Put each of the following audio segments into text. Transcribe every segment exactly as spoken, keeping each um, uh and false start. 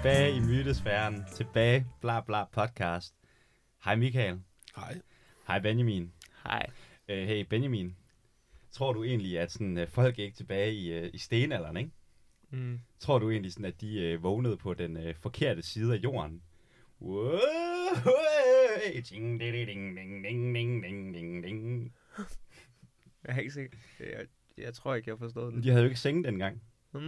tilbage i mytesfæren, tilbage, bla bla podcast. Hej Michael. Hej. Hej Benjamin. Hej. Uh, hey Benjamin, tror du egentlig, at sådan, uh, folk er ikke tilbage i, uh, i stenalderen, ikke? Mm. Tror du egentlig, sådan, at de uh, vågnede på den uh, forkerte side af jorden? Wow, ding, ding, ding, ding, ding, ding, ding, ding. Jeg er ikke sikker. Jeg, jeg tror ikke, jeg har forstået den. De havde jo ikke senge dengang.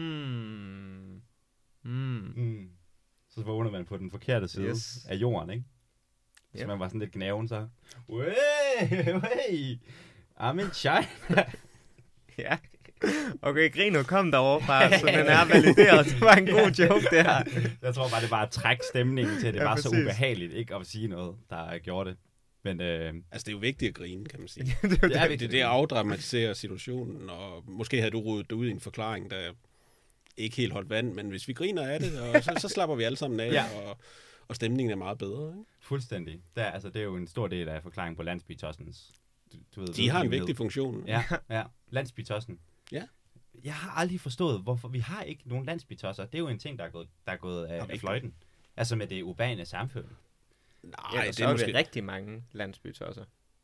Mm. Mm. Mm. Så vågner man på den forkerte side Yes. af jorden, ikke? Så Yep. man var sådan lidt gnaven, så... Wey, wey, I'm in China. Ja. Okay, Grino, kom derovre fra, så den er valideret. Det var en god joke, det her. Jeg tror bare, det var at trække stemningen til, at det Ja, var så præcis. ubehageligt, ikke at sige noget, der gjorde det. Men øh, Altså, det er jo vigtigt at grine, kan man sige. det er jo det er Det er vigtigt. det at afdramatisere situationen, og måske havde du rodet det ud i en forklaring, der ikke helt holdt vand, men hvis vi griner af det, og så, så slapper vi alle sammen af, Ja. og, og stemningen er meget bedre. Ikke? Fuldstændig. Der, altså, det er jo en stor del af forklaringen på landsbytossens. Du, du ved, De har en vedlivenhed. vigtig funktion. Ja, ja. Landsbytossen. Ja. Jeg har aldrig forstået, hvorfor vi har ikke nogen landsbytosser. Det er jo en ting, der er gået, der er gået af, Har vi af ikke fløjten. Altså med det urbane samfund. Nej, Ja, det så er er måske... vi rigtig mange landsbytosser.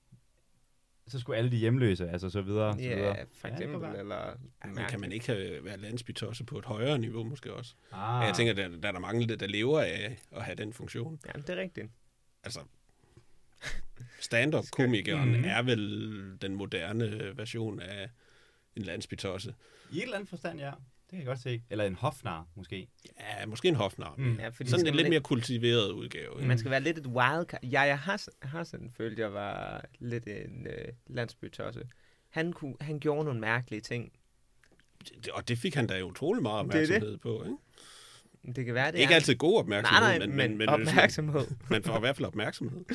Så skulle alle de hjemløse, altså så videre. Så videre. Ja, for Ja, det eksempel, kan være. eller... Ja, men kan man ikke have, være landsbytosse på et højere niveau måske også? Ah. Ja, jeg tænker, der, der er der mange, der lever af at have den funktion. Ja, det er rigtigt. Altså, stand-up-komikeren Mhm. er vel den moderne version af en landsbytosse. I et eller andet forstand, ja. Det kan jeg godt se. Eller en hofnar, måske. Ja, måske en hofnar. Mm. Ja, fordi Sådan skal en man lidt ikke- mere kultiveret udgave. Ikke? Man skal være lidt et wildcard. Ja, jeg har, har sådan følt, jeg var lidt en øh, landsbytosse. Han, kunne, han gjorde nogle mærkelige ting. Det- Og det fik han da utrolig meget Det er det. opmærksomhed på. Ikke, Det kan være, det ikke er... altid god opmærksomhed, Nej, nej, men, men, men, men, opmærksomhed. men for i hvert fald opmærksomhed.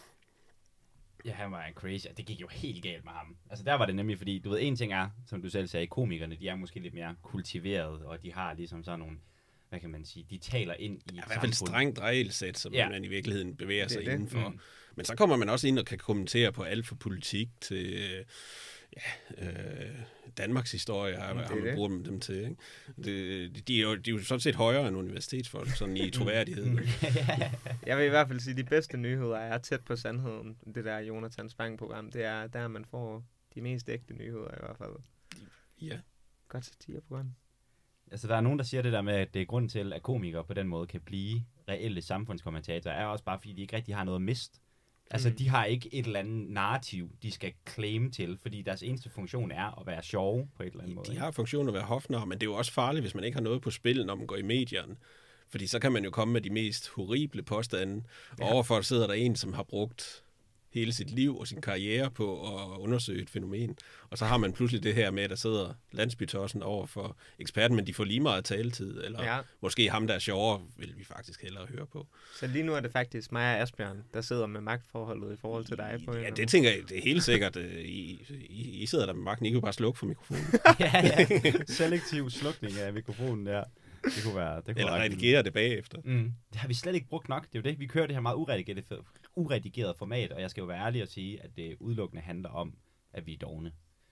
Ja, han var en crazy. Det gik jo helt galt med ham. Altså der var det nemlig, fordi du ved, en ting er, som du selv sagde, komikerne, de er måske lidt mere kultiveret, og de har ligesom sådan nogle, hvad kan man sige, de taler ind i Ja, et I hvert fald samfund. strengt regelsæt, som Ja. ja. man i virkeligheden bevæger Det er sig det. indenfor. Mm. Men så kommer man også ind og kan kommentere på alt fra politik til øh, ja, øh, Danmarks historie, har, Mm, det har er man det. brugt dem til. Ikke? Det, de, er jo, de er jo sådan set højere end universitetsfolk, sådan i troværdighed. Mm. Jeg vil i hvert fald sige, at de bedste nyheder er tæt på sandheden. Det der Jonathan Spang-program, det er der, man får de mest ægte nyheder i hvert fald. Ja. Godt satireprogram. Altså der er nogen, der siger det der med, at det er grunden til, at komikere på den måde kan blive reelle samfundskommentatorer, er også bare, fordi de ikke rigtig har noget at miste. Altså, Mm. de har ikke et eller andet narrativ, de skal claim til, fordi deres eneste funktion er at være sjove på et eller andet måde. De ikke? har funktion at være hofnar, men det er jo også farligt, hvis man ikke har noget på spil, når man går i medierne. Fordi så kan man jo komme med de mest horrible påstande, og Ja. overfor sidder der en, som har brugt hele sit liv og sin karriere på at undersøge et fænomen. Og så har man pludselig det her med, at der sidder landsbytossen over for eksperten, men de får lige meget taletid, eller ja. Ja, måske ham, der er sjovere, vil vi faktisk hellere høre på. så lige nu er det faktisk mig og Asbjørn, der sidder med magtforholdet i forhold til dig. På Ja, en- det tænker jeg, det er helt sikkert. øh, I, I, I sidder der med magten, I kan jo bare slukke for mikrofonen. ja, ja. Selektiv slukning af mikrofonen, ja. Det kunne være... Det kunne Eller være redigere det bagefter. Mm. Det har vi slet ikke brugt nok. Det er jo det. Vi kører det her meget uredigeret, uredigeret format, og jeg skal jo være ærlig og sige, at det udelukkende handler om, at vi er dogne.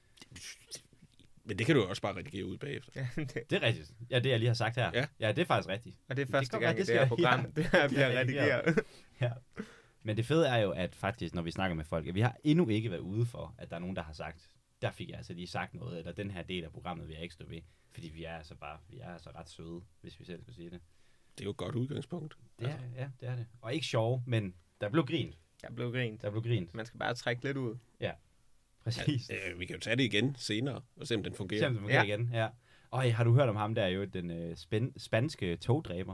Men det kan du jo også bare redigere ud bagefter. Ja, det, Det er rigtigt. Ja, det jeg lige har sagt her. Ja. ja det er faktisk rigtigt. og det er Det første kan gang godt i være, det det her skal- program, det her bliver Ja, redigeret. Ja. Men det fede er jo, at faktisk, når vi snakker med folk, at vi har endnu ikke været ude for, at der er nogen, der har sagt, der fik jeg altså lige sagt noget, eller den her del af programmet vil jeg ikke stå ved. Fordi vi er altså bare, vi er altså ret søde, hvis vi selv skulle sige det. Det er jo et godt udgangspunkt. Det er, ja, det er det. Og ikke sjove, men der blev grint. Jeg blev grint. Der blev grint. Man skal bare trække lidt ud. Præcis. Øh, vi kan jo tage det igen senere, og se om den fungerer. Selvom det fungerer Ja. igen, ja. Og har du hørt om ham der, jo den øh, spæn- spanske togdræber?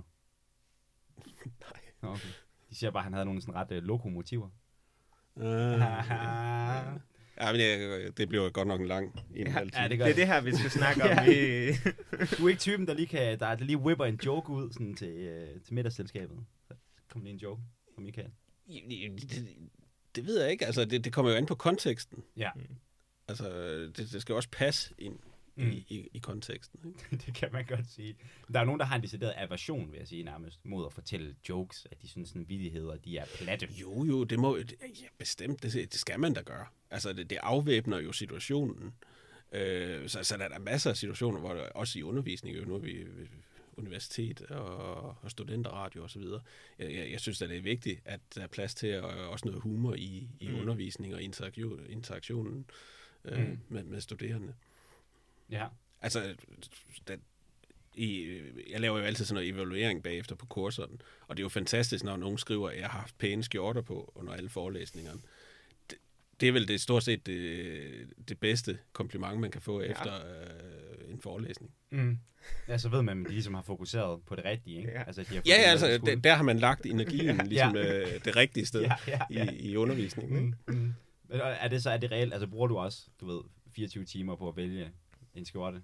Nej. Okay. De siger bare, at han havde nogle sådan ret øh, lokomotiver. Uh, ja, men jeg, det bliver godt nok en lang indhold. Ja, det Det gør er det her, vi skal snakke om. Ja. i... Du er ikke typen, der lige, kan, der, der lige whipper en joke ud sådan, til, øh, til middagsselskabet. Så kom lige en joke fra Michael. det, det ved jeg ikke. Altså, det, det kommer jo an på konteksten. Ja. Altså, det, det skal også passe ind mm. i, i, i konteksten. Ikke? Det kan man godt sige. Der er jo nogen, der har en decideret aversion, vil jeg sige nærmest, mod at fortælle jokes, at de synes, sådan vittigheder, de er platte. Jo, jo, det må det, ja, bestemt. Det, det skal man da gøre. Altså, det, det afvæbner jo situationen. Øh, så, så der er der masser af situationer, hvor der, også i undervisning, jo, nu har vi universitet og, og studenterradio osv. Jeg, jeg, jeg synes, at det er vigtigt, at der er plads til at, også noget humor i, i mm. undervisning og interaktion, interaktionen øh, mm. med, med studerende. Ja. Altså, det, i, jeg laver jo altid sådan noget evaluering bagefter på kurserne, og det er jo fantastisk, når nogen skriver, at jeg har haft pæne skjorter på under alle forelæsningerne. Det, det er vel det stort set det, det bedste kompliment, man kan få ja. efter øh, en forelæsning. Mm. Ja, så ved man, at de ligesom har fokuseret på det rigtige, ikke? Ja, altså, de har ja, ja altså, der, der har man lagt energien ligesom ja. øh, det rigtige sted ja, ja, ja. I, i undervisningen. Mm. Mm. Er det så er det reelt? Altså, bruger du også, du ved, fireogtyve timer på at vælge en skjorte?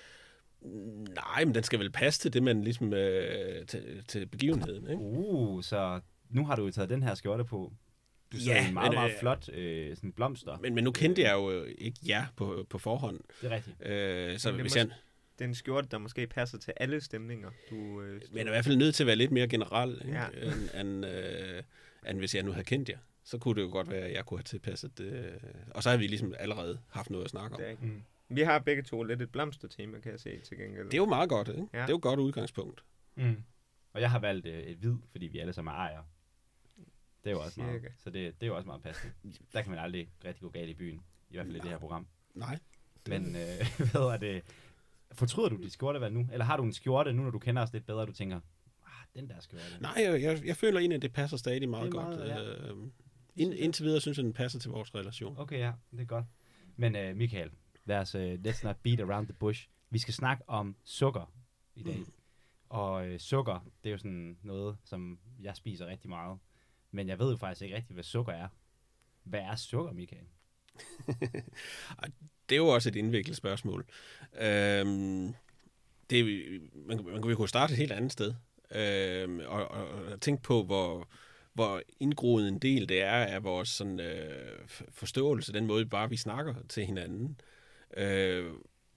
Nej, men den skal vel passe til det, man ligesom øh, til, til begivenheden, ikke? Uh, så nu har du jo taget den her skjorte på. Du sidder ja, en meget, men, meget flot øh, sådan blomster. Men, men nu kendte jeg jo ikke jer på, på forhånd. Det er rigtigt. Øh, så det, hvis mås- jeg... det er en skjorte, der måske passer til alle stemninger. Du, øh, men er i hvert fald nødt til at være lidt mere generel, ikke? Ja. end, end, øh, end hvis jeg nu havde kendt jer. Så kunne det jo godt være, at jeg kunne have tilpasset det. Og så har vi ligesom allerede haft noget at snakke om. Det er ikke. Mm. Vi har begge to lidt et blomstertema, kan jeg se til gengæld. Det er jo meget godt, ikke? Ja. Det er jo et godt udgangspunkt. Mm. Og jeg har valgt øh, et hvid, fordi vi alle sammen er ejer. Det er jo også meget, så det, det er jo også meget passende. Der kan man aldrig rigtig gå galt i byen, i hvert fald i det her program. Nej. Men øh, hvad er det? Fortryder du dit skjortevalg nu? Eller har du en skjorte nu, når du kender os lidt bedre, og du tænker, ah, den der skjorte? Nej, jeg, jeg, jeg føler egentlig, at det passer stadig meget, meget godt. Ja. Øh, ind, indtil videre synes jeg, den passer til vores relation. Okay, ja, det er godt. Men øh, Michael, lad os, uh, let's not beat around the bush. Vi skal snakke om sukker i dag. Mm. Og øh, sukker, det er jo sådan noget, som jeg spiser rigtig meget. Men jeg ved jo faktisk ikke rigtig, hvad sukker er. Hvad er sukker, Michael? Det er jo også et indviklet spørgsmål. Øhm, det er, man, man kunne jo starte et helt andet sted. Øhm, og, og, og tænke på, hvor, hvor indgroet en del det er af vores sådan, øh, forståelse, den måde bare vi snakker til hinanden. Øh,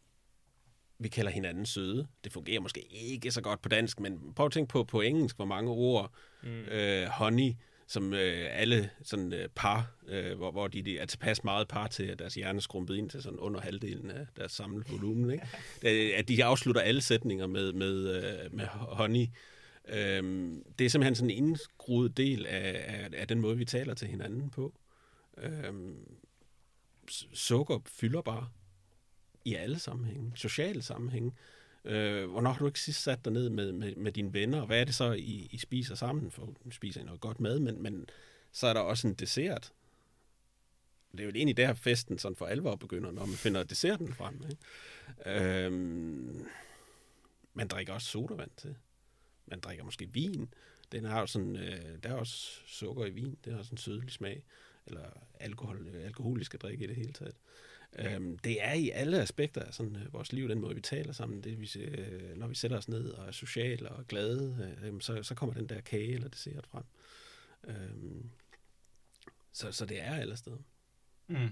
vi kalder hinanden søde. Det fungerer måske ikke så godt på dansk, men prøv at tænke på på engelsk, hvor mange ord, mm. øh, honey, som øh, alle sådan øh, par, øh, hvor, hvor de, de er tilpas meget par til, at deres hjerne er skrumpet ind til sådan under halvdelen af deres samlede volumen, ikke? At de afslutter alle sætninger med, med, øh, med honey. Øhm, det er simpelthen sådan en indskruet del af, af, af den måde, vi taler til hinanden på. Øhm, sukker fylder bare i alle sammenhænge, sociale sammenhænge. Øh, hvornår har du ikke sidst sat dig ned med, med, med dine venner, og hvad er det så, I, I spiser sammen? For I spiser noget godt mad, men, men så er der også en dessert. Det er jo egentlig der, festen sådan for alvor begynder, når man finder desserten frem. Ikke? Øhm, man drikker også sodavand til. Man drikker måske vin. Den har jo sådan, øh, der er også sukker i vin. Det har også en sødlig smag. Eller alkohol, alkoholiske drikke i det hele taget. Øhm, det er i alle aspekter af sådan, øh, vores liv, den måde, vi taler sammen. Det, vi, øh, når vi sætter os ned og er sociale og glade, øh, så, så kommer den der kage eller dessert frem. Øhm, så, så det er alle steder. Mm.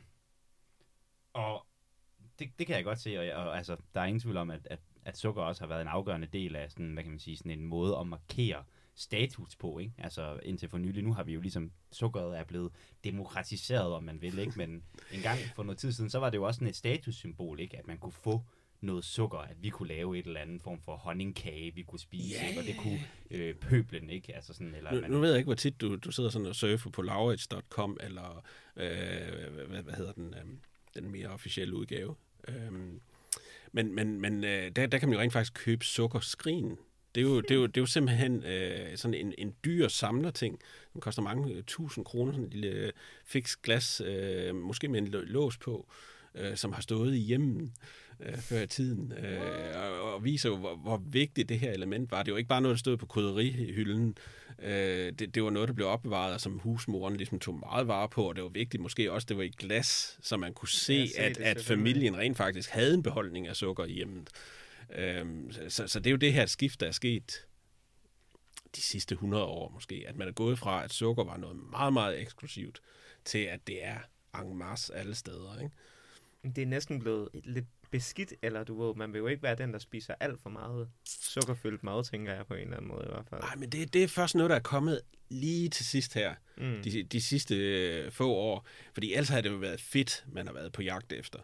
Og det, det kan jeg godt se, og, jeg, og altså, der er ingen tvivl om, at, at, at sukker også har været en afgørende del af sådan, hvad kan man sige, sådan en måde at markere status på, ikke? Altså indtil for nylig, nu har vi jo ligesom, sukkeret er blevet demokratiseret, om man vil, ikke? Men en gang for noget tid siden, så var det jo også sådan et statussymbol, ikke? At man kunne få noget sukker, at vi kunne lave et eller andet form for honningkage, vi kunne spise, yeah. Og det kunne øh, pøblen, ikke? Altså sådan, eller nu, man... nu ved jeg ikke, hvor tit du, du sidder sådan og surfer på laurits punktum com, eller øh, hvad, hvad hedder den, øh, den mere officielle udgave. Øh, men men, men øh, der, der kan man jo rent faktisk købe sukkerskrin. Det er jo, det er jo, det er jo simpelthen øh, sådan en, en dyr samlerting, som koster mange øh, tusind kroner, sådan en lille øh, fiks glas, øh, måske med en lås på, øh, som har stået i hjemmen øh, før i tiden, øh, og, og viser jo, hvor, hvor vigtigt det her element var. Det var ikke bare noget, der stod på krydderihylden. Øh, det, det var noget, der blev opbevaret, og som husmoren ligesom tog meget vare på, og det var vigtigt måske også, det var i glas, så man kunne se, ja, se at, at familien rent faktisk havde en beholdning af sukker i hjemmet. Øhm, så, så det er jo det her skift, der er sket de sidste hundrede år måske, at man er gået fra, at sukker var noget meget, meget eksklusivt, til at det er en masse alle steder, ikke? Det er næsten blevet lidt beskidt, eller du ved, man vil jo ikke være den, der spiser alt for meget sukkerfyldt mad, tænker jeg på en eller anden måde i hvert fald. Nej, men det, det er først noget, der er kommet lige til sidst her, mm. de, de sidste øh, få år, fordi ellers har det jo været fedt, man har været på jagt efter.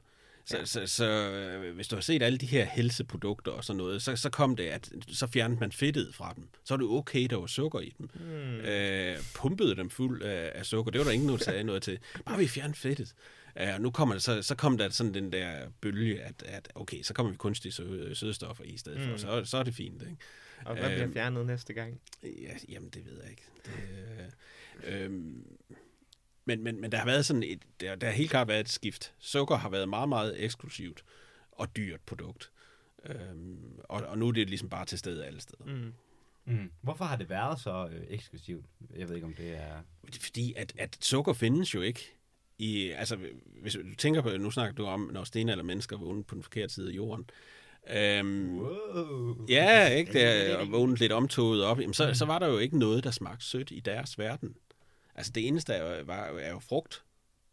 Så, Ja. så, så, så hvis du har set alle de her helseprodukter og sådan noget, så, så kom det, at så fjernede man fedtet fra dem. Så er det okay, der var sukker i dem. Mm. Øh, pumpede dem fuld af, af sukker. Det var der ingen, der sagde noget til. Bare vi fjernede fedtet. Uh, og nu kommer det, så, så kom der sådan den der bølge, at, at okay, så kommer vi kunstige sø, sødestoffer i stedet for. Mm. Så, så er det fint, ikke? Og hvad bliver Øhm, fjernet næste gang? Ja, jamen, det ved jeg ikke. Det, øh, øh, men, men, men der har været sådan et, der, der har helt klart været et skift. Sukker har været meget, meget eksklusivt og dyrt produkt. Øhm, og, og nu er det ligesom bare til stede alle steder. Mm. Mm. Hvorfor har det været så øh, eksklusivt? Jeg ved ikke, om det er... Fordi at, at sukker findes jo ikke. I, altså, hvis du tænker på, nu snakker du om, når stenaldermennesker vågnede på den forkerte side af jorden. Øhm, Wow. ja, ikke? Der og vågnede lidt omtoget op. Jamen, så, så var der jo ikke noget, der smagte sødt i deres verden. Altså, det eneste er jo, var, er jo frugt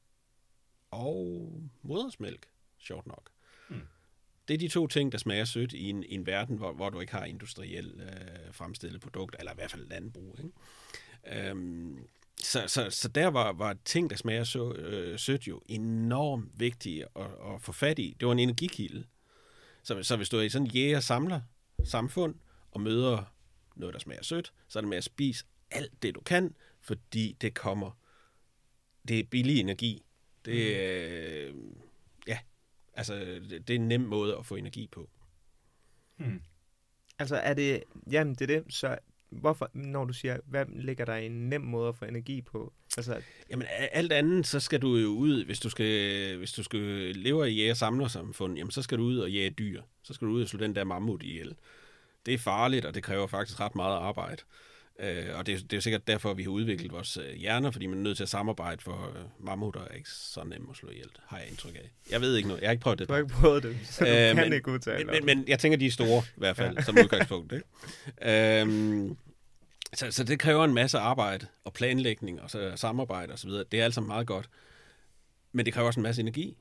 og modersmælk, sjovt nok. Hmm. Det er de to ting, der smager sødt i en, i en verden, hvor, hvor du ikke har industrielt øh, fremstillet produkt, eller i hvert fald landbrug. Ikke? Øhm, så, så, så der var, var ting, der smager så, øh, sødt jo enormt vigtige at, at få fat i. Det var en energikilde. Så, så hvis du er i sådan en jæger-samler samfund og møder noget, der smager sødt, så er det med at spise alt det, du kan, fordi det kommer. Det er billig energi. Det er, mm. øh, ja, altså, det, det er en nem måde at få energi på. Hmm. Altså er det, jamen det er det, så hvorfor, når du siger, hvad ligger der i en nem måde at få energi på? Altså, Jamen alt andet, så skal du jo ud, hvis du skal, hvis du skal leve i jæger-samlersamfund, jamen så skal du ud og jage dyr. Så skal du ud og slå den der mammut ihjel. Det er farligt, og det kræver faktisk ret meget arbejde. Øh, og det er, det er jo sikkert derfor, vi har udviklet vores hjerner, fordi man er nødt til at samarbejde, for mammutter er ikke så nemt at slå ihjel, har jeg indtryk af. Jeg ved ikke noget, jeg har ikke prøvet det. du har ikke prøvet det, så du Øh, kan men- ikke udtale Men, men, men jeg tænker, de er store, i hvert fald, ja. som udgangspunkt. Ikke? Øhm, så, så det kræver en masse arbejde og planlægning og så samarbejde osv. Det er alt sammen meget godt. Men det kræver også en masse energi.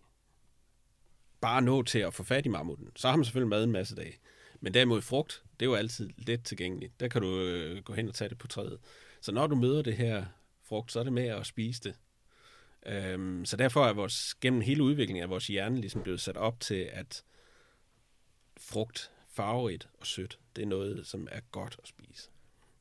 Bare nå til at få fat i mammuten. Så har man selvfølgelig mad en masse dage. Men derimod frugt, det er jo altid let tilgængeligt. Der kan du øh, gå hen og tage det på træet. Så når du møder det her frugt, så er det med at spise det. Øhm, så derfor er vores, gennem hele udviklingen af vores hjerne ligesom blevet sat op til, at frugt, farverigt og sødt, det er noget, som er godt at spise.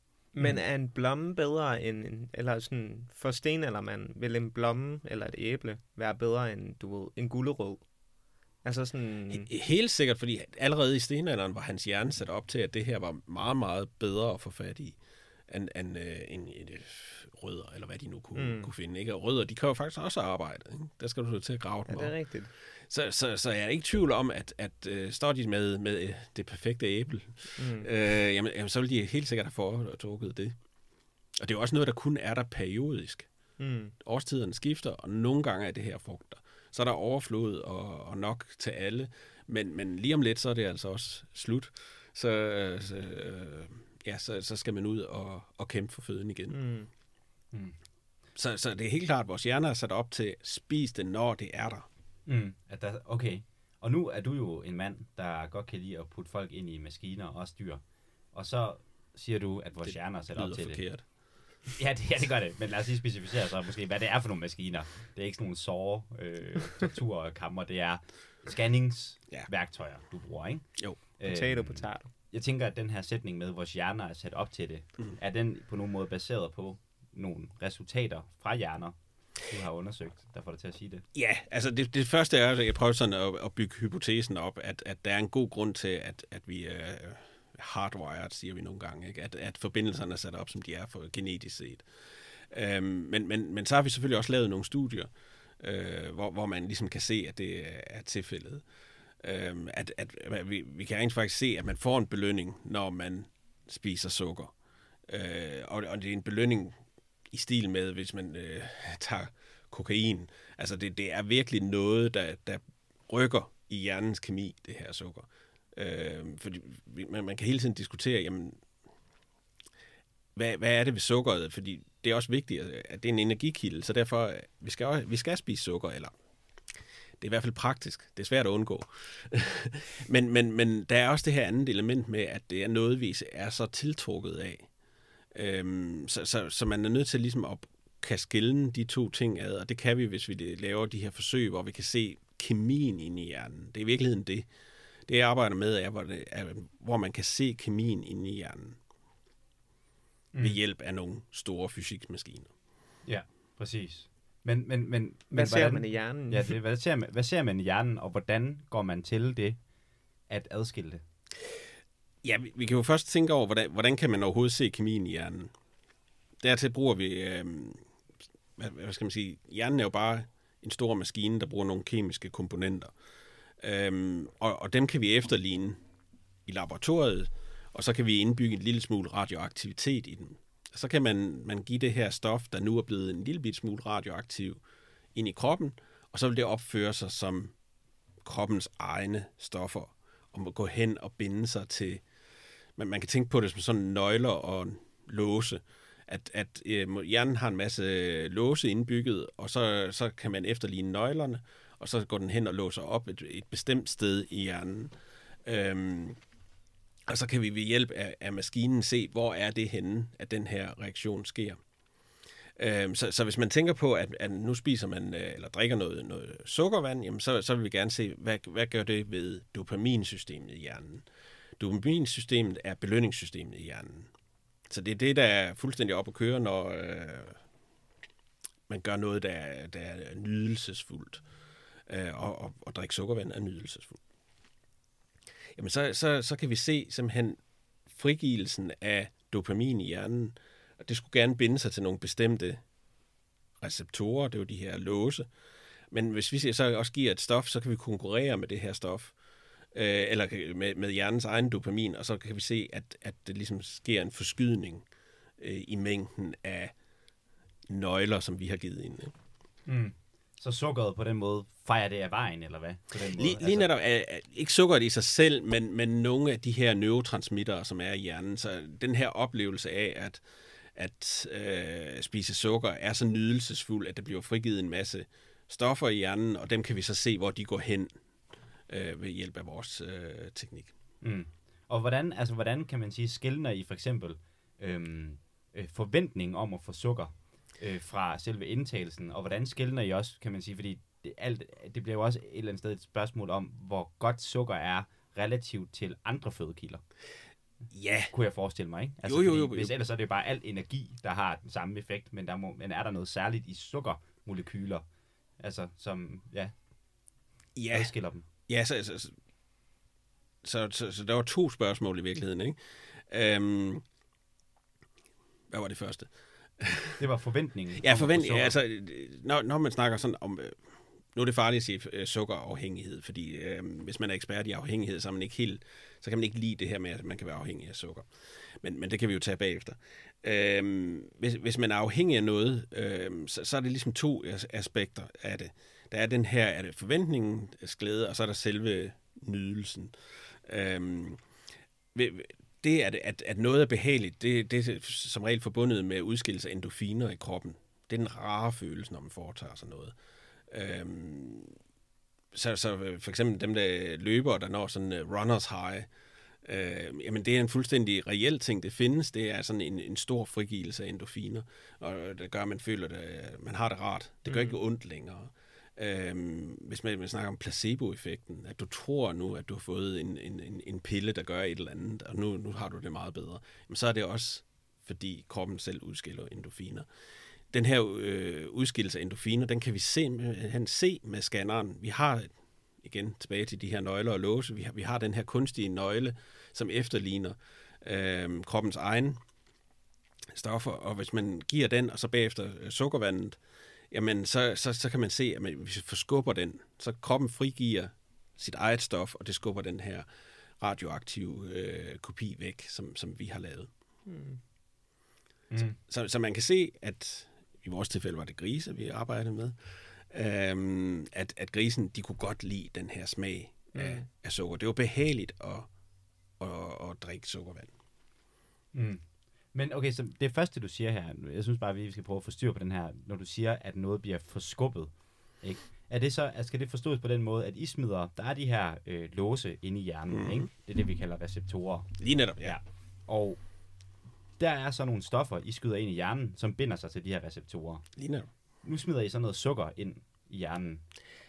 Men er en blomme bedre end en, eller sådan, for stenaldermanden, vil en blomme eller et æble være bedre end, du ved, en gulerod? Altså sådan... He- Helt sikkert, fordi allerede i stenalderen var hans hjerne sat op til, at det her var meget, meget bedre at få fat i, end, end, øh, end, end øh, rødder, eller hvad de nu kunne, Mm. kunne finde. Ikke? Og rødder, de kræver faktisk også arbejde. Ikke? Der skal du til at grave Ja, dem det er op. rigtigt. Så, så, så jeg er ikke i tvivl om, at, at øh, står de med, med øh, det perfekte æble, Mm. øh, jamen, jamen, så vil de helt sikkert have foretrukket det. Og det er jo også noget, der kun er der periodisk. Mm. Årstiderne skifter, og nogle gange er det her frugter. Så er der overflod og, og nok til alle, men, men lige om lidt, så er det altså også slut. Så, øh, så, øh, ja, så, så skal man ud og, og kæmpe for føden igen. Mm. Mm. Så, så det er helt klart, at vores hjerner er sat op til at spise det, når det er der. Mm. At der, okay. Og nu er du jo en mand, der godt kan lide at putte folk ind i maskiner og også dyr. Og så siger du, at vores Det hjerner er sat Det op lyder til forkert. det. Ja det, ja, det gør det. Men lad os lige specificere så måske, hvad det er for nogle maskiner. Det er ikke sådan nogle sår, øh, torturkammer. Det er scanningsværktøjer, du bruger, ikke? Jo. Potato, Øhm, potato. Jeg tænker, at den her sætning med, at vores hjerner er sat op til det, Mm. er den på nogen måde baseret på nogle resultater fra hjerner, du har undersøgt, der får dig til at sige det? Ja, altså det, det første er, at jeg prøver sådan at, at bygge hypotesen op, at, at der er en god grund til, at, at vi er hardwired, siger vi nogle gange, ikke? At, at forbindelserne er sat op, som de er for genetisk set. Øhm, men, men, men så har vi selvfølgelig også lavet nogle studier, øh, hvor, hvor man ligesom kan se, at det er tilfældet. Øhm, at, at, at vi, vi kan rent faktisk se, at man får en belønning, når man spiser sukker. Øh, og, og det er en belønning i stil med, hvis man øh, tager kokain. Altså det, det er virkelig noget, der, der rykker i hjernens kemi, det her sukker. Øh, fordi man, man kan hele tiden diskutere, jamen, hvad, hvad er det ved sukkeret? Fordi det er også vigtigt, at det er en energikilde, så derfor, vi skal, også, vi skal spise sukker, eller det er i hvert fald praktisk. Det er svært at undgå. men, men, men der er også det her andet element med, at det er noget, vi er så tiltrukket af. Øhm, så, så, så man er nødt til ligesom at kan skille de to ting ad, og det kan vi, hvis vi laver de her forsøg, hvor vi kan se kemien inde i hjernen. Det er i virkeligheden det. Det, jeg arbejder med, er, hvor, det er, hvor man kan se kemien inde i hjernen mm. ved hjælp af nogle store fysiksmaskiner. Ja, præcis. Men, men, men, hvad men ser hvordan, man i hjernen? Ja, det, hvad, ser man, hvad ser man i hjernen, og hvordan går man til det at adskille det? Ja, vi, vi kan jo først tænke over, hvordan, hvordan kan man overhovedet se kemien i hjernen? Dertil bruger vi, øh, hvad, hvad skal man sige, hjernen er jo bare en stor maskine, der bruger nogle kemiske komponenter. Øhm, og, og dem kan vi efterligne i laboratoriet, og så kan vi indbygge en lille smule radioaktivitet i dem. Så kan man, man give det her stof, der nu er blevet en lille bit smule radioaktiv, ind i kroppen, og så vil det opføre sig som kroppens egne stoffer, og må gå hen og binde sig til. Man, man kan tænke på det som sådan nøgler og låse, at, at øh, hjernen har en masse låse indbygget, og så, så kan man efterligne nøglerne, og så går den hen og låser op et, et bestemt sted i hjernen. Øhm, og så kan vi ved hjælp af, af maskinen se, hvor er det henne, at den her reaktion sker. Øhm, så, så hvis man tænker på, at, at nu spiser man eller drikker noget, noget sukkervand, jamen så, så vil vi gerne se, hvad, hvad gør det ved dopaminsystemet i hjernen. Dopaminsystemet er belønningssystemet i hjernen. Så det er det, der er fuldstændig op at køre, når øh, man gør noget, der er, der er nydelsesfuldt. Øh, og, og, og drikke sukkervand er nydelsesfuldt. Jamen så, så, så kan vi se simpelthen frigivelsen af dopamin i hjernen, og det skulle gerne binde sig til nogle bestemte receptorer, det er jo de her låse. Men hvis vi så også giver et stof, så kan vi konkurrere med det her stof, øh, eller med, med hjernens egen dopamin, og så kan vi se, at, at det ligesom sker en forskydning øh, i mængden af nøgler, som vi har givet ind. Ikke? Mm. Så sukkeret på den måde fejrer det af vejen, eller hvad? På den måde? Lige, lige netop, er, er, ikke sukkeret i sig selv, men, men nogle af de her neurotransmittere, som er i hjernen. Så den her oplevelse af, at, at øh, spise sukker er så nydelsesfuld, at der bliver frigivet en masse stoffer i hjernen, og dem kan vi så se, hvor de går hen øh, ved hjælp af vores øh, teknik. Mm. Og hvordan, altså, hvordan kan man sige, skelner I for eksempel øhm, øh, forventning om at få sukker øh, fra selve indtagelsen, og hvordan skelner I også, kan man sige, fordi det, alt, det bliver jo også et eller andet sted et spørgsmål om, hvor godt sukker er relativt til andre fødekilder. Ja. Kunne jeg forestille mig, ikke? Altså, jo, jo, jo, jo. Hvis ellers er det jo bare al energi, der har den samme effekt, men, der må, men er der noget særligt i sukkermolekyler, altså som, ja, ja. adskiller dem? Ja, så, så, så, så, så, så der var to spørgsmål i virkeligheden, ikke? Øhm, hvad var det første? Det var forventningen. Ja, forventningen. Altså, når, når man snakker sådan om... Nu er det farligt at sige øh, sukkerafhængighed, fordi øh, hvis man er ekspert i afhængighed, så, er man ikke helt, så kan man ikke lide det her med, at man kan være afhængig af sukker. Men, men det kan vi jo tage bagefter. Øh, hvis, hvis man er afhængig af noget, øh, så, så er det ligesom to aspekter af det. Der er den her, er det forventningen, glæde, og så er der selve nydelsen. Øh, det, at, at, at noget er behageligt, det, det er som regel forbundet med udskillelse af endorfiner i kroppen. Det er den rare følelse, når man foretager sådan noget. Øhm, så, så for eksempel dem, der løber, der når sådan uh, runners high, øh, jamen det er en fuldstændig reel ting, det findes. Det er sådan en, en stor frigivelse af endorfiner, og det gør, at man føler, at man har det rart. Det gør mm. ikke ondt længere. Øhm, hvis man, man snakker om placeboeffekten, at du tror nu, at du har fået en, en, en pille, der gør et eller andet, og nu, nu har du det meget bedre, jamen, så er det også, fordi kroppen selv udskiller endorfiner. Den her øh, udskillelse af endorfiner, den kan vi se med, han se med scanneren. Vi har, igen tilbage til de her nøgler og låse, vi har, vi har den her kunstige nøgle, som efterligner øh, kroppens egen stoffer, og hvis man giver den, og så bagefter øh, sukkervandet, jamen så, så, så kan man se, at man, hvis vi forskubber den, så kroppen frigiver sit eget stof, og det skubber den her radioaktive øh, kopi væk, som, som vi har lavet. Mm. Mm. Så, så, så man kan se, at i vores tilfælde var det grise, vi arbejdede med, øhm, at, at grisen, de kunne godt lide den her smag mm. af, af sukker. Det var behageligt at, at, at, at drikke sukkervand. Mm. Men okay, så det første, du siger her, jeg synes bare, at vi skal prøve at få styr på den her, når du siger, at noget bliver forskubbet, ikke? Er det så, skal det forstås på den måde, at I smider, der er de her øh, låse inde i hjernen, mm. ikke? Det er det, vi kalder receptorer. Lige netop, ja. ja. Og der er så nogle stoffer, I skyder ind i hjernen, som binder sig til de her receptorer. Lige netop. Nu smider I så noget sukker ind i hjernen.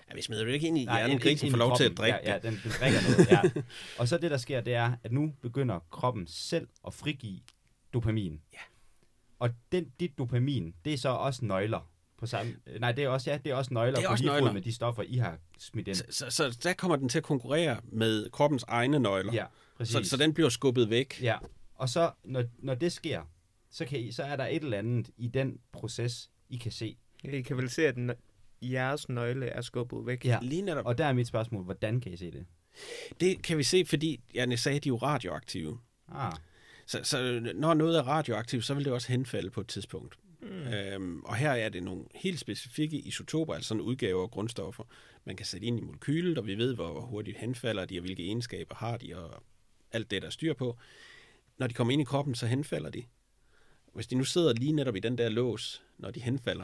Ja, vi smider det ikke ind i Nej, hjernen, ind- grisen ind får i lov til kroppen. at drikke ja, ja, det. den, den drikker noget, ja. Og så det, der sker, det er, at nu begynder kroppen selv at frigive dopamin. Ja. Og den, dit dopamin, det er så også nøgler. På samme, nej, det er også, ja, det er også nøgler Det er på også lige fod nøgler. med de stoffer, I har smidt ind. Så, så, så der kommer den til at konkurrere med kroppens egne nøgler. Ja, præcis. så, så den bliver skubbet væk. Ja, og så, når, når det sker, så, kan I, så er der et eller andet i den proces, I kan se. Ja, I kan vel se, at nø- jeres nøgle er skubbet væk. Ja. Lige netop. Og der er mit spørgsmål, hvordan kan I se det? Det kan vi se, fordi jeg sagde, at de er jo radioaktive. Ah, Så, så når noget er radioaktivt, så vil det også henfalde på et tidspunkt. Mm. Øhm, og her er det nogle helt specifikke isotoper, altså sådan udgaver af grundstoffer, man kan sætte ind i molekylet, og vi ved, hvor hurtigt henfalder de, og hvilke egenskaber har de, og alt det, der er styr på. Når de kommer ind i kroppen, så henfalder de. Hvis de nu sidder lige netop i den der lås, når de henfalder,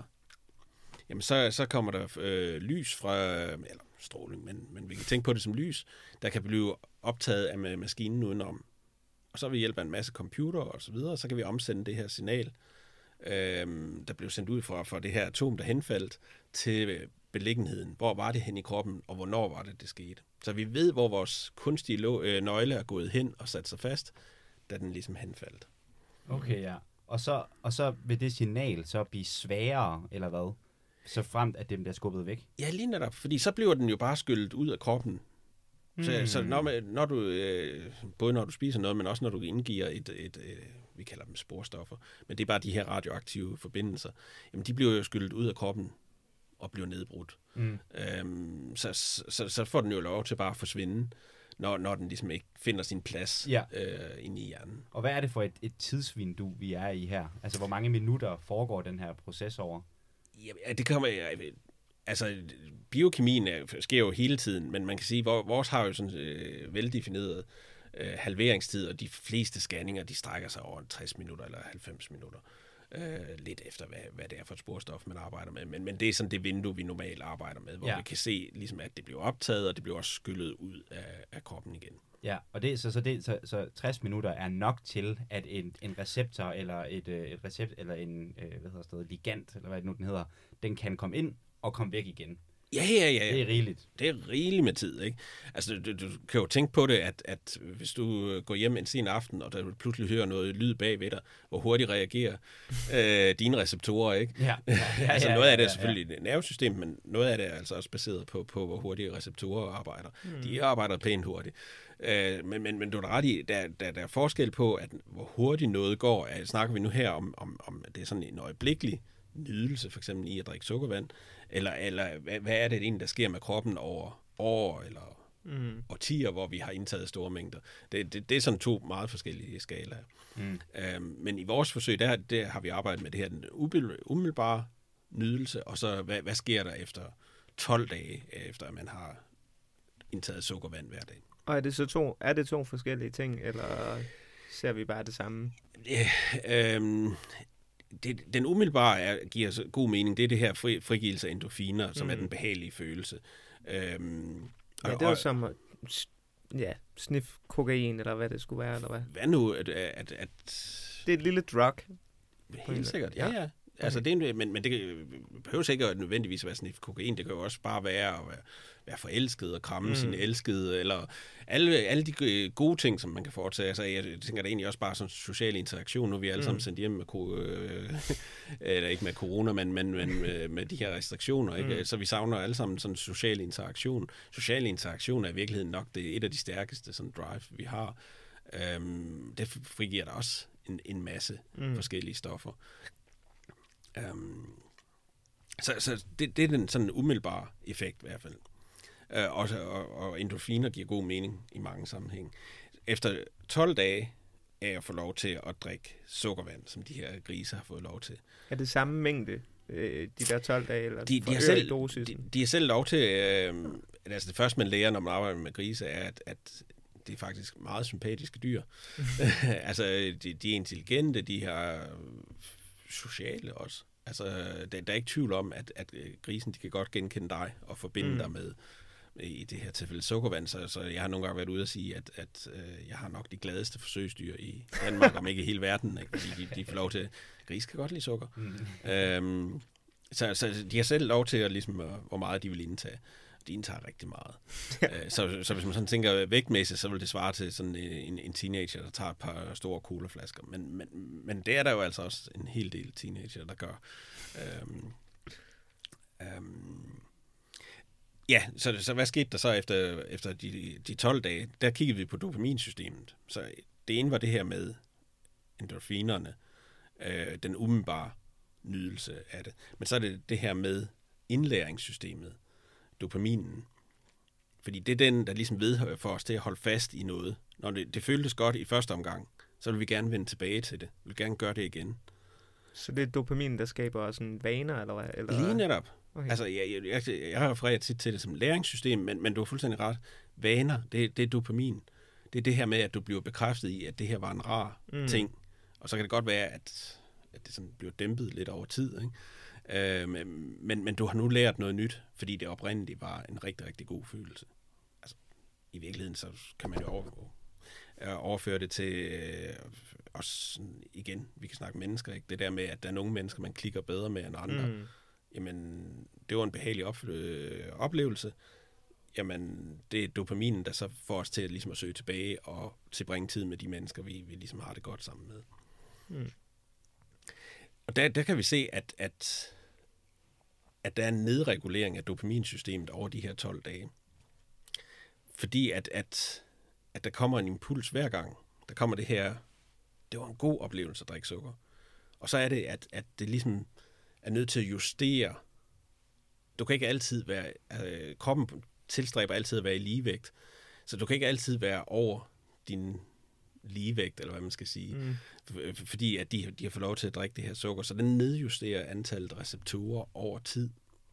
jamen så, så kommer der øh, lys fra, eller stråling, men, men vi kan tænke på det som lys, der kan blive optaget af maskinen udenom. Og så ved hjælp af en masse computer og så videre, så kan vi omsende det her signal, øhm, der blev sendt ud fra, fra det her atom, der henfaldt, til beliggenheden. Hvor var det hen i kroppen, og hvornår var det, det skete. Så vi ved, hvor vores kunstige lo- øh, nøgle er gået hen og sat sig fast, da den ligesom henfaldt. okay, ja. Og så, og så vil det signal så blive sværere, eller hvad? Så fremt, at den bliver skubbet væk? Ja, lige netop, fordi så bliver den jo bare skyllet ud af kroppen. Så, Mm. så når, man, når du, øh, både når du spiser noget, men også når du indgiver et, et, et, vi kalder dem sporstoffer, men det er bare de her radioaktive forbindelser, jamen de bliver jo skyllet ud af kroppen og bliver nedbrudt. Mm. Øhm, så, så, så får den jo lov til bare at forsvinde, når, når den ligesom ikke finder sin plads Ja. øh, inde i hjernen. Og hvad er det for et, et tidsvindue, vi er i her? Altså, hvor mange minutter foregår den her proces over? Ja, det kommer jeg... Altså, biokemien er, sker jo hele tiden, men man kan sige, at vores har jo sådan øh, veldefineret øh, halveringstid, og de fleste scanninger, de strækker sig over tres minutter eller halvfems minutter. Øh, lidt efter, hvad, hvad det er for et sporstof, man arbejder med. Men, men det er sådan det vindue, vi normalt arbejder med, hvor Ja. vi kan se, ligesom, at det bliver optaget, og det bliver også skyllet ud af, af kroppen igen. Ja, og det, så, så, det, så, så tres minutter er nok til, at en, en receptor, eller et, øh, et recept, eller en øh, hvad hedder det, ligand, eller hvad det nu den hedder, den kan komme ind og komme væk igen. Ja, ja, ja. Det er rigeligt. Det er rigeligt med tid, ikke? Altså, du, du kan jo tænke på det, at, at hvis du går hjem en sen aften, og der pludselig hører noget lyd bag ved dig, hvor hurtigt reagerer øh, dine receptorer, ikke? Ja. ja, ja altså, ja, noget af det er ja, selvfølgelig ja. nervesystem, men noget af det er altså også baseret på, på hvor hurtigt receptorer arbejder. Mm. De arbejder pænt hurtigt. Øh, men, men, men du er ret i, der, der, der er forskel på, at hvor hurtigt noget går. Altså, snakker vi nu her om, om, om det er sådan en øjeblikkelig nydelse, for eksempel i at drikke sukkervand, eller, eller hvad, hvad er det egentlig, der sker med kroppen over år eller mm. årtier, hvor vi har indtaget store mængder. Det, det, det er sådan to meget forskellige skalaer. Mm. Øhm, men i vores forsøg, der, der har vi arbejdet med det her, den umiddelbare nydelse, og så hvad, hvad sker der efter tolv dage, efter at man har indtaget sukkervand hver dag. Og er det så to, er det to forskellige ting, eller ser vi bare det samme? Ja, øhm, det, den umiddelbare er, giver så god mening. Det er det her fri, frigivelse af endorfiner, som mm. er den behagelige følelse. Øhm, ja, og, det er jo og, som at ja, sniff kokain, eller hvad det skulle være, eller hvad? Hvad nu? At, at, at, det er et lille drug. Helt sikkert, ja, ja. Altså, det er, men, men det behøver ikke at nødvendigvis være sniff kokain. Det kan jo også bare være at være, være forelsket og kramme mm. sin elskede, eller alle, alle de gode ting, som man kan foretage. Altså, jeg tænker, det er egentlig også bare sådan social interaktion. Nu er vi alle sammen mm. sendt hjem med, øh, eller ikke med corona, men, men, men med, med de her restriktioner. Ikke? Mm. Så vi savner alle sammen sådan social interaktion. Social interaktion er i virkeligheden nok det et af de stærkeste sådan drive, vi har. Øhm, det frigiver der også en, en masse mm. forskellige stoffer. Um, så så det, det er den sådan umiddelbare effekt i hvert fald. Uh, også, og, og endorfiner giver god mening i mange sammenhænge. Efter tolv dage er jeg få lov til at drikke sukkervand, som de her grise har fået lov til. Er det samme mængde, øh, de der tolv dage, eller de, de, har selv, de, de har selv lov til, øh, altså det første man lærer, når man arbejder med grise, er, at, at det er faktisk meget sympatiske dyr. altså, de, de er intelligente, de har sociale også. Altså, der, der er ikke tvivl om, at, at grisen, de kan godt genkende dig og forbinde mm. dig med, i det her tilfælde sukkervand. Så, så jeg har nogle gange været ude at sige, at, at øh, jeg har nok de gladeste forsøgsdyr i Danmark, om ikke i hele verden, ikke? Fordi de, de får lov til... Gris kan godt lide sukker. Mm. Øhm, så, så de har selv lov til, at, ligesom, hvor meget de vil indtage. de indtager rigtig meget. øh, så, så hvis man sådan tænker vægtmæssigt, så vil det svare til sådan en, en teenager, der tager et par store colaflasker. Men, men, men det er der jo altså også en hel del teenager, der gør. Øhm, øhm, ja, så, så hvad skete der så efter, efter de, de tolv dage? Der kiggede vi på dopaminsystemet. Så det ene var det her med endorfinerne, øh, den umiddelbare nydelse af det. Men så er det det her med indlæringssystemet, dopaminen. Fordi det er den, der ligesom vedhører for os til at holde fast i noget. Når det, det føltes godt i første omgang, så vil vi gerne vende tilbage til det. Vi vil gerne gøre det igen. Så det er dopamin, der skaber sådan vaner, eller hvad? Eller? Lige netop. Okay. Altså, jeg, jeg, jeg, jeg har refereret tit til det som læringssystem, men, men du har fuldstændig ret. Vaner, det, det er dopamin. Det er det her med, at du bliver bekræftet i, at det her var en rar mm. ting. Og så kan det godt være, at, at det sådan bliver dæmpet lidt over tid, ikke? Øh, men, men du har nu lært noget nyt, fordi det oprindeligt var en rigtig, rigtig god følelse. Altså, i virkeligheden, så kan man jo over, overføre det til øh, også igen, vi kan snakke mennesker, ikke? Det der med, at der er nogle mennesker, man klikker bedre med end andre. Mm. Jamen, det var en behagelig op, øh, oplevelse. Jamen, det er dopaminen, der så får os til at, ligesom at søge tilbage og tilbringe tid med de mennesker, vi, vi ligesom har det godt sammen med. Mm. Og der, der kan vi se, at, at, at der er en nedregulering af dopaminsystemet over de her tolv dage. Fordi at, at, at der kommer en impuls hver gang. Der kommer det her, det var en god oplevelse at drikke sukker. Og så er det, at, at det ligesom er nødt til at justere. Du kan ikke altid være, øh, kroppen tilstræber altid at være i ligevægt. Så du kan ikke altid være over din ligevægt, eller hvad man skal sige. Mm. Fordi at de, de har fået lov til at drikke det her sukker. Så den nedjusterer antallet receptorer over tid.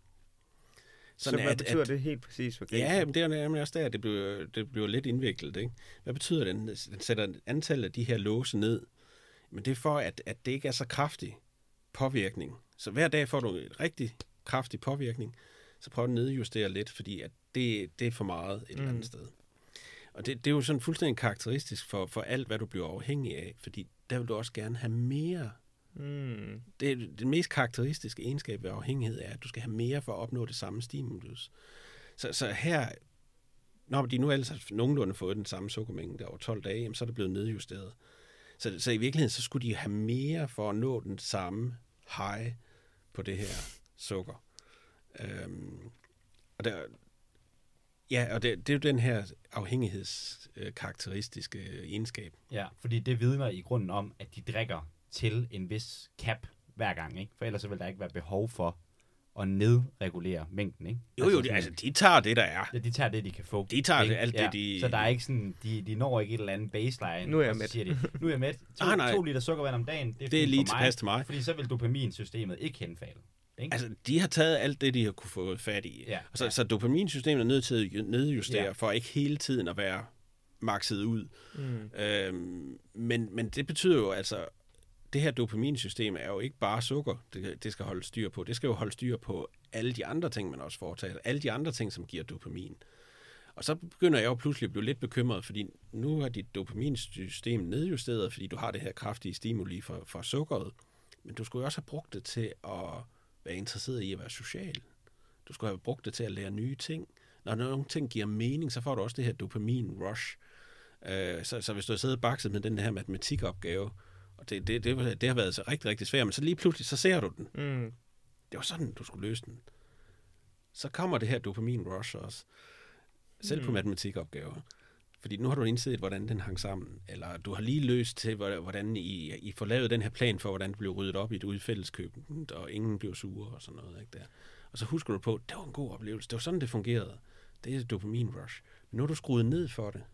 Sådan så hvad at, betyder at, det helt præcis for grisen? Ja, men det er nemlig også der, det bliver, det bliver lidt indviklet. Ikke? Hvad betyder det? Den sætter antallet af de her låse ned. Men det er for, at, at det ikke er så kraftig påvirkning. Så hver dag får du en rigtig kraftig påvirkning, så prøv at nedjustere lidt, fordi at det, det er for meget et mm. eller andet sted. Og det, det er jo sådan fuldstændig karakteristisk for, for alt, hvad du bliver afhængig af, fordi der vil du også gerne have mere. Mm. Det, det mest karakteristiske egenskab ved afhængighed er, at du skal have mere for at opnå det samme stimulus. Så, så her, når de nu ellers har nogenlunde fået den samme sukkermængde over tolv dage, jamen, så er det blevet nedjusteret. Så, så i virkeligheden, så skulle de have mere for at nå den samme high på det her sukker. Øhm, og der, ja, og det, det er jo den her afhængighedskarakteristiske egenskab. Ja, fordi det vidner i grunden om, at de drikker til en vis cap hver gang, ikke? For ellers så vil der ikke være behov for at nedregulere mængden, ikke? Jo, jo, altså, de, altså de tager det, der er. Ja, de tager det, de kan få. De tager ikke? det, alt ja. det, de... Så der er ikke sådan, de, de når ikke et eller andet baseline. Nu er jeg og så med. siger de, nu er jeg med. To, ah, to liter sukkervand om dagen, det er, det er lige tilpas til mig. Fordi så vil dopaminsystemet ikke henfalde. Ikke? Altså, de har taget alt det, de har kunne få fat i. Ja, så, ja. så dopaminsystemet er nødt til at nedjustere, ja. For ikke hele tiden at være makset ud. Mm. Øhm, men, men det betyder jo altså, det her dopaminsystem er jo ikke bare sukker, det, det skal holde styr på. Det skal jo holde styr på alle de andre ting, man også foretager. Alle de andre ting, som giver dopamin. Og så begynder jeg jo pludselig at blive lidt bekymret, fordi nu er dit dopaminsystem nedjusteret, fordi du har det her kraftige stimuli for, for sukkeret. Men du skulle jo også have brugt det til at være interesseret i at være social. Du skulle have brugt det til at lære nye ting. Når nogle ting giver mening, så får du også det her dopamin-rush. Øh, så, så hvis du har siddet og bakset med den her matematikopgave, og det, det, det, det har været så rigtig, rigtig svært, men så lige pludselig, så ser du den. Mm. Det var sådan, du skulle løse den. Så kommer det her dopamin-rush også. Selv mm. på matematikopgaver. Fordi nu har du indset, hvordan den hang sammen. Eller du har lige løst til, hvordan I, I får lavet den her plan for, hvordan det bliver ryddet op i et udfælleskøb, og ingen bliver sure og sådan noget. Ikke der. Og så husker du på, det var en god oplevelse. Det var sådan, det fungerede. Det er et dopamin-rush. Men nu er du skruet ned for det.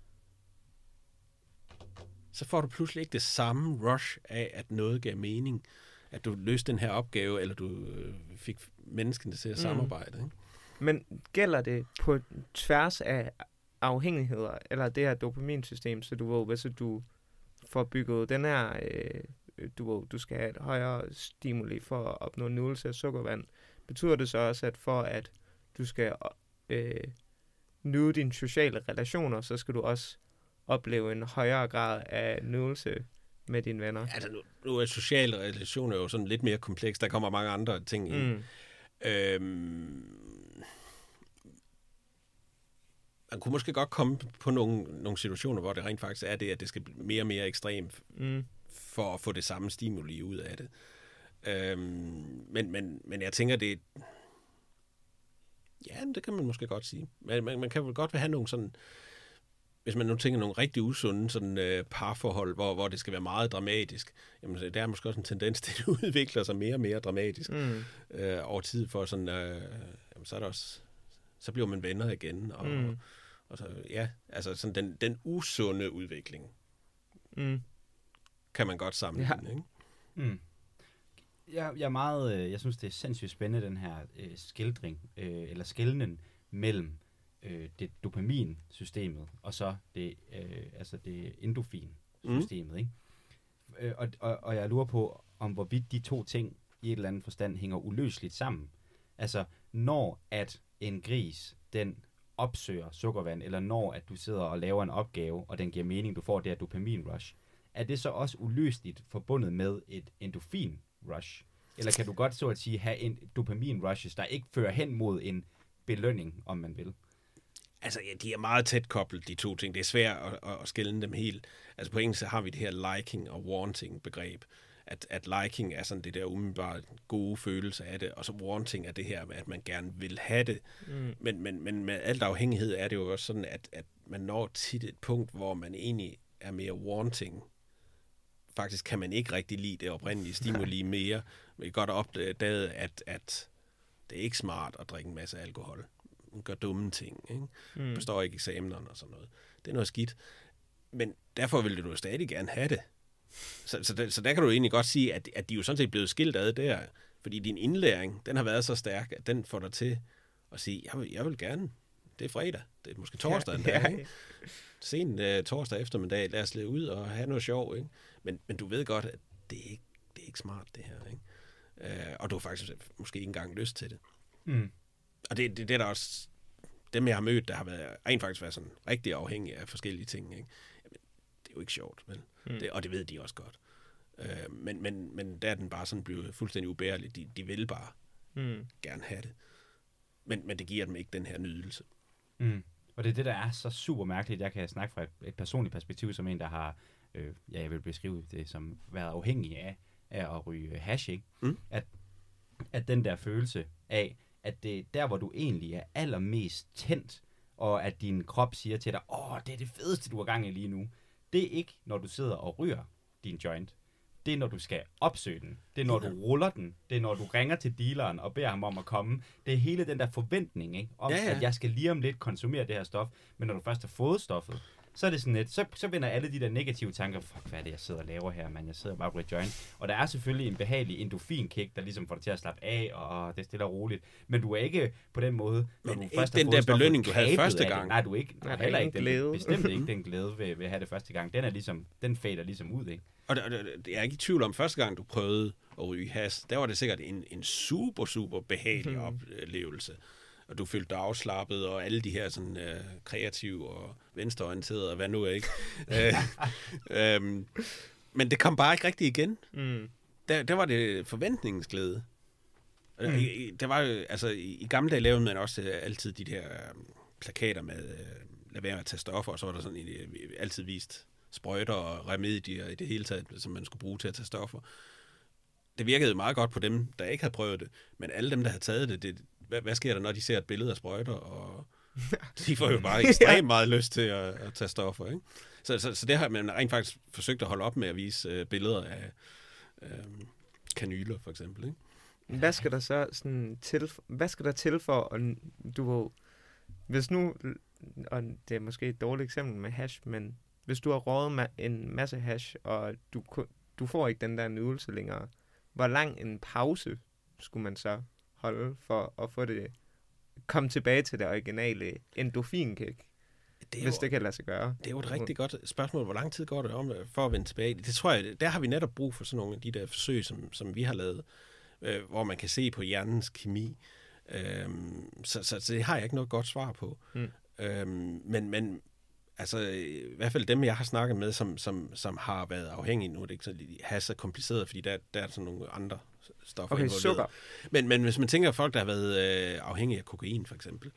Så får du pludselig ikke det samme rush af, at noget gav mening. At du løste den her opgave, eller du fik menneskene til at samarbejde. Ikke? Men gælder det på tværs af afhængigheder, eller det her dopaminsystem, så du ved, hvis du får bygget den her, øh, du ved, du skal have et højere stimuli for at opnå nydelse af sukkervand, betyder det så også, at for at du skal øh, nyde dine sociale relationer, så skal du også opleve en højere grad af nydelse med dine venner? Altså, nu, nu er sociale relationer jo sådan lidt mere kompleks. Der kommer mange andre ting ind. Mm. Øhm, man kunne måske godt komme på nogle, nogle situationer, hvor det rent faktisk er det, at det skal blive mere og mere ekstremt, Mm. for at få det samme stimuli ud af det. Øhm, men, men, men jeg tænker, det ja, det kan man måske godt sige. Men man, man kan vel godt have nogle sådan, hvis man nu tænker nogle rigtig usunde sådan, øh, parforhold, hvor, hvor det skal være meget dramatisk, jamen der er måske også en tendens til, at det udvikler sig mere og mere dramatisk Mm. øh, over tid, for sådan, øh, jamen, så er der også, så bliver man venner igen, og, Mm. og, og så, ja, altså sådan den, den usunde udvikling, Mm. kan man godt sammenligne, Ja. ikke? Mm. Jeg, jeg er meget, øh, jeg synes, det er sindssygt spændende, den her øh, skildring, øh, eller skælden mellem øh, det dopaminsystemet, og så det, øh, altså det endorfinsystemet, mm. ikke? Øh, og, og, og jeg lurer på, om hvorvidt de to ting i et eller andet forstand hænger uløseligt sammen. Altså, når at en gris, den opsøger sukkervand, eller når at du sidder og laver en opgave, og den giver mening, du får det her dopamin-rush, er det så også uløseligt forbundet med et endorfin-rush? Eller kan du godt så at sige have en dopamin-rushes, der ikke fører hen mod en belønning, om man vil? Altså, ja, de er meget tæt koblet, de to ting. Det er svært at, at, at skille dem helt. Altså, på engelsk har vi det her liking og wanting begreb. At, at liking er sådan det der umiddelbart gode følelse af det, og så wanting er det her med, at man gerne vil have det. Mm. Men, men, men med alt afhængighed er det jo også sådan, at, at man når tit et punkt, hvor man egentlig er mere wanting. Faktisk kan man ikke rigtig lide det oprindelige stimuli mere. Vi kan godt opdage, at, at det er ikke smart at drikke en masse alkohol. Man gør dumme ting, ikke? Mm. Består ikke eksamenerne og sådan noget. Det er noget skidt. Men derfor vil du stadig gerne have det. Så, så, der, så der kan du egentlig godt sige, at, at de er jo sådan set blevet skilt ad der, fordi din indlæring, den har været så stærk, at den får dig til at sige, jeg vil, jeg vil gerne, det er fredag, det er måske torsdag en dag, ikke? Sen uh, torsdag eftermiddag, lad os lade ud og have noget sjov, ikke? Men, men du ved godt, at det er ikke, det er ikke smart, det her, ikke? Uh, og du har faktisk måske ikke engang lyst til det. Mm. Og det, det, det er der også, dem jeg har mødt, der har været, rent faktisk været sådan rigtig afhængige af forskellige ting, ikke? Jamen, det er jo ikke sjovt, vel? Mm. Det, og det ved de også godt. Uh, men, men, men der er den bare sådan blevet fuldstændig ubærlig. De, de vil bare Mm. gerne have det. Men, men det giver dem ikke den her nydelse. Mm. Og det er det, der er så super mærkeligt. Jeg kan snakke fra et, et personligt perspektiv, som en, der har, øh, ja, jeg vil beskrive det som været afhængig af, af at ryge hash, ikke? Mm. At, at den der følelse af, at det der, hvor du egentlig er allermest tændt, og at din krop siger til dig, åh, det er det fedeste, du har gang i lige nu. Det er ikke, når du sidder og ryger din joint. Det er, når du skal opsøge den. Det er, når du ruller den. Det er, når du ringer til dealeren og beder ham om at komme. Det er hele den der forventning, ikke? Om, ja, ja. at jeg skal lige om lidt konsumere det her stof. Men når du først har fået stoffet, så er det sådan lidt, så, så vender alle de der negative tanker, fuck, hvad er det, jeg sidder og laver her, man? Jeg sidder bare på et joint. Og der er selvfølgelig en behagelig endorfinkick, der ligesom får dig til at slappe af, og det er stille og roligt. Men du er ikke på den måde, når Men du ikke først har den fået der stoffet, belønning, du havde kablet første af det. gang. Nej, du er ikke, Nej, der er heller ingen ikke den, glæde. bestemt ikke den glæde ved, ved at have det første gang. Den er ligesom, den fader ligesom ud, ikke? Og det, det, det er ikke i tvivl om, første gang du prøvede at ryge hash, der var det sikkert en, en super, super behagelig Mhm. oplevelse. Og du følte dig afslappet, og alle de her sådan øh, kreative og venstreorienterede, og hvad nu er ikke. øh, øhm, men det kom bare ikke rigtig igen. Mm. Der, der var det forventningens glæde. Mm. Mm. Der var jo, altså i, i gamle dage lavede man også øh, altid de der øh, plakater med, øh, lad være med at tage stoffer, og så var der sådan øh, altid vist sprøjter og remedier i det hele taget, som man skulle bruge til at tage stoffer. Det virkede meget godt på dem, der ikke havde prøvet det, men alle dem, der havde taget det, det hvad, hvad sker der, når de ser et billede af sprøjter, og de får jo bare ekstremt meget lyst til at, at tage stoffer, ikke? Så, så, så det har man rent faktisk forsøgt at holde op med at vise øh, billeder af øh, kanyler, for eksempel, ikke? Hvad skal der så sådan til, hvad skal der til for, og du ved, hvis nu, og det er måske et dårligt eksempel med hash, men hvis du har røget ma- en masse hash, og du, du får ikke den der nydelse længere, hvor lang en pause skulle man så holde for at få det, komme tilbage til det originale endorfinkick, Det hvis jo, det kan lade sig gøre? det er jo et rigtig godt spørgsmål. Hvor lang tid går det om for at vende tilbage? Det tror jeg, der har vi netop brug for sådan nogle af de der forsøg, som, som vi har lavet, øh, hvor man kan se på hjernens kemi. Øhm, så, så, så det har jeg ikke noget godt svar på. Mm. Øhm, men, men altså, i hvert fald dem, jeg har snakket med, som, som, som har været afhængige nu, det er ikke så, have så kompliceret, fordi der, der er sådan nogle andre stoffer Okay, involveret. sukker. Men, men hvis man tænker folk, der har været øh, afhængige af kokain, for eksempel,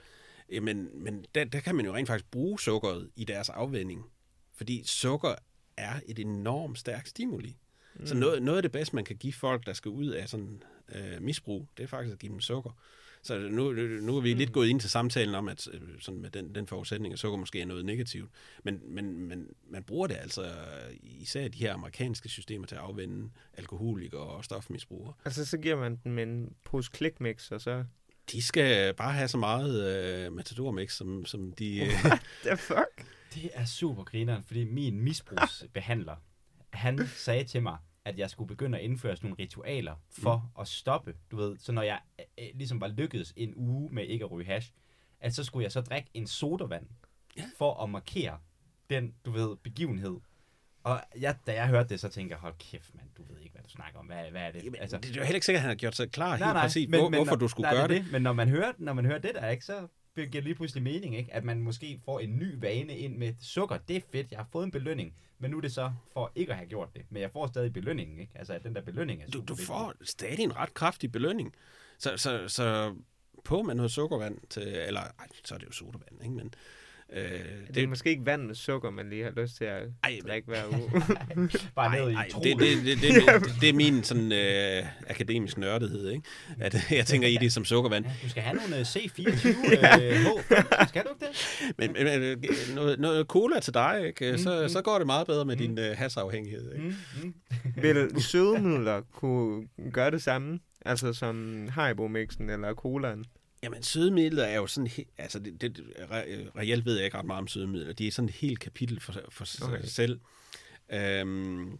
Jamen, men der, der kan man jo rent faktisk bruge sukkeret i deres afvænning. Fordi sukker er et enormt stærkt stimuli. Mm. Så noget, noget af det bedste, man kan give folk, der skal ud af sådan øh, misbrug, det er faktisk at give dem sukker. Så nu, nu er vi mm. lidt gået ind til samtalen om, at sådan med den, den forudsætning, at sukker måske er noget negativt. Men, men, men man bruger det altså især de her amerikanske systemer til at afvænde alkoholikere og stofmisbrugere. Altså så giver man dem en pose klikmix, og så... De skal bare have så meget øh, matadormix, som, som de... Øh... What the fuck? Det er super grineren, fordi min misbrugsbehandler, han sagde til mig, at jeg skulle begynde at indføre sådan nogle ritualer for mm. at stoppe, du ved. Så når jeg øh, ligesom var lykkedes en uge med ikke at ryge hash, at så skulle jeg så drikke en sodavand ja. for at markere den, du ved, begivenhed. Og jeg, da jeg hørte det, så tænkte jeg, hold kæft, mand, du ved ikke, hvad du snakker om. Hvad, hvad er det? Jamen, altså, det er jo heller ikke sikkert, at han har gjort sig klar nej, helt nej, præcis, men, hvor, men, hvorfor når, du skulle nej, gøre det. det. det. Men når man hører, når man hører det der, ikke, så giver det lige pludselig mening, ikke? At man måske får en ny vane ind med sukker. Det er fedt, jeg har fået en belønning. Men nu er det så for ikke at have gjort det. Men jeg får stadig belønningen, ikke? Altså, at den der belønning er Du, du vigtig. får stadig en ret kraftig belønning. Så, så, så på med noget sukkervand til, eller ej, så er det jo sodavand, ikke? Men øh, det, det er måske ikke vand med sukker, man lige har lyst til at ej, drikke hver uge. Bare ned ej, i ej, troen. det, det, det, det, det, det er min sådan øh, akademisk nørdighed, ikke? At jeg tænker i det som sukkervand. Ja, du skal have nogle C fireogtyve H. Skal du ikke det? Men, men noget, noget cola til dig, ikke? Så, Mm, så går det meget bedre med mm. din øh, hasafhængighed, ikke? Mm, mm. Vil sødemidler kunne gøre det samme? Altså som Haribo-mixen eller colaen? Jamen, sødemidler er jo sådan... He- altså, det, det, re- reelt ved jeg ikke ret meget om sødemidler. De er sådan et helt kapitel for, for okay. sig selv. Øhm,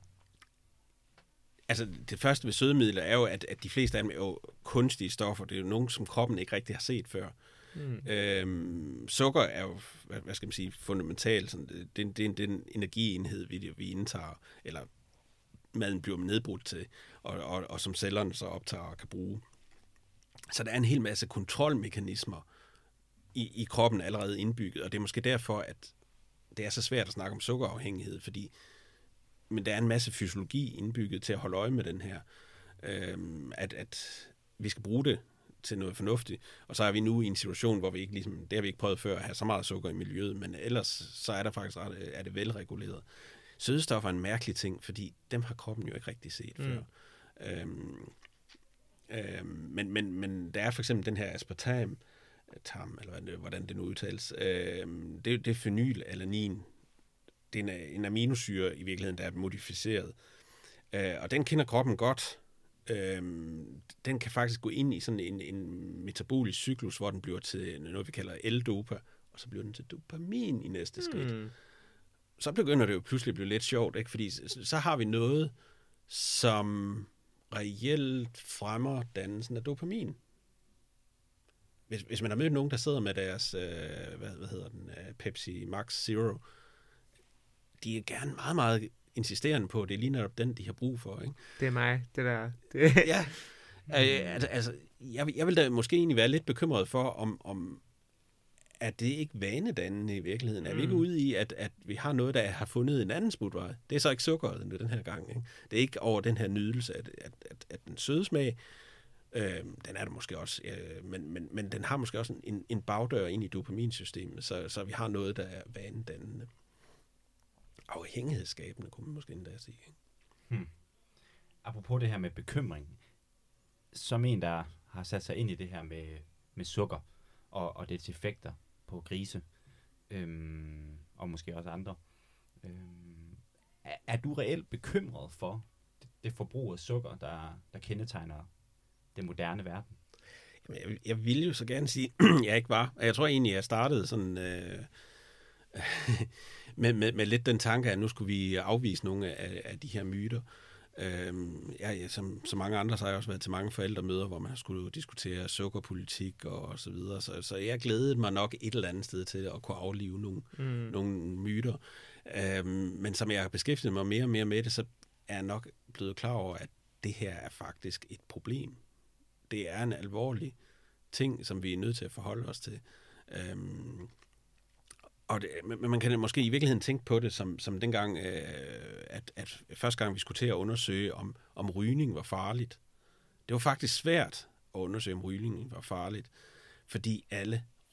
altså, det første ved sødemidler er jo, at, at de fleste af dem er jo kunstige stoffer. Det er jo nogen, som kroppen ikke rigtig har set før. Mm. Øhm, sukker er jo, hvad, hvad skal man sige, fundamentalt. Sådan, det, det, det er den energienhed, vi, vi indtager, eller maden bliver nedbrudt til, og, og, og som cellerne så optager og kan bruge. Så der er en hel masse kontrolmekanismer i, i kroppen allerede indbygget, og det er måske derfor, at det er så svært at snakke om sukkerafhængighed, fordi men der er en masse fysiologi indbygget til at holde øje med den her, øhm, at, at vi skal bruge det til noget fornuftigt, og så er vi nu i en situation, hvor vi ikke ligesom, det har vi ikke prøvet før, at have så meget sukker i miljøet, men ellers så er der faktisk ret, er det velreguleret. Sødestoffer er en mærkelig ting, fordi dem har kroppen jo ikke rigtig set mm. før. Øhm, øhm, men, men, men der er for eksempel den her aspartam, tam, eller hvordan det nu udtales, øhm, det, det er phenylalanin. Det er en, en aminosyre i virkeligheden, der er modificeret. Øh, og den kender kroppen godt. Øhm, den kan faktisk gå ind i sådan en, en metabolisk cyklus, hvor den bliver til noget, vi kalder L-dopa, og så bliver den til dopamin i næste skridt. Mm. Så begynder det jo pludselig at blive lidt sjovt, ikke? Fordi så, så har vi noget, som reelt fremmer dannelsen af dopamin. Hvis, hvis man har mødt nogen, der sidder med deres, øh, hvad, hvad hedder den, uh, Pepsi Max Zero, de er gerne meget, meget insisterende på, at det er lige netop den, de har brug for, ikke? Det er mig, det der. Det. Ja, øh, altså, altså jeg, jeg vil da måske egentlig være lidt bekymret for, om, om at det ikke vanedannende i virkeligheden. Mm. Er vi ikke ude i, at, at vi har noget, der har fundet en anden smutvej? Det er så ikke sukkeret den her gang, ikke? Det er ikke over den her nydelse, at, at, at, at den søde smag, øh, den er der måske også, øh, men, men, men den har måske også en, en bagdør ind i dopaminsystemet, så, så vi har noget, der er vanedannende. Afhængighedsskabende, kunne man måske endda sige. Hmm. Apropos det her med bekymring, som en, der har sat sig ind i det her med, med sukker og, og dets effekter på grise, øhm, og måske også andre, øhm, er, er du reelt bekymret for det, det forbrug af sukker, der, der kendetegner den moderne verden? Jeg, jeg ville jo så gerne sige, at jeg ikke var. Og jeg tror egentlig, jeg startede sådan... Øh, med, med, med lidt den tanke, at nu skulle vi afvise nogle af, af de her myter. Øhm, jeg, som, som mange andre, så har jeg også været til mange forældremøder, hvor man skulle diskutere sukkerpolitik og, og så videre. Så, så jeg glædede mig nok et eller andet sted til at kunne aflive nogle, mm. nogle myter. Øhm, men som jeg har beskæftiget mig mere og mere med det, så er jeg nok blevet klar over, at det her er faktisk et problem. Det er en alvorlig ting, som vi er nødt til at forholde os til. Øhm, Og det, men man kan måske i virkeligheden tænke på det som, som dengang, øh, at, at første gang vi skulle til at undersøge, om, om rygning var farligt. Det var faktisk svært at undersøge, om rygning var farligt, fordi alle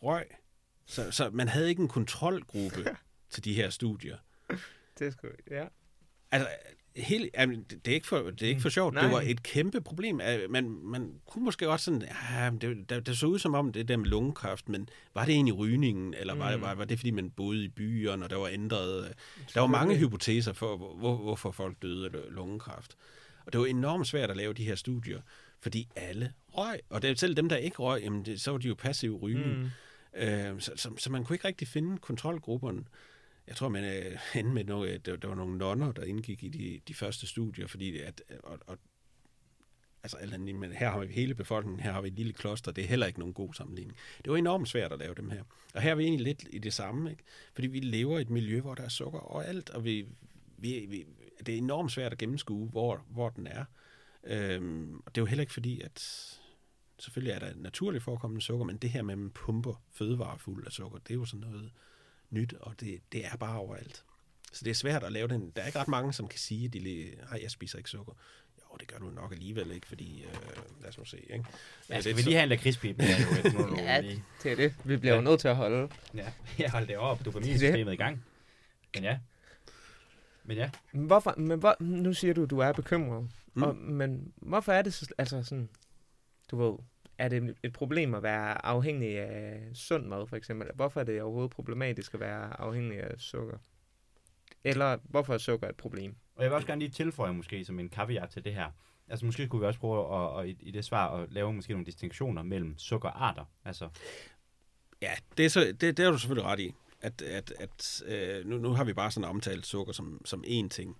røg. Så, så man havde ikke en kontrolgruppe til de her studier. Det er sgu, ja. Altså, helt, altså, det er ikke for, det er ikke for sjovt. Nej. Det var et kæmpe problem. Man, man kunne måske godt sådan, ja, det, det, det så ud som om det der med lungekræft, men var det egentlig rygningen, eller var, mm. var, var det fordi man boede i byerne, og der var ændret? Der var mange hypoteser for, hvor, hvorfor folk døde af lungekræft. Og det var enormt svært at lave de her studier, fordi alle røg. Og det er selv dem, der ikke røg, jamen det, så var de jo passiv rygning. Mm. Øh, så, så, så man kunne ikke rigtig finde kontrolgrupperne. Jeg tror, man øh, endte med noget, der, der var nogle nonner, der indgik i de, de første studier, fordi at, og, og, altså, men her har vi hele befolkningen, her har vi et lille kloster, det er heller ikke nogen god sammenligning. Det var enormt svært at lave dem her. Og her er vi egentlig lidt i det samme, ikke? Fordi vi lever i et miljø, hvor der er sukker overalt, og vi, vi, vi, det er enormt svært at gennemskue, hvor, hvor den er. Øhm, og det er jo heller ikke fordi, at selvfølgelig er der naturligt forekommende sukker, men det her med, at man pumper fødevarer fuld af sukker, det er jo sådan noget nyt, og det, det er bare overalt. Så det er svært at lave den. Der er ikke ret mange, som kan sige, at de, jeg spiser ikke sukker. Jo, det gør du nok alligevel ikke, fordi, øh, lad os nu se, ikke? Ja, skal vi lige have en lakridspibe? Ja, det er det. Vi bliver jo nødt til at holde. Ja, jeg holder det op, dopaminsystemet i gang. Men ja. Men ja. Hvorfor, men hvor, nu siger du, at du er bekymret. Mm. Og, men hvorfor er det så, altså sådan, du ved, er det et problem at være afhængig af sund mad, for eksempel? Hvorfor er det overhovedet problematisk at være afhængig af sukker? Eller hvorfor er sukker et problem? Og jeg vil også gerne lige tilføje måske som en caveat til det her. Altså måske kunne vi også prøve at, at, at, i det svar at lave måske nogle distinktioner mellem sukkerarter. Altså. Ja, det er, så, det, det er du selvfølgelig ret i. At, at, at, øh, nu, nu har vi bare sådan omtalt sukker som, som én ting.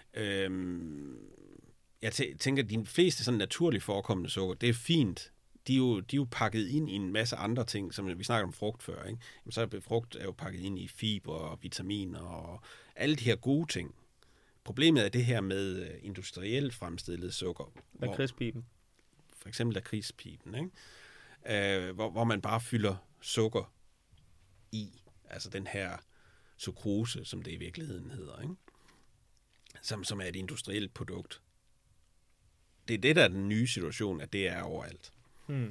Øhm, jeg tæ- tænker, at de fleste sådan naturligt forekommende sukker, det er fint. De er, jo, de er jo pakket ind i en masse andre ting, som vi snakker om frugt før. Ikke? Jamen, så er frugt er jo pakket ind i fiber og vitaminer og alle de her gode ting. Problemet er det her med industrielt fremstillet sukker. Lakridspiben. For eksempel lakridspiben, ikke? Øh, hvor, hvor man bare fylder sukker i. Altså den her sukrose, som det i virkeligheden hedder, ikke? Som, som er et industrielt produkt. Det er det, der er den nye situation, at det er overalt. Hmm.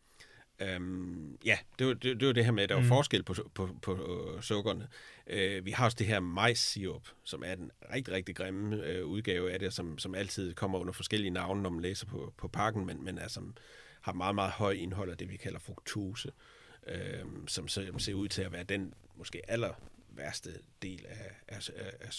Øhm, ja, det var det, det var det her med, at der var mm. forskel på, på, på, på sukkerne. Øh, vi har også det her majssirup, som er den rigtig, rigtig grimme øh, udgave af det, som, som altid kommer under forskellige navne, når man læser på, på pakken, men, men er, som har meget, meget høj indhold af det, vi kalder fruktose, øh, som, som ser ud til at være den måske aller værste del af, af, af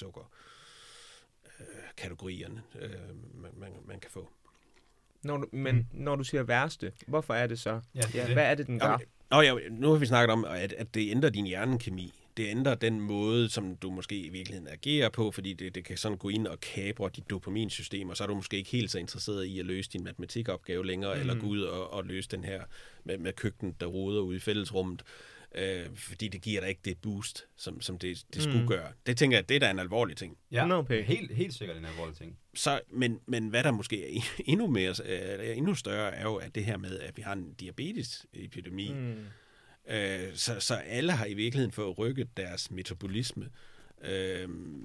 sukkerkategorierne, øh, øh, man, man, man kan få. Når du, men mm. når du siger værste, hvorfor er det så? Ja, det ja, det. Hvad er det, den gør? Jamen, nå, ja, nu har vi snakket om, at, at det ændrer din hjernekemi. Det ændrer den måde, som du måske i virkeligheden agerer på, fordi det, det kan sådan gå ind og kapre dit dopaminsystem, og så er du måske ikke helt så interesseret i at løse din matematikopgave længere, mm. eller gå ud og, og løse den her med, med køkkenet, der roder ude i fællesrummet. Øh, fordi det giver dig ikke det boost, som, som det, det skulle mm. gøre. Det tænker jeg, det er da en alvorlig ting. Ja, okay. helt, helt sikkert en alvorlig ting. Så, men, men hvad der måske er endnu, mere, øh, endnu større, er jo at det her med, at vi har en diabetesepidemi. Mm. Øh, så, så alle har i virkeligheden fået rykket deres metabolisme. Øh,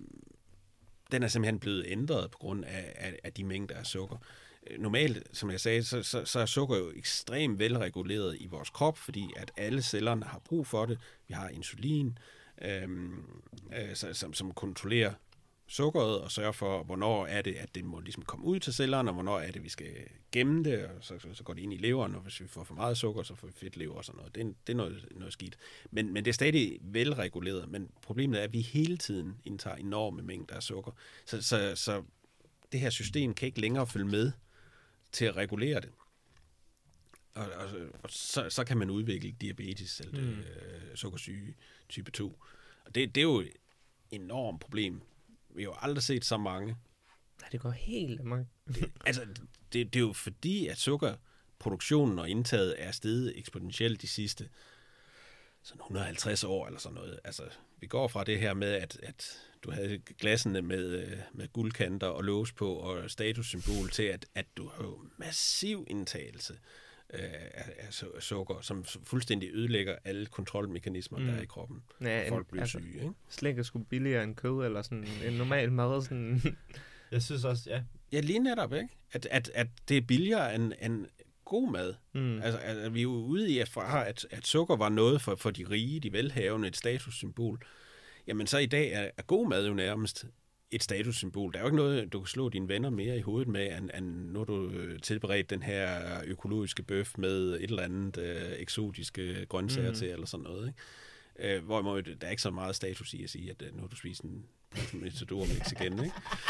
den er simpelthen blevet ændret på grund af, af, af de mængder af sukker. Normalt, som jeg sagde, så, så, så er sukker jo ekstremt velreguleret i vores krop, fordi at alle cellerne har brug for det. Vi har insulin, øhm, øh, som, som kontrollerer sukkeret og sørger for, hvornår er det, at det må ligesom komme ud til cellerne, og hvornår er det, vi skal gemme det, og så, så, så går det ind i leveren, og hvis vi får for meget sukker, så får vi fedtlever og sådan noget. Det er, det er noget, noget skidt. Men, men det er stadig velreguleret, men problemet er, at vi hele tiden indtager enorme mængder af sukker. Så, så, så det her system kan ikke længere følge med til at regulere det. Og, og, og så, så kan man udvikle diabetes, eller mm. øh, sukkersyge type to. Og det, det er jo et enormt problem. Vi har jo aldrig set så mange. Nej, det går helt mange. det, altså, det, det er jo fordi, at sukkerproduktionen og indtaget er steget eksponentielt de sidste sådan et hundrede og halvtreds år, eller sådan noget. Altså, vi går fra det her med, at, at du havde glassene med, med guldkanter og lås på og statussymbol til, at, at du har jo massiv indtagelse øh, af, af sukker, som fuldstændig ødelægger alle kontrolmekanismer, mm. der er i kroppen. Ja, folk bliver altså, syge, ikke? Slik er sgu billigere end kød, eller sådan en normal mad. Sådan. Jeg synes også, ja. Ja, lige netop, ikke? At, at, at det er billigere end, end god mad. Mm. Altså, at vi er jo ude i, at, fra, at, at sukker var noget for, for de rige, de velhavende, et statussymbol. Jamen så i dag er, er god mad jo nærmest et statussymbol. Der er jo ikke noget, du kan slå dine venner mere i hovedet med, end, end når du tilberedt den her økologiske bøf med et eller andet øh, eksotiske grøntsager mm. til, eller sådan noget. Ikke? Øh, hvor der er ikke så meget status i at sige, at nu du spiser en Matador-mix igen, ikke?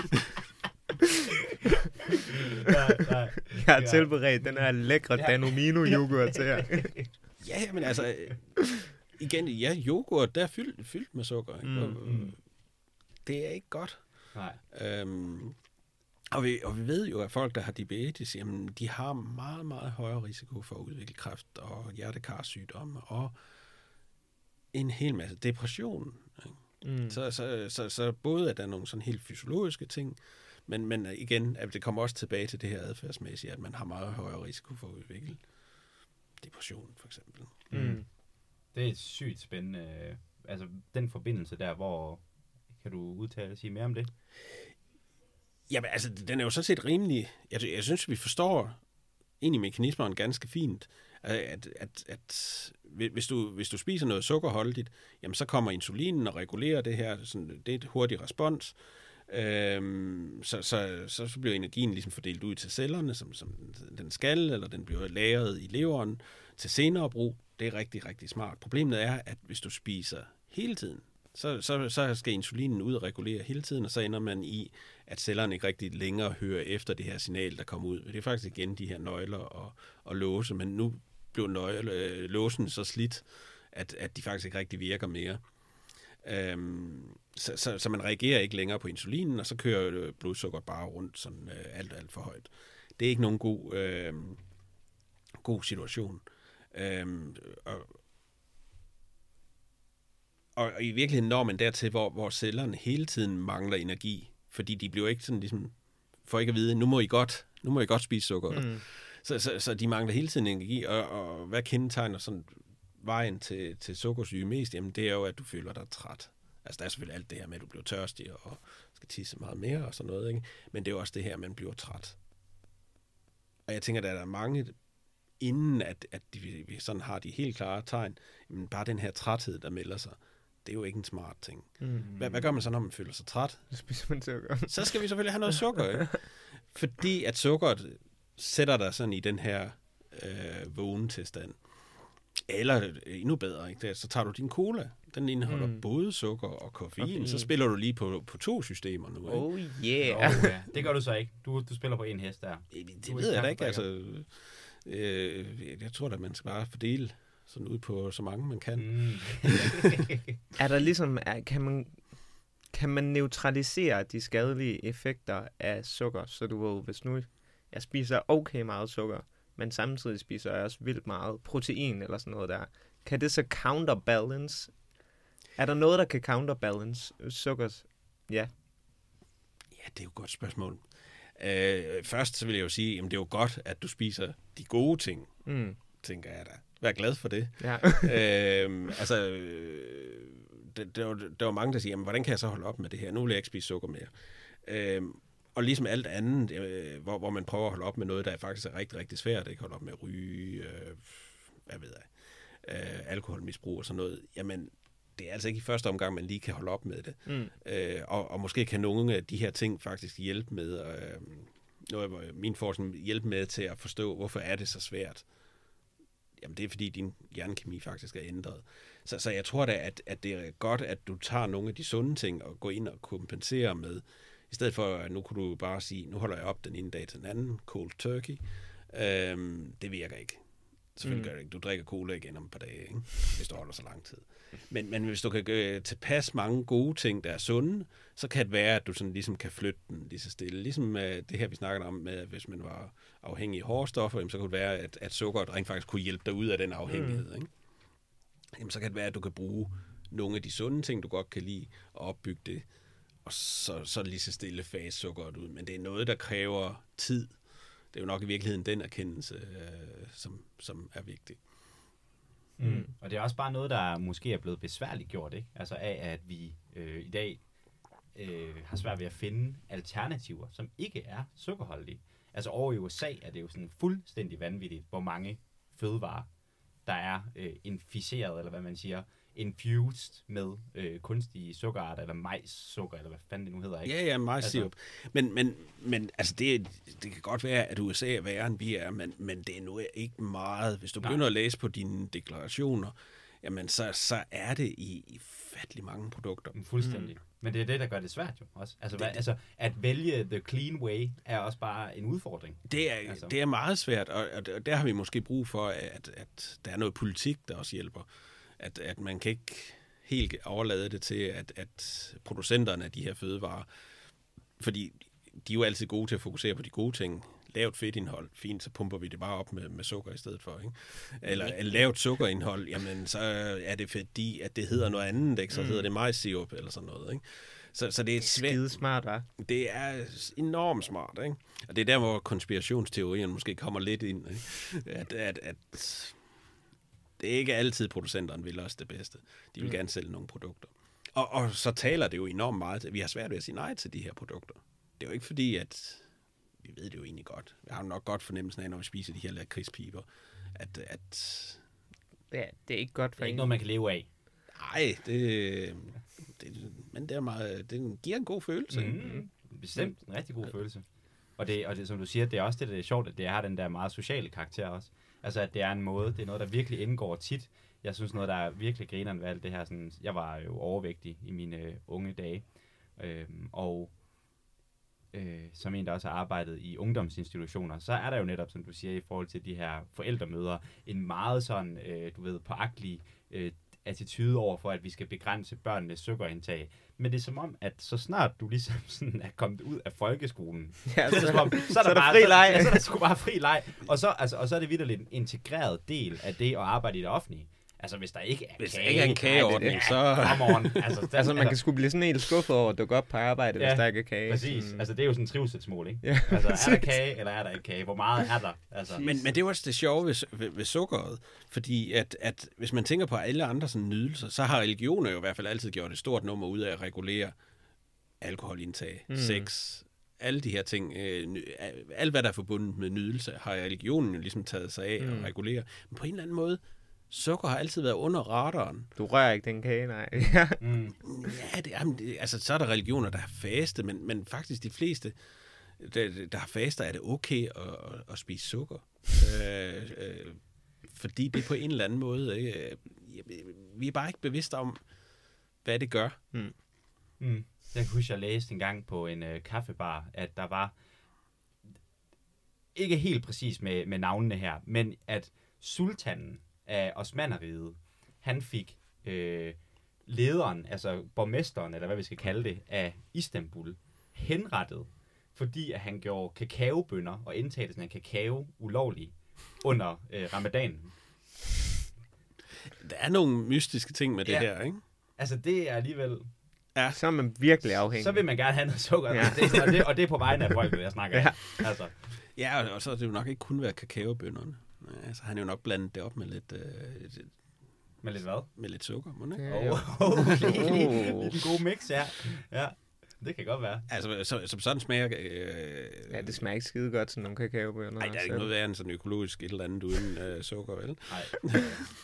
nej, nej. Jeg har tilberedt den her lækre Danomino-yoghurt til jer. Ja, men altså, igen, ja, yoghurt, der er fyldt, fyldt med sukker. Ikke? Mm, mm. Det er ikke godt. Nej. Øhm, og, vi, og vi ved jo, at folk, der har diabetes, jamen, de har meget, meget højere risiko for at udvikle kræft og hjertekarsygdomme og en hel masse depression. Mm. Så, så, så, så både at der er nogle sådan helt fysiologiske ting, men, men igen, at det kommer også tilbage til det her adfærdsmæssige, at man har meget højere risiko for at udvikle depression, for eksempel. Mm. Det er et sygt spændende, altså den forbindelse der, hvor kan du udtale og sige mere om det? Jamen, altså, den er jo sådan set rimelig, jeg, jeg synes, vi forstår egentlig mekanismerne ganske fint, at, at, at hvis, du, hvis du spiser noget sukkerholdigt, jamen så kommer insulinen og regulerer det her, sådan, det er et hurtigt respons, øhm, så, så, så, så bliver energien ligesom fordelt ud til cellerne, som, som den skal, eller den bliver lagret i leveren til senere brug. Det er rigtig, rigtig smart. Problemet er, at hvis du spiser hele tiden, så, så, så skal insulinen ud og regulere hele tiden, og så ender man i, at cellerne ikke rigtig længere hører efter det her signal, der kommer ud. Det er faktisk igen de her nøgler og, og låse, men nu blev nøgle, øh, låsen så slidt, at, at de faktisk ikke rigtig virker mere. Øhm, så, så, så man reagerer ikke længere på insulinen, og så kører blodsukkeret bare rundt sådan øh, alt, alt for højt. Det er ikke nogen god, øh, god situation. Øhm, og, og i virkeligheden når man dertil, hvor, hvor cellerne hele tiden mangler energi, fordi de bliver ikke sådan ligesom, for ikke at vide, nu må I godt, nu må I godt spise sukker. Mm. Så, så, så de mangler hele tiden energi, og, og hvad kendetegner sådan vejen til, til sukkersyge mest? Jamen det er jo, at du føler dig træt. Altså der er selvfølgelig alt det her med, at du bliver tørstig og skal tisse meget mere og sådan noget, ikke? Men det er jo også det her, at man bliver træt. Og jeg tænker, at der er mange, inden at, at de, vi sådan har de helt klare tegn, men bare den her træthed, der melder sig, det er jo ikke en smart ting. Mm. Hvad, hvad gør man så, når man føler sig træt? Så spiser man sukker. Så skal vi selvfølgelig have noget sukker, ikke? Fordi at sukkeret sætter dig sådan i den her øh, vågen tilstand. Eller endnu bedre, ikke? Så tager du din cola. Den indeholder mm. både sukker og koffein. koffein. Så spiller du lige på, på to systemer nu, ikke? Oh yeah. Oh, yeah. Det gør du så ikke. Du, du spiller på en hest der. Det, det ved jeg da ikke, altså. Øh, jeg tror da, man skal bare fordele sådan ud på så mange, man kan. Mm. Er der ligesom, er, kan man kan man neutralisere de skadelige effekter af sukker, så du ved, hvis nu jeg spiser okay meget sukker, men samtidig spiser jeg også vildt meget protein eller sådan noget der, kan det så counterbalance? Er der noget, der kan counterbalance sukkers? Ja. Ja, det er jo et godt spørgsmål. Øh, først så vil jeg jo sige, at det er jo godt, at du spiser de gode ting, mm. tænker jeg da. Vær glad for det. Ja. øh, altså, øh, det, det, var, det var mange, der siger, jamen, hvordan kan jeg så holde op med det her? Nu vil jeg ikke spise sukker mere. Øh, og ligesom alt andet, øh, hvor, hvor man prøver at holde op med noget, der faktisk er rigtig, rigtig svært, ikke holde op med at ryge, øh, hvad ved jeg, øh, alkoholmisbrug og sådan noget, jamen, det er altså ikke i første omgang, man lige kan holde op med det. Mm. Øh, og, og måske kan nogle af de her ting faktisk hjælpe med, øh, noget af min forskning hjælpe med til at forstå, hvorfor er det så svært. Jamen, det er fordi, din hjernekemi faktisk er ændret. Så, så jeg tror da, at, at det er godt, at du tager nogle af de sunde ting og går ind og kompenserer med, i stedet for, at nu kunne du bare sige, nu holder jeg op den ene dag til den anden, cold turkey. Øhm, det virker ikke. Selvfølgelig mm. gør det ikke. Du drikker cola igen om et par dage, ikke? Hvis du holder så lang tid. Men, men hvis du kan gøre tilpas mange gode ting, der er sunde, så kan det være, at du sådan ligesom kan flytte den lige så stille. Ligesom uh, det her, vi snakkede om, med, at hvis man var afhængig af hårde stoffer, jamen, så kunne det være, at, at sukkeret rent faktisk kunne hjælpe dig ud af den afhængighed. Mm. Ikke? Jamen, så kan det være, at du kan bruge nogle af de sunde ting, du godt kan lide, og opbygge det, og så, så lige så stille fase sukkeret ud. Men det er noget, der kræver tid. Det er jo nok i virkeligheden den erkendelse, øh, som, som er vigtig. Mm. Mm. Og det er også bare noget, der måske er blevet besværligt gjort, ikke? Altså af, at vi øh, i dag øh, har svært ved at finde alternativer, som ikke er sukkerholdige. Altså over i U S A er det jo sådan fuldstændig vanvittigt, hvor mange fødevarer, der er øh, inficeret, eller hvad man siger, infused med øh, kunstige sukkerarter, eller majssukker, eller hvad fanden det nu hedder, ikke? Ja, ja, majssirup. Altså, men, men, men altså det, det kan godt være, at U S A er værre, end vi er, men, men det er nu ikke meget. Hvis du begynder Nej. at læse på dine deklarationer, jamen så, så er det i, i fattelig mange produkter. Fuldstændig. Mm. Men det er det, der gør det svært jo også. Altså, hvad, altså at vælge the clean way er også bare en udfordring. Det er, altså. det er meget svært, og, og der har vi måske brug for, at, at der er noget politik, der også hjælper. At, at man kan ikke helt overlade det til, at, at producenterne af de her fødevarer, fordi de er jo altid gode til at fokusere på de gode ting. Lavt fedtindhold, fint, så pumper vi det bare op med, med sukker i stedet for, ikke? Eller lavt sukkerindhold, jamen så er det fordi, at det hedder noget andet, ikke? Så hedder det majssirup eller sådan noget, ikke? Så, så det er svært. Skide smart, hva'? Det er enormt smart, ikke? Og det er der, hvor konspirationsteorien måske kommer lidt ind, ikke? At, at, at det er ikke altid, producenterne vil også det bedste. De vil mm. gerne sælge nogle produkter. Og, og så taler det jo enormt meget, at vi har svært ved at sige nej til de her produkter. Det er jo ikke fordi, at vi ved det jo egentlig godt. Vi har jo nok godt fornemmelsen af, når vi spiser de her lakridspiber, at, at ja, det er ikke godt for det er ikke noget, man kan leve af. Nej, det, det, men det, er meget, det giver en god følelse. Mm, bestemt, en rigtig god følelse. Og det, og det, som du siger, det er også det, der er sjovt, at det har den der meget sociale karakter også. Altså, at det er en måde, det er noget, der virkelig indgår tit. Jeg synes noget, der er virkelig grineren ved alt det her. Sådan, jeg var jo overvægtig i mine øh, unge dage, øhm, og øh, som en, der også har arbejdet i ungdomsinstitutioner, så er der jo netop, som du siger, i forhold til de her forældremøder, en meget sådan, øh, du ved, påagtelig øh, attitude over for, at vi skal begrænse børnenes sukkerindtag. Men det er som om, at så snart du ligesom sådan er kommet ud af folkeskolen, ja, så, så, er det, som om, så, er der, så er der bare, fri leg. Så, ja, så er der sgu bare fri leg. Og så, altså, og så er det vitterligt en integreret del af det at arbejde i det offentlige. Altså, hvis der ikke er hvis kage... Hvis der ikke er en kageordning, så... Come on. Altså, den, altså, man kan sgu blive sådan helt skuffet over at dukke op på arbejde, ja, hvis der ikke er kage. Præcis. Mm. Altså, det er jo sådan en trivselsmål, ikke? Ja. Altså, er der kage, eller er der ikke kage? Hvor meget er der? Altså. Men, men det er jo også det sjove ved, ved, ved sukkeret, fordi at, at hvis man tænker på alle andre sådan nydelser, så har religioner jo i hvert fald altid gjort et stort nummer ud af at regulere alkoholindtag, mm. sex, alle de her ting, øh, alt hvad der er forbundet med nydelse, har religionen jo ligesom taget sig af mm. at regulere. Men på en eller anden måde, sukker har altid været under radaren. Du rører ikke den kage, nej. mm. Ja, det, jamen, det, altså så er der religioner, der har faste, men, men faktisk de fleste, der, der har faster, er det okay at, at, at spise sukker. øh, øh, fordi det på en eller anden måde, ikke? Vi er bare ikke bevidste om, hvad det gør. Mm. Mm. Jeg kan huske, jeg læste en gang på en øh, kaffebar, at der var, ikke helt præcis med, med navnene her, men at sultanen af Osmaneriget, han fik øh, lederen, altså borgmesteren, eller hvad vi skal kalde det, af Istanbul, henrettet, fordi at han gjorde kakaobønner og indtagelsen af kakao ulovlig under øh, ramadanen. Der er nogle mystiske ting med det ja. her, ikke? Altså, det er alligevel... Ja, så er man virkelig afhængig. Så vil man gerne have noget sukker, ja. det, og, det, og det er på vegne af folk, jeg snakker ja. Altså. Ja, og, og så er det jo nok ikke kun været kakaobønnerne. Altså, han er jo nok blandet det op med lidt... Øh, med lidt hvad? Med lidt sukker, må det ikke? Åh, oh, oh, en god mix, ja. Ja, det kan godt være. Altså, så, som sådan smager... Øh, ja, det smager ikke skide godt, sådan nogle kakaobønner. Nej, der er ikke noget værre end sådan økologisk et eller andet uden øh, sukker, vel? Nej.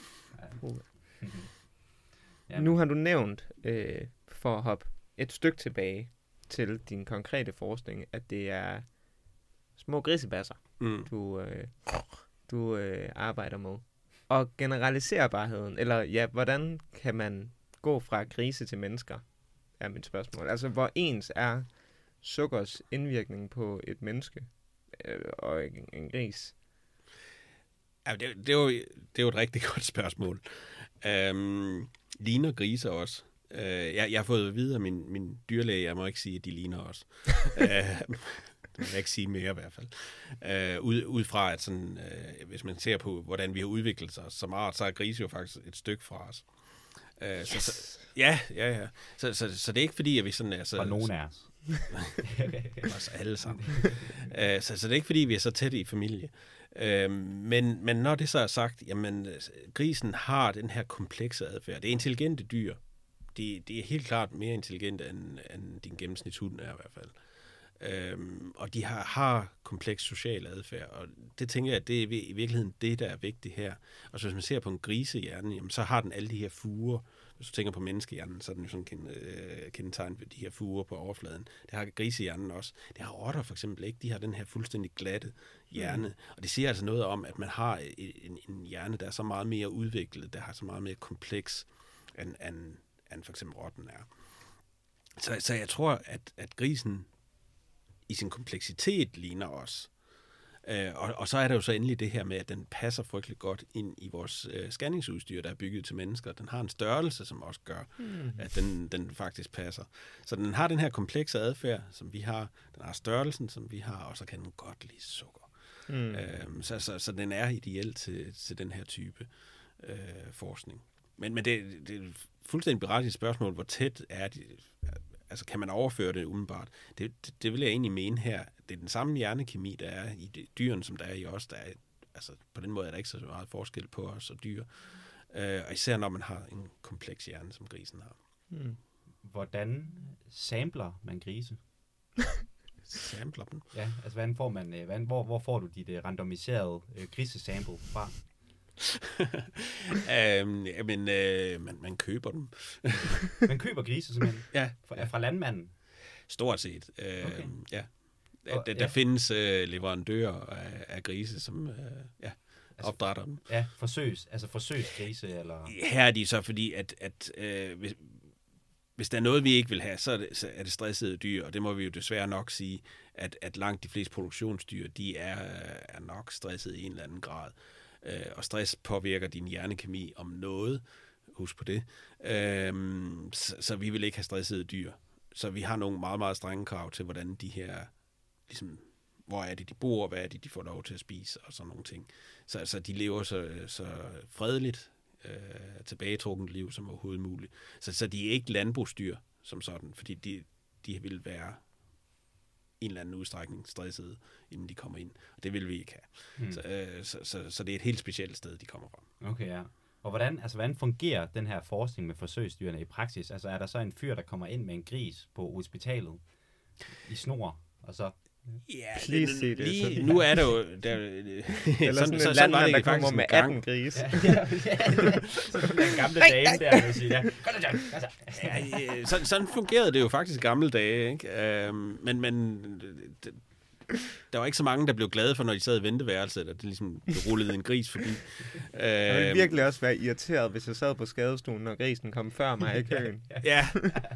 Ja. Nu har du nævnt, øh, for at hoppe et stykke tilbage til din konkrete forskning, at det er små grisebasser, mm. du, øh, du øh, arbejder med. Og generaliserbarheden, eller ja, hvordan kan man gå fra grise til mennesker, er mit spørgsmål. Altså, hvor ens er sukkers indvirkning på et menneske øh, og en, en gris? Ja, det, det, er jo, det er jo et rigtig godt spørgsmål. Øhm, ligner grise også? Øh, jeg, jeg har fået at vide af min, min dyrlæge, jeg må ikke sige, at de ligner os. øh, det må jeg ikke sige mere i hvert fald. Øh, ud, ud fra, at sådan, øh, hvis man ser på, hvordan vi har udviklet os som art, så er grise jo faktisk et stykke fra os. Øh, yes. så, så, ja, ja, ja. Så, så, så det er ikke fordi, at vi sådan er så... For nogen af os. Os alle sammen. øh, så, så det er ikke fordi, vi er så tætte i familie. Øh, men, men når det så er sagt, jamen, grisen har den her komplekse adfærd. Det er intelligente dyr. De, de er helt klart mere intelligente, end, end din gennemsnitshund er i hvert fald. Øhm, og de har, har kompleks social adfærd, og det tænker jeg, at det er i virkeligheden det, der er vigtigt her. Og så hvis man ser på en grisehjerne, jamen, så har den alle de her fuger. Hvis du tænker på menneskehjernen, så er den jo sådan kende, øh, kendetegnet ved de her fuger på overfladen. Det har grisehjernen også. Det har rotter for eksempel ikke. De har den her fuldstændig glatte hjerne. Mm. Og det siger altså noget om, at man har en, en hjerne, der er så meget mere udviklet, der har så meget mere kompleks, end, end, end for eksempel rotten er. Så, så jeg tror, at, at grisen i sin kompleksitet ligner os. Øh, og, og så er der jo så endelig det her med, at den passer frygtelig godt ind i vores øh, scanningsudstyr, der er bygget til mennesker. Den har en størrelse, som også gør, mm. at den, den faktisk passer. Så den har den her komplekse adfærd, som vi har. Den har størrelsen, som vi har, og så kan den godt lide sukker. Mm. Øh, så, så, så den er ideel til, til den her type øh, forskning. Men, men det, det er et fuldstændig berettiget spørgsmål, hvor tæt er de... Altså, kan man overføre det umiddelbart? Det, det, det vil jeg egentlig mene her. Det er den samme hjernekemi, der er i dyrene, som der er i os. Der er, altså, på den måde er der ikke så meget forskel på os og dyr. Øh, og især når man har en kompleks hjerne, som grisen har. Hmm. Hvordan sampler man grise? Sampler dem? Ja, altså, hvordan får man, hvordan, hvor, hvor får du dit uh, randomiserede uh, grisesample fra? øhm, jamen, øh, man, man køber dem. Man køber grise simpelthen? Ja. Fra, fra landmanden? Stort set. Øh, okay. Ja. Og, der, der ja. findes øh, leverandører af, af grise, som øh, ja, altså, opdrætter dem. Ja, forsøgs, altså forsøgsgrise, eller? Her er de så, fordi at, at øh, hvis, hvis der er noget, vi ikke vil have, så er det, så er det stressede dyr, og det må vi jo desværre nok sige, at, at langt de fleste produktionsdyr, de er, er nok stresset i en eller anden grad. Øh, og stress påvirker din hjernekemi om noget. Husk på det. Øh, så, så vi vil ikke have stressede dyr. Så vi har nogle meget, meget strenge krav til, hvordan de her, ligesom, hvor er det, de bor, hvad er det, de får lov til at spise, og sådan nogle ting. Så, så de lever så, så fredeligt, øh, tilbagetrukket liv som overhovedet muligt. Så, så de er ikke landbrugsdyr som sådan, fordi de, de vil være en eller anden udstrækning stressede, inden de kommer ind. Og det vil vi ikke have. Hmm. Så, øh, så, så, så det er et helt specielt sted, de kommer fra. Okay, ja. Og hvordan, altså, hvordan fungerer den her forskning med forsøgsdyrene i praksis? Altså er der så en fyr, der kommer ind med en gris på hospitalet i snor, og så... Ja, Please det, det, lige, så... nu er der jo... Der, Eller sådan, sådan en så, landmand, der kommer med atten gris. Ja, ja, ja. Sådan den gamle dame der, vil sige, ja. ja, sådan, sådan fungerede det jo faktisk i gamle dage, ikke? Øhm, men, men det, der var ikke så mange, der blev glade for, når de sad i venteværelset, at det ligesom rullede en gris forbi. Jeg ville virkelig også være irriteret, hvis jeg sad på skadestuen, når grisen kom før mig i køen. Ja,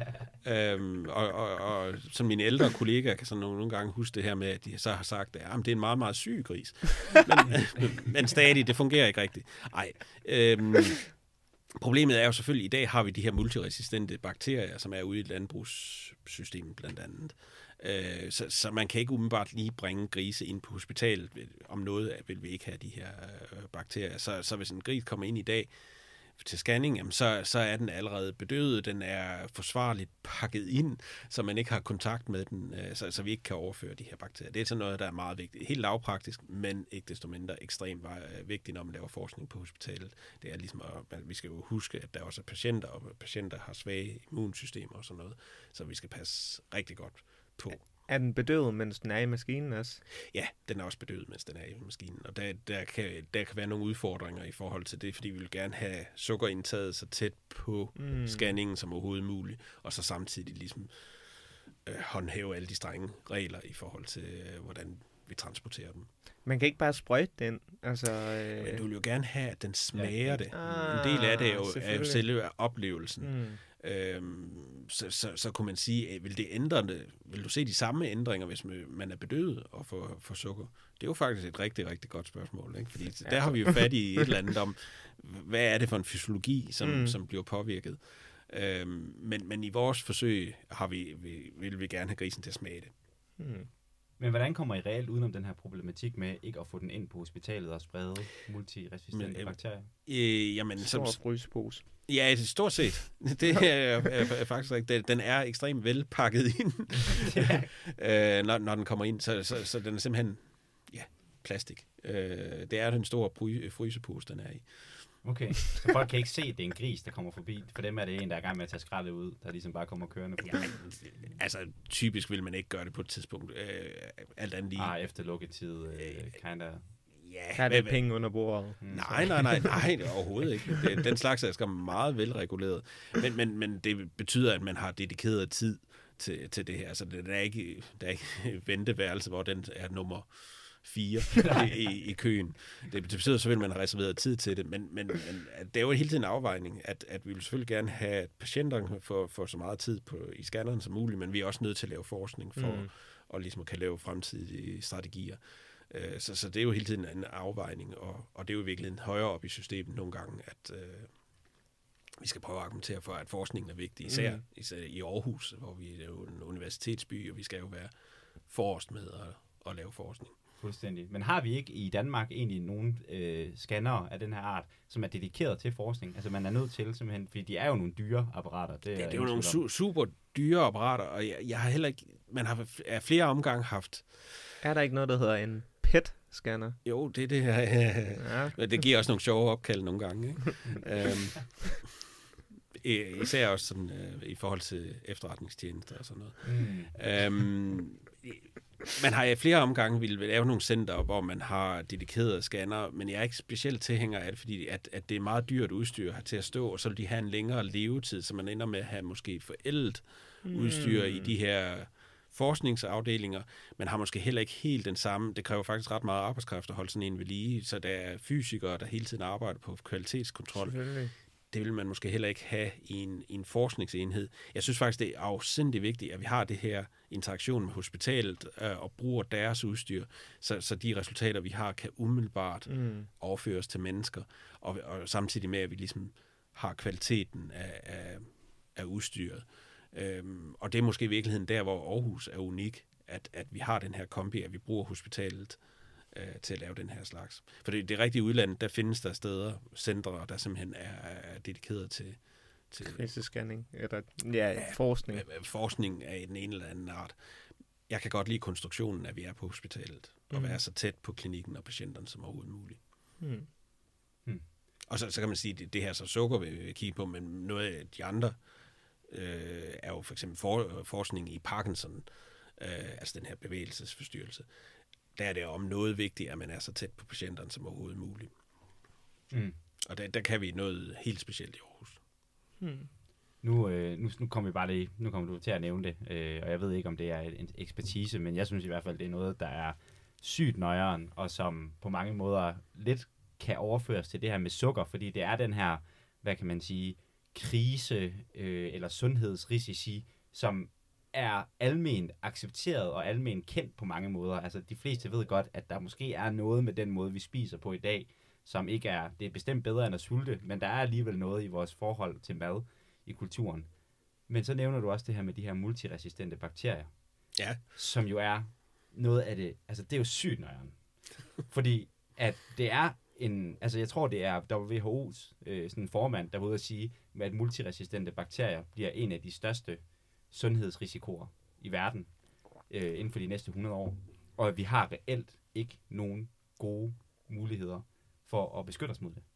øhm, og, og, og som mine ældre kollegaer kan så nogle, nogle gange huske det her med, at de så har sagt, at ja, det er en meget, meget syg gris. Men, men stadig, det fungerer ikke rigtigt. Ej, øhm, problemet er jo selvfølgelig, at i dag har vi de her multiresistente bakterier, som er ude i landbrugssystemet blandt andet. Øh, så, så man kan ikke umiddelbart lige bringe grise ind på hospitalet. Om noget vil vi ikke have de her øh, bakterier. Så, så hvis en gris kommer ind i dag til scanning, jamen, så, så er den allerede bedøvet. Den er forsvarligt pakket ind, så man ikke har kontakt med den, øh, så, så vi ikke kan overføre de her bakterier. Det er sådan noget, der er meget vigtigt. Helt lavpraktisk, men ikke desto mindre ekstremt vigtigt, når man laver forskning på hospitalet. Det er ligesom, at vi skal jo huske, at der også er patienter, og patienter har svage immunsystemer og sådan noget. Så vi skal passe rigtig godt på. Er den bedøvet, mens den er i maskinen også? Ja, den er også bedøvet, mens den er i maskinen. Og der, der, kan, der kan være nogle udfordringer i forhold til det, fordi vi vil gerne have sukkerindtaget så tæt på mm. scanningen som overhovedet muligt, og så samtidig ligesom øh, håndhæve alle de strenge regler i forhold til, øh, hvordan vi transporterer dem. Man kan ikke bare sprøjte den. Altså, øh... Men du vil jo gerne have, at den smager ja. det. Ah, en del af det er jo, er jo selve oplevelsen. Mm. Øhm, så, så, så kunne man sige, at vil det ændre det? Vil du se de samme ændringer, hvis man er bedøvet og får, får sukker? Det er jo faktisk et rigtig, rigtig godt spørgsmål, ikke? Fordi ja. Der har vi jo fat i et eller andet om, hvad er det for en fysiologi, som, mm. som bliver påvirket. Øhm, men, men i vores forsøg har vi, vi, vil vi gerne have grisen til at smage det. Mm. Men hvordan kommer I reelt udenom den her problematik med ikke at få den ind på hospitalet og sprede multiresistente Men, bakterier? Øh, jamen, Stor frysepose. Ja, stort set. Det er, er, er faktisk rigtigt. Den er ekstremt velpakket ind, øh, når, når den kommer ind. Så, så, så den er simpelthen ja, plastik. Øh, det er den store frysepose, den er i. Okay, så folk kan ikke se, at det er en gris, der kommer forbi. For dem er det en, der er i gang med at tage skraldet ud, der ligesom bare kommer kørende forbi. Ja, altså, typisk vil man ikke gøre det på et tidspunkt. Øh, alt andet lige. Ah, efter lukketid, øh, kinda. Ja, Her er det penge under bordet. Mm, nej, nej, nej, nej, det er overhovedet ikke. Det, den slags er skam meget velreguleret. Men, men, men det betyder, at man har dedikeret tid til, til det her. Så det er ikke, der er ikke venteværelse, hvor den er nummer fire i, i, i køen. Det betyder selvfølgelig, at man har reserveret tid til det, men, men, men det er jo hele tiden en afvejning, at, at vi vil selvfølgelig gerne have, at patienterne får, får så meget tid på, i scanneren som muligt, men vi er også nødt til at lave forskning for mm. at ligesom kan lave fremtidige strategier. Så, så det er jo hele tiden en afvejning, og, og det er jo virkelig en højere op i systemet nogle gange, at øh, vi skal prøve at argumentere for, at forskningen er vigtig, især, mm. især i Aarhus, hvor vi er jo en universitetsby, og vi skal jo være forrest med at, at lave forskning. Fuldstændig. Men har vi ikke i Danmark egentlig nogle øh, scannere af den her art, som er dedikeret til forskning? Altså man er nødt til simpelthen, fordi de er jo nogle dyre apparater. Det er, ja, det er jo nogle su- super dyre apparater, og jeg, jeg har heller ikke, man har af flere omgange haft... Er der ikke noget, der hedder en P E T-scanner? Jo, det er det her. Ja. Det giver også nogle sjove opkald nogle gange, ikke? um, især også sådan, uh, i forhold til efterretningstjenester og sådan noget. Mm. Um, man har i flere omgange ville lave nogle center, hvor man har dedikerede scanner, men jeg er ikke specielt tilhænger af det, fordi at, at det er meget dyrt udstyr her til at stå, og så vil de have en længere levetid, så man ender med at have måske forældet mm. udstyr i de her forskningsafdelinger, men har måske heller ikke helt den samme. Det kræver faktisk ret meget arbejdskraft at holde sådan en ved lige, så der er fysikere, der hele tiden arbejder på kvalitetskontrol. Det vil man måske heller ikke have i en, i en forskningsenhed. Jeg synes faktisk, det er afsindigt vigtigt, at vi har det her interaktion med hospitalet øh, og bruger deres udstyr, så, så de resultater, vi har, kan umiddelbart mm. overføres til mennesker, og, og samtidig med, at vi ligesom har kvaliteten af, af, af udstyret. Øhm, og det er måske i virkeligheden der, hvor Aarhus er unik, at, at vi har den her kombi, at vi bruger hospitalet øh, til at lave den her slags. For det, det rigtige udlandet, der findes der steder, centre, der simpelthen er, er dedikeret til... til krisescanning, eller ja, ja, forskning. Forskning af den ene eller anden art. Jeg kan godt lide konstruktionen, at vi er på hospitalet, og mm. være så tæt på klinikken og patienterne som overhovedet muligt. Mm. Mm. Og så, så kan man sige, at det, det her så sukker vi vil kigge på, men noget af de andre øh, er jo for eksempel for, forskning i Parkinson, øh, altså den her bevægelsesforstyrrelse. Der er det om noget vigtigt, at man er så tæt på patienterne som overhovedet muligt. Mm. Og der, der kan vi noget helt specielt i Aarhus. Hmm. Nu, øh, nu, nu kommer vi bare lige, nu kommer du til at nævne det, øh, og jeg ved ikke, om det er en ekspertise, men jeg synes i hvert fald, det er noget, der er sygt nøjeren, og som på mange måder lidt kan overføres til det her med sukker, fordi det er den her, hvad kan man sige, krise øh, eller sundhedsrisici, som er almen accepteret og almen kendt på mange måder. Altså de fleste ved godt, at der måske er noget med den måde, vi spiser på i dag, som ikke er, det er bestemt bedre end at sulte, men der er alligevel noget i vores forhold til mad i kulturen. Men så nævner du også det her med de her multiresistente bakterier, ja. Som jo er noget af det, altså det er jo sygt nøjeren. Fordi at det er en, altså jeg tror det er W H O's øh, sådan formand, der var ude at sige, at multiresistente bakterier bliver en af de største sundhedsrisikoer i verden øh, inden for de næste hundrede år. Og at vi har reelt ikke nogen gode muligheder for at beskytte os mod det.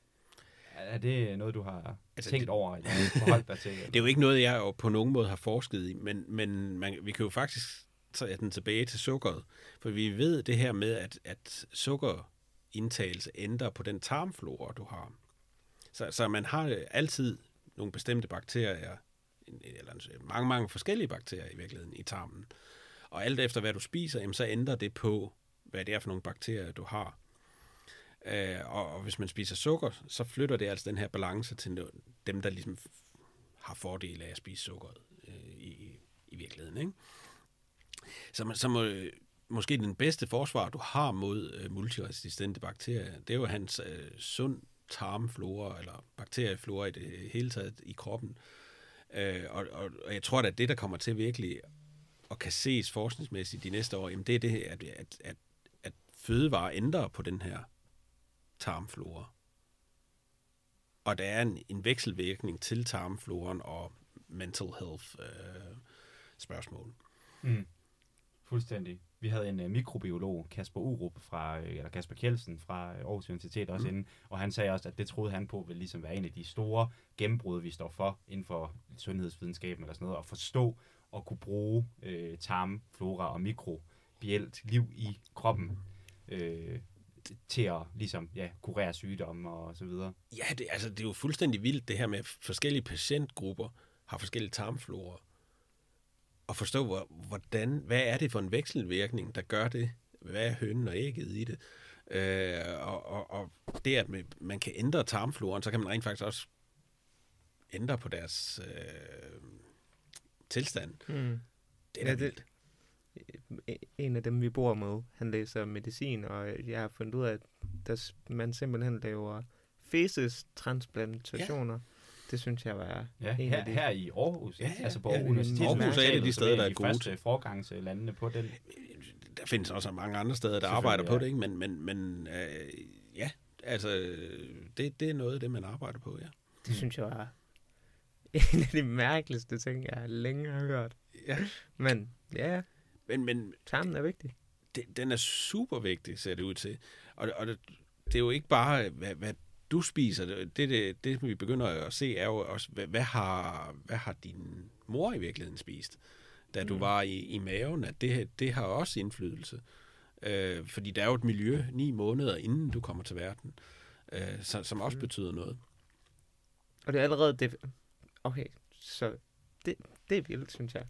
Er det noget, du har altså, tænkt det, over, eller forholdt dig til? Eller? Det er jo ikke noget, jeg på nogen måde har forsket i, men, men man, vi kan jo faktisk tage den tilbage til sukkeret. For vi ved det her med, at, at sukkerindtagelse ændrer på den tarmflora, du har. Så, så man har altid nogle bestemte bakterier, eller mange, mange forskellige bakterier i virkeligheden i tarmen. Og alt efter, hvad du spiser, jamen, så ændrer det på, hvad det er for nogle bakterier, du har. Uh, og, og hvis man spiser sukker, så flytter det altså den her balance til dem, der ligesom har fordel af at spise sukkeret uh, i, i virkeligheden. Ikke? Så, man, så må, måske den bedste forsvar, du har mod uh, multiresistente bakterier, det er jo hans uh, sund tarmflora, eller bakterieflora i det hele taget i kroppen. Uh, og, og, og jeg tror, at det, der kommer til virkelig at kan ses forskningsmæssigt de næste år, jamen det er det, at, at, at, at fødevarer ændrer på den her tarmflora. Og der er en, en vekselvirkning til tarmfloren og mental health øh, spørgsmål. Mm. Fuldstændig. Vi havde en uh, mikrobiolog, Kasper Urup, fra, eller Kasper Kjeldsen fra Aarhus Universitet også mm. inde, og han sagde også, at det troede han på ville ligesom være en af de store gennembrud, vi står for inden for sundhedsvidenskaben eller sådan noget, at forstå og kunne bruge øh, tarmflora og mikrobielt liv i kroppen øh, til at ligesom, ja, kurere sygdomme og så videre. Ja, det, altså, det er jo fuldstændig vildt, det her med, at forskellige patientgrupper har forskellige tarmflora. Og forstå, hvor, hvordan, hvad er det for en vekselvirkning, der gør det? Hvad er hønen og ægget i det? Øh, og, og, og det, at man kan ændre tarmfloren, så kan man rent faktisk også ændre på deres øh, tilstand. Mm. Det er da ja, vildt. Det, en af dem, vi bor med, han læser medicin, og jeg har fundet ud af, at der, man simpelthen laver fæcestransplantationer. Ja. Det synes jeg var ja, en her, af de... her i Aarhus, ja, ja, altså på ja, universitetet. Aarhus er et af de steder, der er gode. De første forgangslandene på den. Der findes også mange andre steder, der arbejder på ja. det, ikke? Men, men, men øh, ja, altså, det, det er noget af det, man arbejder på, ja. Det mm. synes jeg var en af de mærkeligste ting, jeg længe har hørt. Ja. Men, ja, men, men tarmen er vigtig. Det, den er super vigtig, ser det ud til. Og, og det, det er jo ikke bare, hvad, hvad du spiser. Det, det, det, vi begynder at se, er jo også, hvad, hvad, har, hvad har din mor i virkeligheden spist, da mm. du var i, i maven, at det, det har også indflydelse. Øh, fordi der er jo et miljø ni måneder, inden du kommer til verden, øh, som, som også mm. betyder noget. Og det er allerede det. Okay, så det, det er vildt, synes jeg.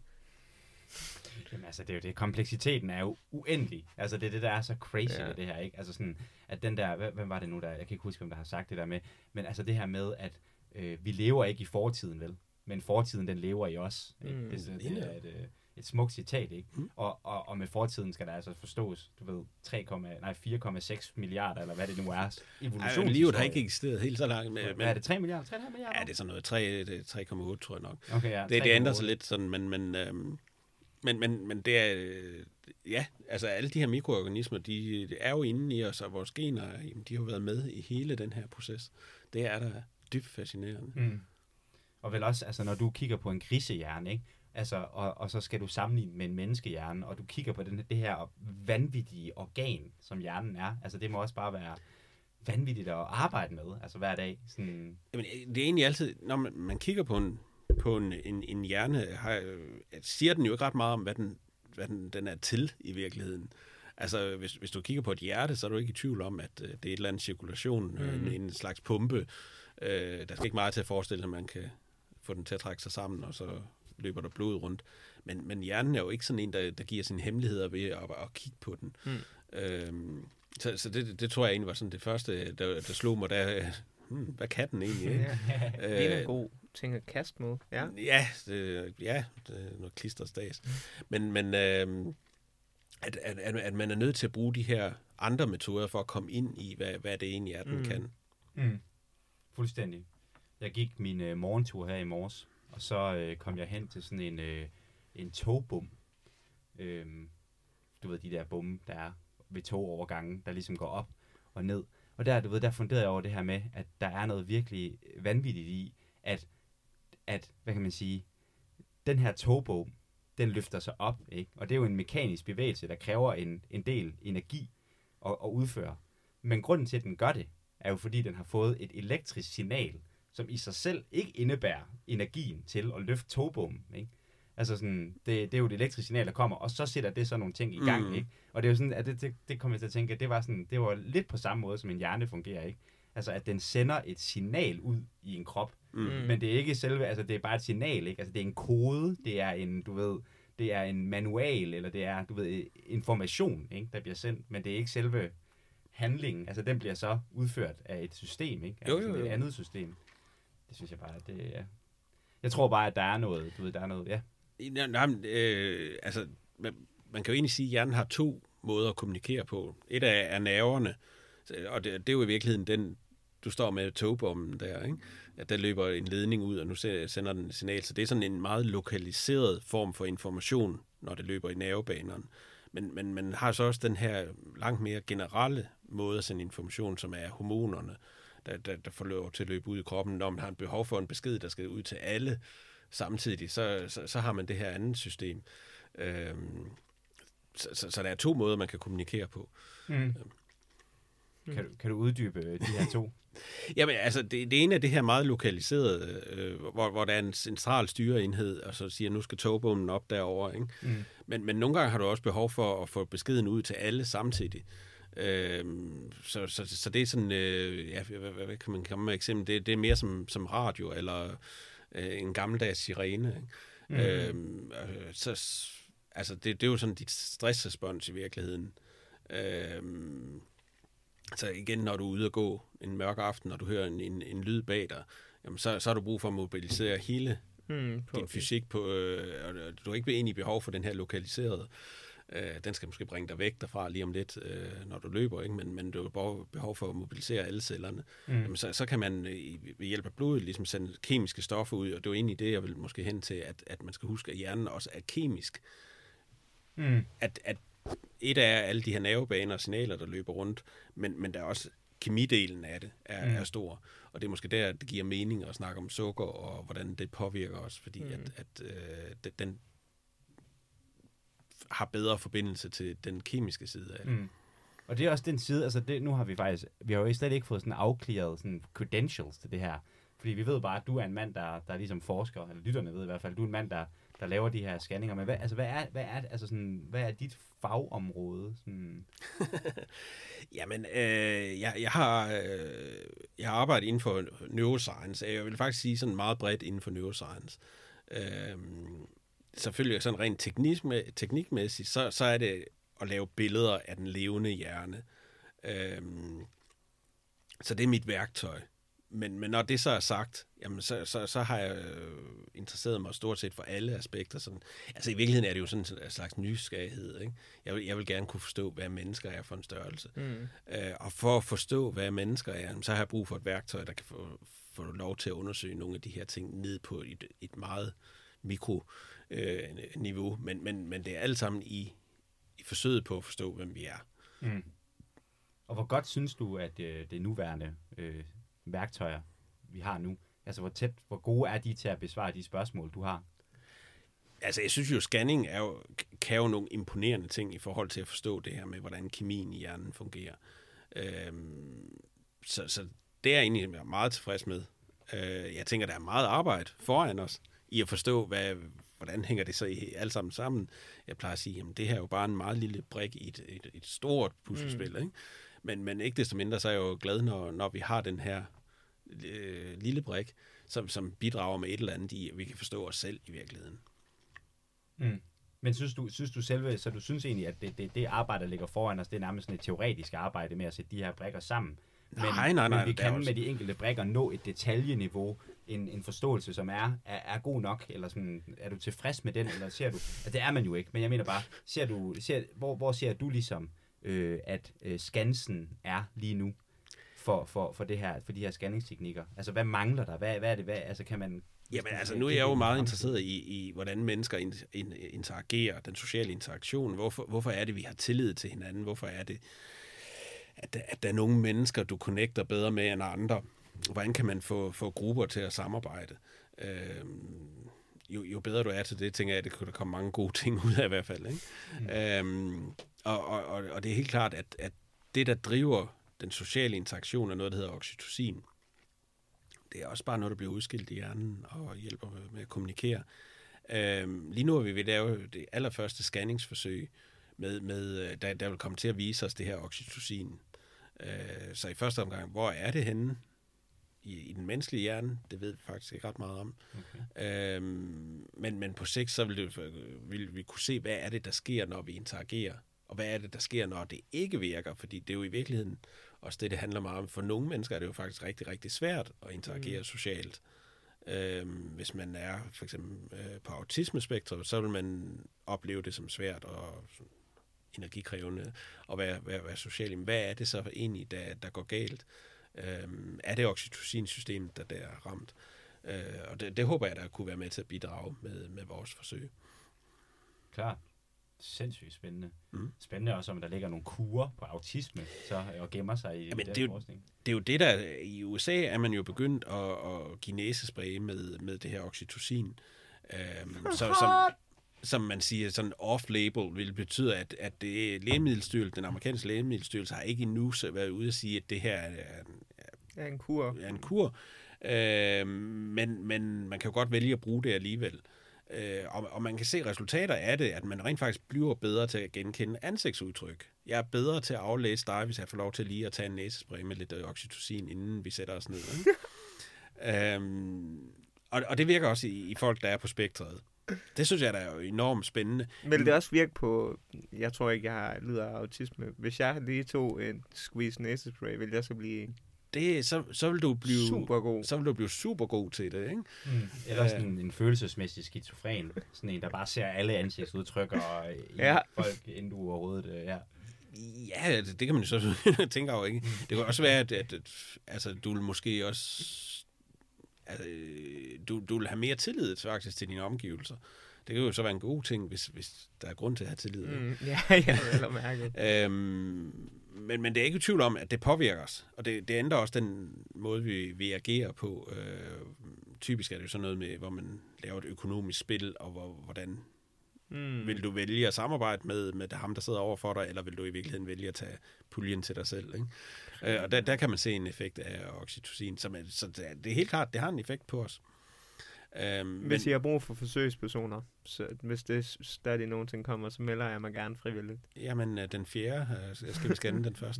Jamen, altså, det er jo det. Kompleksiteten er jo uendelig. Altså, det er det, der er så crazy ja. ved det her, ikke? Altså sådan, at den der, hvem var det nu, der, jeg kan ikke huske, hvem der har sagt det der med, men altså det her med, at øh, vi lever ikke i fortiden, vel? Men fortiden, den lever i os. Ikke? Mm, det, det, det er et, øh, et smukt citat, ikke? Mm. Og, og, og med fortiden skal der altså forstås, du ved, fire komma seks milliarder, eller hvad det nu er. Evolutionshistorie. Livet har ikke eksisteret helt så langt. Med, hvad men, er det, tre milliarder? tre komma fem milliarder? Ja, det er sådan noget, tre komma otte, tror jeg nok. Okay, ja, det, det ændrer sig lidt sådan, men... men øhm, Men, men, men det er, ja, altså alle de her mikroorganismer, de, de er jo inde i os, og vores gener, jamen, de har været med i hele den her proces. Det er da dybt fascinerende. Mm. Og vel også, altså når du kigger på en grisehjerne, ikke? Altså, og, og så skal du sammenligne med en menneskehjerne, og du kigger på den, det her vanvittige organ, som hjernen er. Altså det må også bare være vanvittigt at arbejde med, altså hver dag. Sådan... Jamen, det er egentlig altid, når man, man kigger på en på en, en, en hjerne, har, siger den jo ikke ret meget om, hvad den, hvad den, den er til i virkeligheden. Altså, hvis, hvis du kigger på et hjerte, så er du ikke i tvivl om, at uh, det er et eller andet cirkulation, mm. en, en slags pumpe. Uh, der skal ikke meget til at forestille, at man kan få den til at trække sig sammen, og så løber der blod rundt. Men, men hjernen er jo ikke sådan en, der, der giver sine hemmeligheder ved at, at kigge på den. Mm. Uh, så så det, det tror jeg egentlig var sådan det første, der, der slog mig, der, hmm, hvad kan den egentlig? Ikke? Det er en god ting at kaste med. Ja, ja, det, ja, det er noget klisterstads. Men, men øh, at, at, at man er nødt til at bruge de her andre metoder for at komme ind i, hvad, hvad det egentlig er, den mm. kan. Mm. Fuldstændig. Jeg gik min øh, morgentur her i morges, og så øh, kom jeg hen til sådan en, øh, en togbom. Øhm, du ved, de der bomme, der er ved togovergangen, der ligesom går op og ned. Og der, du ved, der funderede jeg over det her med, at der er noget virkelig vanvittigt i, at at, hvad kan man sige, den her togbom, den løfter sig op, ikke? Og det er jo en mekanisk bevægelse, der kræver en, en del energi at, at udføre. Men grunden til, at den gør det, er jo fordi, den har fået et elektrisk signal, som i sig selv ikke indebærer energien til at løfte togbommen, ikke? Altså sådan, det, det er jo et elektrisk signal, der kommer, og så sætter det så nogle ting i gang, mm. ikke? Og det er jo sådan, at det, det, det kommer jeg til at tænke, at det var, sådan, det var lidt på samme måde, som en hjerne fungerer, ikke? Altså, at den sender et signal ud i en krop, mm. men det er ikke selve, altså det er bare et signal, ikke? Altså det er en kode, det er en, du ved, det er en manual, eller det er, du ved, information, ikke? Der bliver sendt, men det er ikke selve handlingen, altså den bliver så udført af et system, ikke? Altså jo, jo, jo. et andet system. Det synes jeg bare, at det er... Jeg tror bare, at der er noget, du ved, der er noget, ja. Nej, øh, altså, man, man kan jo egentlig sige, at hjernen har to måder at kommunikere på. Et er, er nerverne, og det, det er jo i virkeligheden den, du står med togbommen der, ikke? At der løber en ledning ud, og nu sender den signal. Så det er sådan en meget lokaliseret form for information, når det løber i nervebanerne. Men, men man har så også den her langt mere generelle måde at sende information, som er hormonerne, der, der, der får lov til at løbe ud i kroppen. Når man har en behov for en besked, der skal ud til alle samtidig, så, så, så har man det her andet system. Øhm, så, så, så der er to måder, man kan kommunikere på. Mm. Kan, du, kan du uddybe de her to? Jamen, altså, det, det ene er det her meget lokaliserede, øh, hvor, hvor der er en central styreenhed, og så siger, nu skal togbommen op derovre, ikke? Mm. Men, men nogle gange har du også behov for at få beskeden ud til alle samtidig. Øh, så, så, så det er sådan, øh, ja, hvad, hvad kan man komme med eksempel? Det, det er mere som, som radio, eller øh, en gammeldags sirene, ikke? Mm. Øh, så, altså, det, det er jo sådan dit stressrespons i virkeligheden. Øh, Så igen, når du er ude at gå en mørk aften, og du hører en, en, en lyd bag dig, jamen så, så har du brug for at mobilisere hele mm, din okay. fysik på, øh, og du har ikke egentlig behov for den her lokaliserede. Øh, den skal måske bringe dig væk derfra lige om lidt, øh, når du løber, ikke? Men, men du har bare behov for at mobilisere alle cellerne. Mm. Jamen, så, så kan man ved hjælp af blodet ligesom sende kemiske stoffer ud, og det er jo egentlig det, jeg vil måske hen til, at, at man skal huske, at hjernen også er kemisk. Mm. At, at et af alle de her nervebaner og signaler, der løber rundt, men, men der er også kemidelen af det er, mm. er stor. Og det er måske der, det giver mening at snakke om sukker, og hvordan det påvirker os, fordi mm. at, at øh, den har bedre forbindelse til den kemiske side af det. Mm. Og det er også den side, altså det, nu har vi faktisk, vi har jo slet ikke fået sådan afklaret sådan credentials til det her. Fordi vi ved bare, at du er en mand, der, der er ligesom forsker, eller lytterne ved i hvert fald, du er en mand, der, der laver de her scanninger. Men hvad, altså, hvad, er, hvad, er, altså sådan, hvad er dit fagområde? Sådan? Jamen, øh, jeg, jeg, har, øh, jeg har arbejdet inden for neuroscience. Jeg vil faktisk sige sådan meget bredt inden for neuroscience. Øh, selvfølgelig sådan rent teknik, teknikmæssigt, så, så er det at lave billeder af den levende hjerne. Øh, så det er mit værktøj. Men, men når det så er sagt, jamen så, så, så har jeg øh, interesseret mig stort set for alle aspekter. Sådan. Altså i virkeligheden er det jo sådan en slags nysgerrighed. Ikke? Jeg, vil, jeg vil gerne kunne forstå, hvad mennesker er for en størrelse. Mm. Øh, og for at forstå, hvad mennesker er, så har jeg brug for et værktøj, der kan få, få lov til at undersøge nogle af de her ting ned på et, et meget mikro øh, niveau. Men, men, men det er alt sammen i, i forsøget på at forstå, hvem vi er. Mm. Og hvor godt synes du, at øh, det nuværende øh, værktøjer, vi har nu, altså hvor tæt, hvor gode er de til at besvare de spørgsmål, du har? Altså, jeg synes jo, scanning er jo, kan jo nogle imponerende ting i forhold til at forstå det her med, hvordan kemien i hjernen fungerer. Øhm, så, så det er jeg egentlig meget tilfreds med. Øh, jeg tænker, der er meget arbejde foran os i at forstå, hvad, hvordan hænger det så i, alt sammen sammen. Jeg plejer at sige, at det her er jo bare en meget lille brik i et, et, et stort puslespil, mm. ikke? Men, men ikke desto mindre, så er jeg jo glad, når, når vi har den her øh, lille brik, som, som bidrager med et eller andet i, at vi kan forstå os selv i virkeligheden. Mm. Men synes du, synes du selv, så du synes egentlig, at det, det, det arbejde, der ligger foran os, det er nærmest sådan et teoretisk arbejde med at sætte de her brikker sammen? Men, nej, nej, nej. Men vi kan også med de enkelte brikker nå et detaljeniveau, en, en forståelse, som er, er, er god nok, eller sådan, er du tilfreds med den, eller ser du, altså det er man jo ikke, men jeg mener bare, ser du, ser, hvor, hvor ser du ligesom, øh, at øh, scansen er lige nu, for, for, for, det her, for de her scanningsteknikker? Altså, hvad mangler der? Hvad, hvad er det? Hvad, altså, kan man... Jamen, altså, nu er jeg jo meget interesseret i, i hvordan mennesker in, in, interagerer, den sociale interaktion. Hvorfor, hvorfor er det, vi har tillid til hinanden? Hvorfor er det, at, at der er nogle mennesker, du connecter bedre med end andre? Hvordan kan man få, få grupper til at samarbejde? Øhm, jo, jo bedre du er til det, tænker jeg, at det kunne der komme mange gode ting ud af i hvert fald. Ikke? Mm. Øhm, og, og, og det er helt klart, at, at det, der driver den sociale interaktion, er noget, der hedder oxytocin. Det er også bare noget, der bliver udskilt i hjernen og hjælper med at kommunikere. Øhm, lige nu er vi ved at lave det allerførste scanningsforsøg, med, med, der, der vil komme til at vise os det her oxytocin. Øh, så i første omgang, hvor er det henne i, i den menneskelige hjerne? Det ved vi faktisk ikke ret meget om. Okay. Øhm, men, men på sigt, så vil, det, vil vi kunne se, hvad er det, der sker, når vi interagerer. Og hvad er det, der sker, når det ikke virker? Fordi det er jo i virkeligheden også det, det handler meget om. For nogle mennesker er det jo faktisk rigtig, rigtig svært at interagere mm. socialt. Øhm, hvis man er for eksempel øh, på autismespektret, så vil man opleve det som svært og energikrævende at være, være, være social. Men hvad er det så egentlig, der, der går galt? Øhm, er det oxytocin-systemet, der, der er ramt? Øh, og det, det håber jeg, der kunne være med til at bidrage med, med vores forsøg. Klart. Sindssygt spændende. Mm. Spændende også, om der ligger nogle kurer på autisme så, og gemmer sig i Jamen, den det jo, forskning. Det er jo det, der i U S A er man jo begyndt at, at give næsespray med, med det her oxytocin. Øhm, så, som, som man siger, sådan off-label, vil betyde, at, at det lægemiddelstyrelse, den amerikanske lægemiddelstyrelse, har ikke endnu været ude at sige, at det her er en, er en kur. er en kur. Øh, men, men man kan jo godt vælge at bruge det alligevel. Øh, og, og man kan se resultater af det, at man rent faktisk bliver bedre til at genkende ansigtsudtryk. Jeg er bedre til at aflæse dig, hvis jeg får lov til lige at tage en næsespray med lidt oxytocin, inden vi sætter os ned. øhm, og, og det virker også i, i folk, der er på spektret. Det synes jeg, der er jo enormt spændende. Vil det også virke på, jeg tror ikke, jeg har lider af autisme. Hvis jeg lige tog en squeeze næsespray, vil jeg så blive det, så, så vil du blive super god. Så vil du blive super god til det, ikke? Mm. Eller sådan en, en følelsesmæssig skizofren. Sådan en, der bare ser alle ansigtsudtryk og ja. folk, inden du overhovedet... Ja. Ja, det, det kan man jo så tænke over, ikke? Det kan også være, at, at, at altså, du vil måske også... Altså, du, du vil have mere tillid faktisk til dine omgivelser. Det kan jo så være en god ting, hvis, hvis der er grund til at have tillid. Mm, ja, jeg vil mærke. øhm, men, men det er ikke i tvivl om, at det påvirker os. Og det, det ændrer også den måde, vi, vi agerer på. Øh, typisk er det jo sådan noget med, hvor man laver et økonomisk spil, og hvor, hvordan mm. vil du vælge at samarbejde med, med ham, der sidder over for dig, eller vil du i virkeligheden vælge at tage puljen til dig selv, ikke? Øh, og der, der kan man se en effekt af oxytocin. Så, man, så det, det er helt klart, det har en effekt på os. Øhm, hvis men, I har brug for forsøgspersoner, så hvis det stadig nogensinde kommer, så melder jeg mig gerne frivilligt. Jamen, den fjerde, jeg skal vi scanne den første.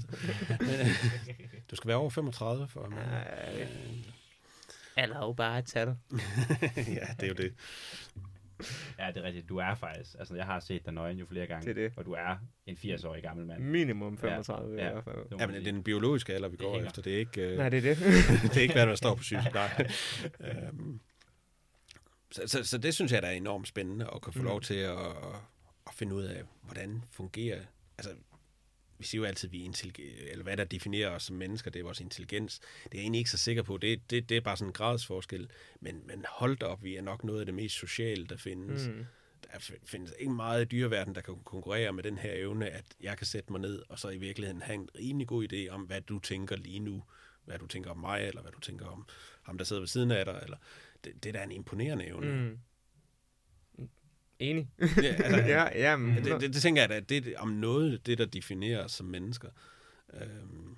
Du skal være over femogtredive for mig. Øh, Eller jo bare et tal. Ja, det er jo det. Ja, det er rigtigt. Du er faktisk, altså jeg har set dig nøgen jo flere gange, det det. Og du er en firs-årig gammel mand. Minimum femogtredive ja, i ja, hvert fald. Ja, men det er den biologiske alder, vi går efter. Det er ikke, Nej, det er det. det er ikke, hvad der står på sygepleje. um, så, så, så det synes jeg, der er enormt spændende, at kunne få mm. lov til at, at finde ud af, hvordan fungerer. Altså, vi siger jo altid, vi er intellig- eller hvad der definerer os som mennesker, det er vores intelligens. Det er jeg egentlig ikke så sikker på. Det, det, det er bare sådan en gradsforskel. Men, men hold da op, vi er nok noget af det mest sociale, der findes. Mm. Der findes ikke meget i dyreverdenen, der kan konkurrere med den her evne, at jeg kan sætte mig ned, og så i virkeligheden have en rimelig god idé om, hvad du tænker lige nu. Hvad du tænker om mig, eller hvad du tænker om ham, der sidder ved siden af dig. Eller det, det der er en imponerende evne. Mm. Enig. Ja, altså, ja, ja, men, det, det, det tænker jeg, at det er om noget, det der definerer os som mennesker. Øhm,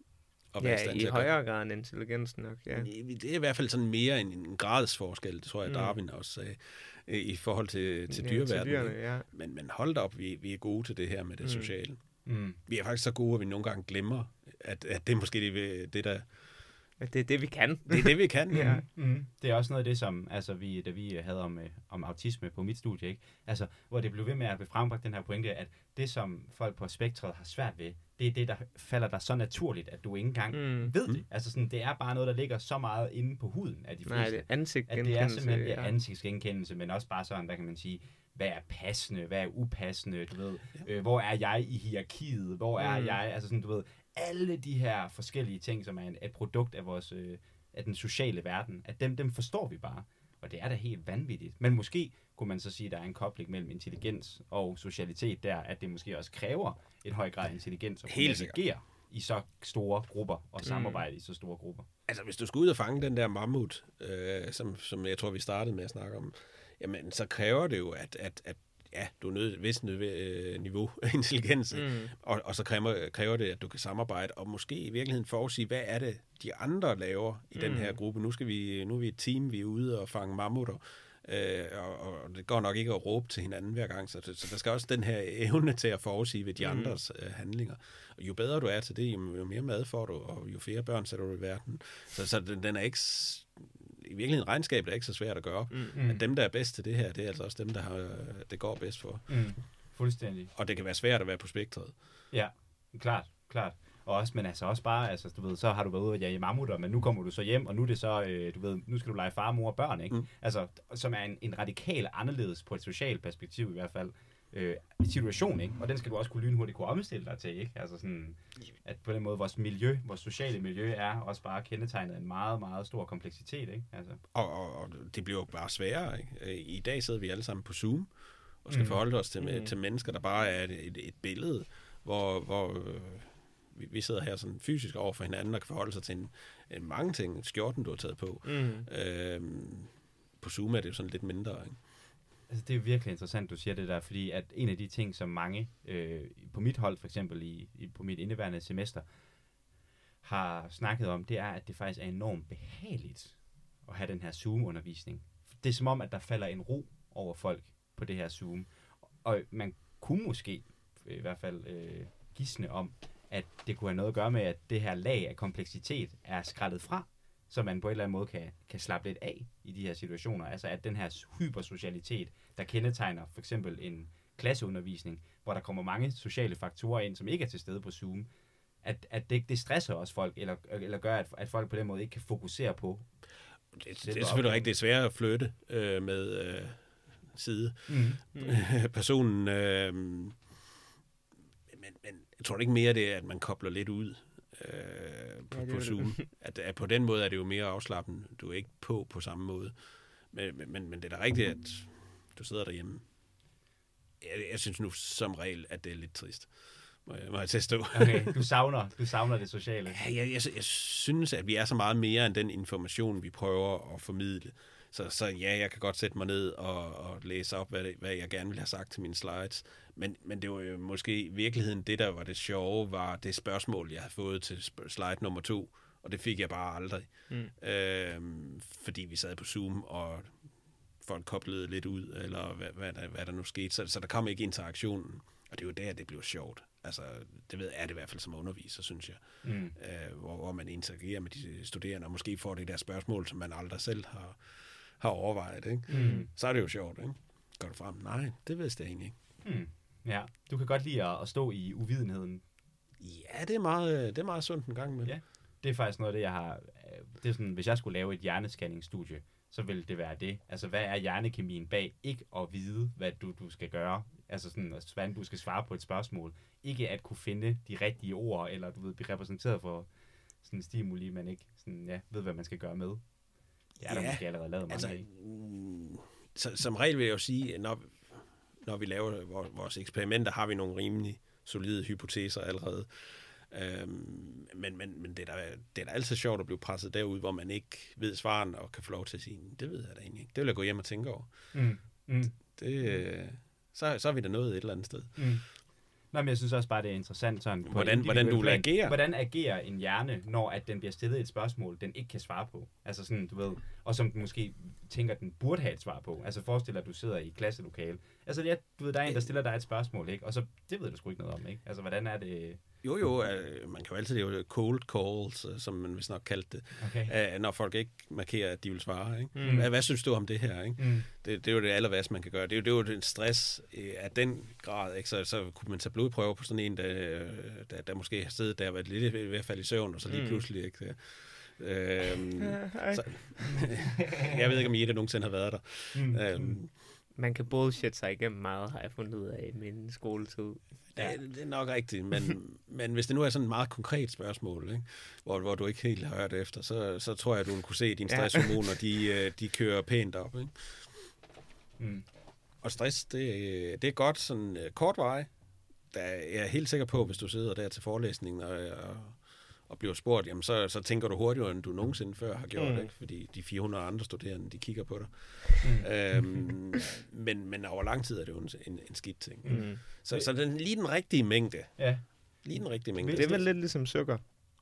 og ja, i højere grad end intelligensen nok, ja. Det er i hvert fald sådan mere en, en gradsforskel, det tror jeg, Darwin mm. også sagde, i forhold til, til ja, dyreverdenen. Ja. Men, men hold da op, vi, vi er gode til det her med det mm. sociale. Mm. Vi er faktisk så gode, at vi nogle gange glemmer, at, at det er måske det, det der... At det er det, vi kan. Det er det, vi kan, ja. Mm. Det er også noget af det, som altså, vi, da vi havde om, om autisme på mit studie, ikke? Altså, hvor det blev ved med at blive frembragt den her pointe, at det, som folk på spektret har svært ved, det er det, der falder dig så naturligt, at du ikke engang mm. ved det. Altså, sådan, det er bare noget, der ligger så meget inde på huden af de fleste. Nej, det er ansigtsgenkendelse. At det er simpelthen ja. ansigtsgenkendelse, men også bare sådan, hvad kan man sige, hvad er passende, hvad er upassende, du ved. Ja. Øh, hvor er jeg i hierarkiet? Hvor er mm. jeg? Altså sådan, du ved, alle de her forskellige ting, som er et produkt af vores øh, af den sociale verden, at dem, dem forstår vi bare. Og det er da helt vanvittigt. Men måske kunne man så sige, at der er en kobling mellem intelligens og socialitet der, at det måske også kræver en høj grad af intelligens at kunne navigere i så store grupper og samarbejde mm. i så store grupper. Altså, hvis du skal ud og fange den der mammut, øh, som, som jeg tror, vi startede med at snakke om, jamen, så kræver det jo, at, at, at ja, du er nødt vist nødt niveau af intelligens, mm. og, og så kræver, kræver det, at du kan samarbejde, og måske i virkeligheden forudsige, hvad er det, de andre laver i mm. den her gruppe. Nu, skal vi, nu er vi et team, vi er ude og fange mammutter, øh, og, og det går nok ikke at råbe til hinanden hver gang, så, så der skal også den her evne til at forudsige ved de mm. andres øh, handlinger. Og jo bedre du er til det, jo mere mad får du, og jo flere børn sætter du i verden. Så, så den, den er ikke... I virkeligheden regnskabet er ikke så svært at gøre. Mm. At dem, der er bedst til det her, det er altså også dem, der har, det går bedst for. Mm. Fuldstændig. Og det kan være svært at være på spektret. Ja, klart, klart. Og også, men altså også bare, altså, du ved, så har du været ude og jage mammutter, men nu kommer du så hjem, og nu er det så, øh, du ved, nu skal du lege far, mor og børn, ikke? Mm. Altså, som er en, en radikal anderledes på et socialt perspektiv i hvert fald. Øh, situation, ikke? Og den skal du også kunne lynhurtigt kunne omstille dig til, ikke? Altså sådan, at på den måde vores miljø, vores sociale miljø er også bare kendetegnet af en meget, meget stor kompleksitet, ikke? Altså. Og, og, og det bliver jo bare sværere, ikke? I dag sidder vi alle sammen på Zoom, og skal mm. forholde os til, med, mm. til mennesker, der bare er et, et, et billede, hvor, hvor øh, vi, vi sidder her sådan fysisk over for hinanden, og kan forholde sig til en, en mange ting, skjorten, du har taget på. Mm. Øhm, på Zoom er det jo sådan lidt mindre, ikke? Altså, det er virkelig interessant, du siger det der, fordi at en af de ting, som mange øh, på mit hold, for eksempel i, i, på mit indeværende semester, har snakket om, det er, at det faktisk er enormt behageligt at have den her Zoom-undervisning. Det er som om, at der falder en ro over folk på det her Zoom. Og man kunne måske i hvert fald øh, gisne om, at det kunne have noget at gøre med, at det her lag af kompleksitet er skrællet fra, så man på en eller anden måde kan, kan slappe lidt af i de her situationer. Altså at den her hypersocialitet, der kendetegner for eksempel en klasseundervisning, hvor der kommer mange sociale faktorer ind, som ikke er til stede på Zoom, at, at det, det stresser også folk, eller, eller gør, at, at folk på den måde ikke kan fokusere på. Det, det, det er selvfølgelig rigtigt, det er svært at flytte øh, med øh, side. Mm. Mm. Personen, øh, men, men jeg tror ikke mere det er, at man kobler lidt ud øh, på, ja, på Zoom. At, at på den måde er det jo mere afslappende. Du er ikke på på samme måde. Men, men, men det er da rigtigt, at du sidder derhjemme. Jeg, jeg synes nu som regel, at det er lidt trist. Må jeg, må jeg tilstå. Okay, du savner, du savner det sociale. Ja, jeg, jeg, jeg synes, at vi er så meget mere end den information, vi prøver at formidle. Så, så ja, jeg kan godt sætte mig ned og, og læse op, hvad, det, hvad jeg gerne vil have sagt til mine slides. Men, men det var jo måske i virkeligheden det, der var det sjove, var det spørgsmål, jeg havde fået til slide nummer to. Og det fik jeg bare aldrig. Mm. Øhm, fordi vi sad på Zoom, og folk koblede lidt ud, eller hvad, hvad, der, hvad der nu skete. Så, så der kom ikke interaktionen. Og det er jo der, det blev sjovt. Altså, det ved, er det i hvert fald som underviser, synes jeg. Mm. Øh, hvor, hvor man interagerer med de studerende, og måske får det der spørgsmål, som man aldrig selv har, har overvejet. Ikke? Mm. Så er det jo sjovt, ikke? Går det frem? Nej, det vidste jeg egentlig ikke. Mm. Ja, du kan godt lide at, at stå i uvidenheden. Ja, det er meget, det er meget sundt en gang med. Ja, det er faktisk noget af det, jeg har... Det er sådan, hvis jeg skulle lave et hjernescanningsstudie, så ville det være det. Altså, hvad er hjernekemien bag ikke at vide, hvad du, du skal gøre? Altså sådan, hvordan du skal svare på et spørgsmål. Ikke at kunne finde de rigtige ord, eller du ved, blive repræsenteret for sådan en stimuli, man ikke sådan, ja, ved, hvad man skal gøre med. Det er ja, der måske allerede lavet mange altså, af. Så, som regel vil jeg jo sige, når, når vi laver vores eksperimenter, har vi nogle rimelig solide hypoteser allerede. Øhm, men men, men det, er da, det er da altid sjovt at blive presset derud, hvor man ikke ved svaren og kan få lov til at sige, det ved jeg da egentlig ikke. Det vil jeg gå hjem og tænke over. Mm. Mm. Det, så, så er vi da nået et eller andet sted. Mm. Nå, men jeg synes også bare, det er interessant sådan... På hvordan, hvordan du plan. agerer. Hvordan agerer en hjerne, når at den bliver stillet et spørgsmål, den ikke kan svare på? Altså sådan, du ved... Og som den måske tænker, den burde have et svar på. Altså forestil dig, at du sidder i et klasselokale. Altså, ja, du ved, der er en, der stiller dig et spørgsmål, ikke? Og så, det ved du sgu ikke noget om, ikke? Altså, hvordan er det... Jo, jo, øh, man kan jo altid lave cold calls, øh, som man vist nok kaldte det, okay. øh, når folk ikke markerer, at de vil svare. Ikke? Mm. Hvad, hvad synes du om det her? Ikke? Mm. Det, det er jo det aller værste, man kan gøre. Det er jo, det er jo en stress øh, af den grad. Ikke? Så, så kunne man tage blodprøver på sådan en, der, der, der måske har siddet der og været lidt i hvert fald i søvn, og så lige mm. pludselig... Ikke? Det, øhm, så, jeg ved ikke, om I det nogensinde har været der. Mm. Øhm, man kan bullshit sig igennem meget, har jeg fundet ud af i min skoletid. Ja, det er nok rigtigt, men, men hvis det nu er sådan et meget konkret spørgsmål, ikke? Hvor, hvor du ikke helt har hørt efter, så, så tror jeg, at du kunne se, at dine stresshormoner, de, de kører pænt op. Ikke? Mm. Og stress, det, det er godt sådan kort vej. Der er jeg helt sikker på, hvis du sidder der til forelæsningen og, og, og bliver spurgt, jamen så, så tænker du hurtigere, end du nogensinde før har gjort, mm. ikke? Fordi de fire hundrede andre studerende, de kigger på dig. Mm. Øhm, men, men over lang tid er det jo en, en, en skidt ting. Mm. Så, så den, lige den rigtige mængde. Ja. Lige den rigtige mængde. Det er vel lidt ligesom sukker.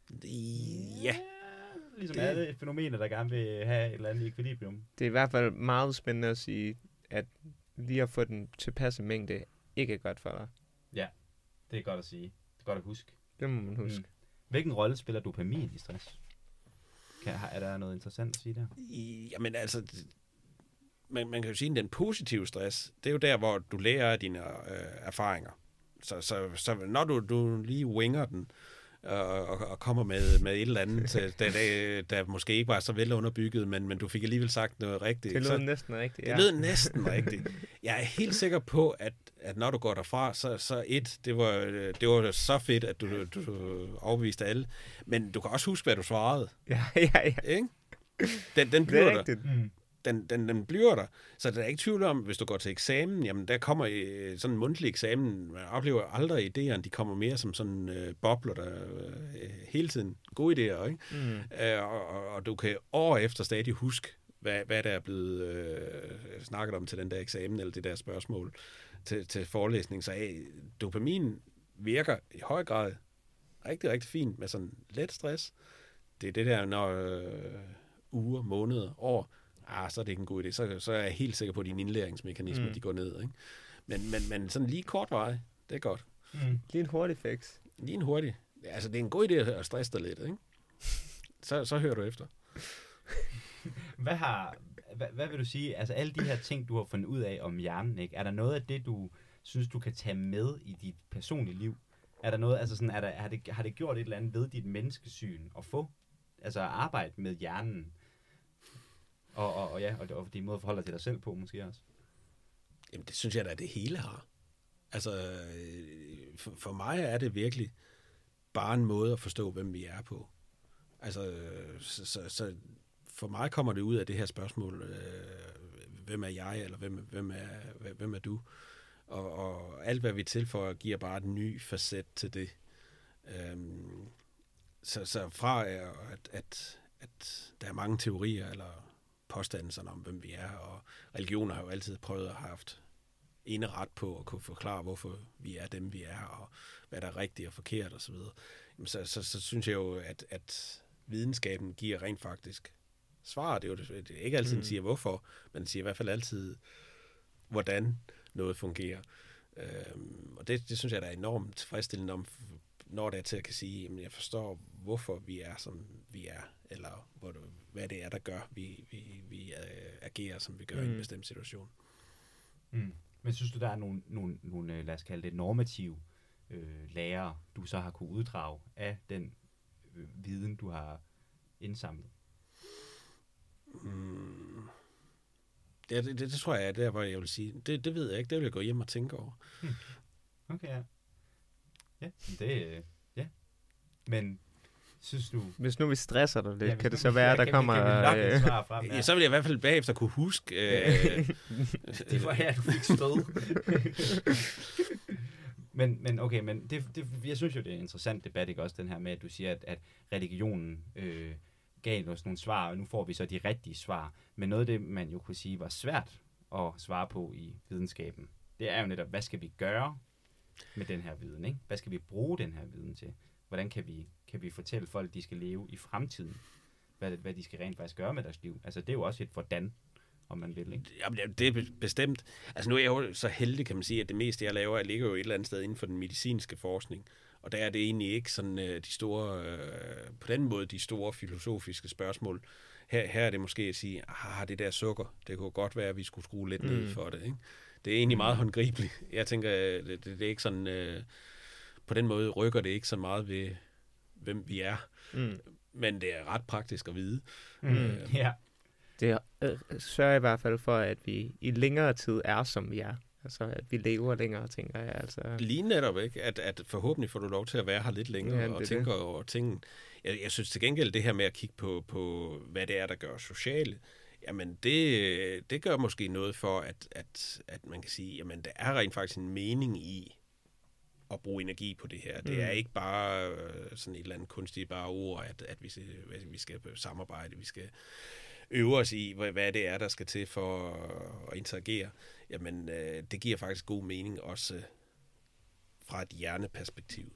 Ja. Ligesom det... alle fænomener, der gerne vil have et eller andet ekvilibrium. Det er i hvert fald meget spændende at sige, at lige at få den tilpasse mængde ikke er godt for dig. Ja, det er godt at sige. Det er godt at huske. Det må man huske. Mm. Hvilken rolle spiller dopamin i stress? Kan, er der noget interessant at sige der? Jamen altså, man, man kan jo sige, at den positive stress, det er jo der, hvor du lærer af dine øh, erfaringer. Så, så, så når du, du lige winger den, og, og, og kommer med, med et eller andet, der, der, der måske ikke var så vel underbygget, men, men du fik alligevel sagt noget rigtigt. Det lød så, næsten rigtigt, ja. Det lød næsten rigtigt. Jeg er helt sikker på, at, at når du går derfra, så, så et, det var, det var så fedt, at du, du, du overbeviste alle, men du kan også huske, hvad du svarede. Ja, ja, ja. Ikke? Den, den bliver det er rigtigt. der. Den, den, den bliver der. Så der er ikke tvivl om, hvis du går til eksamen, jamen der kommer i sådan en mundtlig eksamen, man oplever aldrig idéerne, de kommer mere som sådan øh, bobler, der øh, hele tiden gode idéer, ikke? Mm. Øh, og, og, og du kan år efter stadig huske, hvad, hvad der er blevet øh, snakket om til den der eksamen, eller det der spørgsmål til, til forelæsning. Så hey, dopamin virker i høj grad rigtig, rigtig fint med sådan let stress. Det er det der, når øh, uger, måneder, år, ah, så er det ikke en god idé. Så, så er jeg helt sikker på, at dine indlæringsmekanismer, mm. de går ned. Ikke? Men, men, men sådan lige kort vej, det er godt. Mm. Lige en hurtig fix. Lige en hurtig. Altså, det er en god idé at stresse dig lidt, ikke? Så, så hører du efter. Hvad har, hvad, hvad vil du sige, altså alle de her ting, du har fundet ud af om hjernen, ikke? Er der noget af det, du synes, du kan tage med i dit personlige liv? Er der noget, altså sådan, er der, har, det, har det gjort et eller andet ved dit menneskesyn at få, altså at arbejde med hjernen? Og, og, og ja, og, og din måde at forholde dig til dig selv på, måske også? Jamen, det synes jeg da, at det hele har. Altså, for, for mig er det virkelig bare en måde at forstå, hvem vi er på. Altså, så, så, så for mig kommer det ud af det her spørgsmål, øh, hvem er jeg, eller hvem, hvem, er, hvem er du? Og, og alt, hvad vi tilføjer, giver bare et ny facet til det. Øhm, så, så fra at, at, at der er mange teorier, eller påstande om, hvem vi er, og religioner har jo altid prøvet at have haft ene ret på at kunne forklare, hvorfor vi er dem, vi er, og hvad der er rigtigt og forkert osv. Så, så, så synes jeg jo, at, at videnskaben giver rent faktisk svar. Det er jo det, det er ikke altid, den siger hvorfor, men den siger i hvert fald altid, hvordan noget fungerer. Øhm, og det, det synes jeg, der er enormt tilfredsstillende om, når det er til at kan sige, at jeg forstår, hvorfor vi er, som vi er, eller hvor, hvad det er, der gør, vi, vi, vi agerer, som vi gør mm. i en bestemt situation. Mm. Men synes du, der er nogle, nogle, nogle lad os kalde det, normative øh, lærer, du så har kunne uddrage af den øh, viden, du har indsamlet? Mm. Det, det, det tror jeg er der, hvor jeg vil sige, det, det ved jeg ikke, det vil jeg gå hjem og tænke over. Hmm. Okay, ja. Ja, det, øh, ja. Men synes du... Hvis nu vi stresser dig lidt, ja, kan det så være, der kan kommer... Vi, kan vi nok et svar frem, ja. Ja, så vil jeg i hvert fald bagefter kunne huske... Øh, det var her, du fik stød. men, men okay, men det, det, jeg synes jo, det er en interessant debat, ikke også, den her med, at du siger, at, at religionen øh, gav os nogle svar, og nu får vi så de rigtige svar. Men noget af det, man jo kunne sige, var svært at svare på i videnskaben, det er jo netop, hvad skal vi gøre med den her viden, ikke? Hvad skal vi bruge den her viden til? Hvordan kan vi, kan vi fortælle folk, at de skal leve i fremtiden? Hvad, hvad de skal rent faktisk gøre med deres liv? Altså, det er jo også et hvordan, om man vil, ikke? Jamen, det er bestemt. Altså, nu er jeg jo så heldig, kan man sige, at det meste, jeg laver, ligger jo et eller andet sted inden for den medicinske forskning. Og der er det egentlig ikke sådan de store, øh, på den måde, de store filosofiske spørgsmål. Her, her er det måske at sige, ah, det der sukker, det kunne godt være, at vi skulle skrue lidt mm. ned for det, ikke? Det er egentlig meget håndgribeligt. Jeg tænker, det, det, det er ikke sådan... Øh, på den måde rykker det ikke så meget ved, hvem vi er. Mm. Men det er ret praktisk at vide. Mm. Øh, ja. Det øh, sørger i hvert fald for, at vi i længere tid er, som vi er. Altså, at vi lever længere, tænker jeg. Altså. Lige netop, ikke? At, at forhåbentlig får du lov til at være her lidt længere ja, og tænke over tingene. Jeg, jeg synes til gengæld, det her med at kigge på, på hvad det er, der gør sociale, jamen det, det gør måske noget for, at, at, at man kan sige, jamen der er rent faktisk en mening i at bruge energi på det her. Det er mm. ikke bare øh, sådan et eller andet kunstigt bare ord, at, at vi, vi skal samarbejde, vi skal øve os i, hvad, hvad det er, der skal til for at interagere. Jamen, øh, det giver faktisk god mening, også øh, fra et hjerneperspektiv.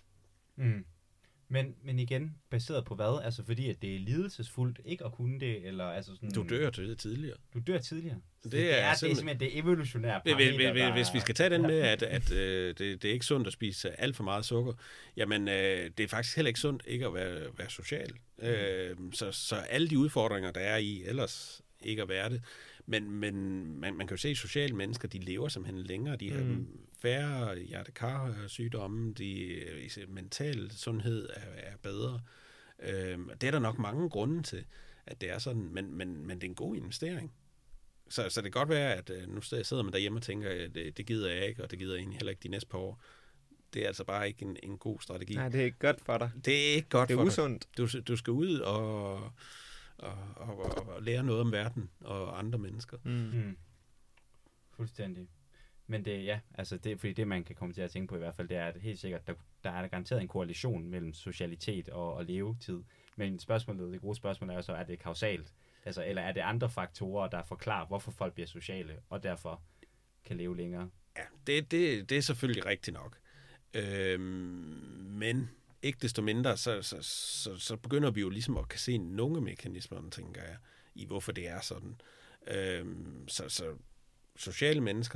Mm. Men, men igen, baseret på hvad? Altså fordi, at det er lidelsesfuldt ikke at kunne det, eller altså sådan... Du dør tidligere. Du dør tidligere? Det, det, det, er, er, det er simpelthen det evolutionære parameter, hvis, hvis, der... hvis vi skal tage den med, at, at øh, det, det er ikke sundt at spise alt for meget sukker, jamen øh, det er faktisk heller ikke sundt ikke at være, være social. Mm. Øh, så, så alle de udfordringer, der er i ellers ikke at være det, men, men man, man kan jo se, at sociale mennesker, de lever simpelthen længere, de har mm. færre hjertekar-sygdomme, de mental sundhed er, er bedre. Øh, det er der nok mange grunde til, at det er sådan, men, men, men det er en god investering. Så, så det kan godt være, at nu sidder man derhjemme og tænker, at det, det gider jeg ikke, og det gider jeg egentlig heller ikke de næste par år. Det er altså bare ikke en, en god strategi. Nej, det er ikke godt for dig. Det er ikke godt for dig. Det er usundt. Du, du skal ud og, og, og, og lære noget om verden og andre mennesker. Mm. Mm. Fuldstændig. Men det, ja, altså det, fordi det, man kan komme til at tænke på i hvert fald, det er, at helt sikkert, der, der er der garanteret en korrelation mellem socialitet og, og levetid. Men spørgsmålet, det gode spørgsmål er jo så, er det kausalt? Altså, eller er det andre faktorer, der forklarer, hvorfor folk bliver sociale, og derfor kan leve længere? Ja, det, det, det er selvfølgelig rigtigt nok. Øhm, men ikke desto mindre, så, så, så, så begynder vi jo ligesom at kan se nogle mekanismer, tænker jeg, i hvorfor det er sådan. Øhm, så, så sociale mennesker,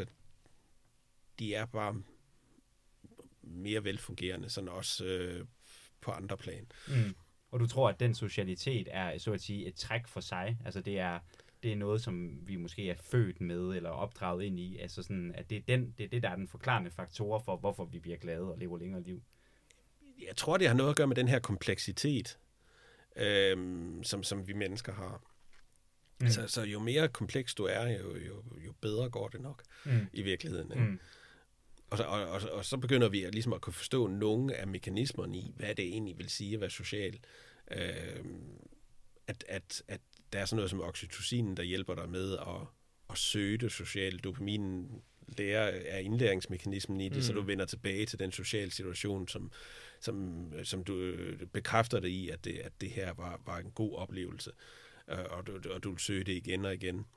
de er bare mere velfungerende, sådan også øh, på andre plan. Mm. Og du tror, at den socialitet er, så at sige, et træk for sig? Altså det er, det er noget, som vi måske er født med, eller opdraget ind i? Altså sådan, at det er, den, det er det, der er den forklarende faktor for, hvorfor vi bliver glade og lever længere liv? Jeg tror, det har noget at gøre med den her kompleksitet, øhm, som, som vi mennesker har. Mm. Så, så jo mere kompleks du er, jo, jo, jo bedre går det nok mm. i virkeligheden. Ikke? Mm. Og, så, og, og, og så begynder vi at, ligesom at kunne forstå nogle af mekanismerne i, hvad det egentlig vil sige at være social. Øhm, at, at, at der er sådan noget som oxytocin, der hjælper dig med at, at søge det sociale. Dopaminen lærer er indlæringsmekanismen i det, mm. så du vender tilbage til den sociale situation, som, som, som du bekræfter dig i, at det, at det her var, var en god oplevelse. Og du, og du vil søge det igen og igen.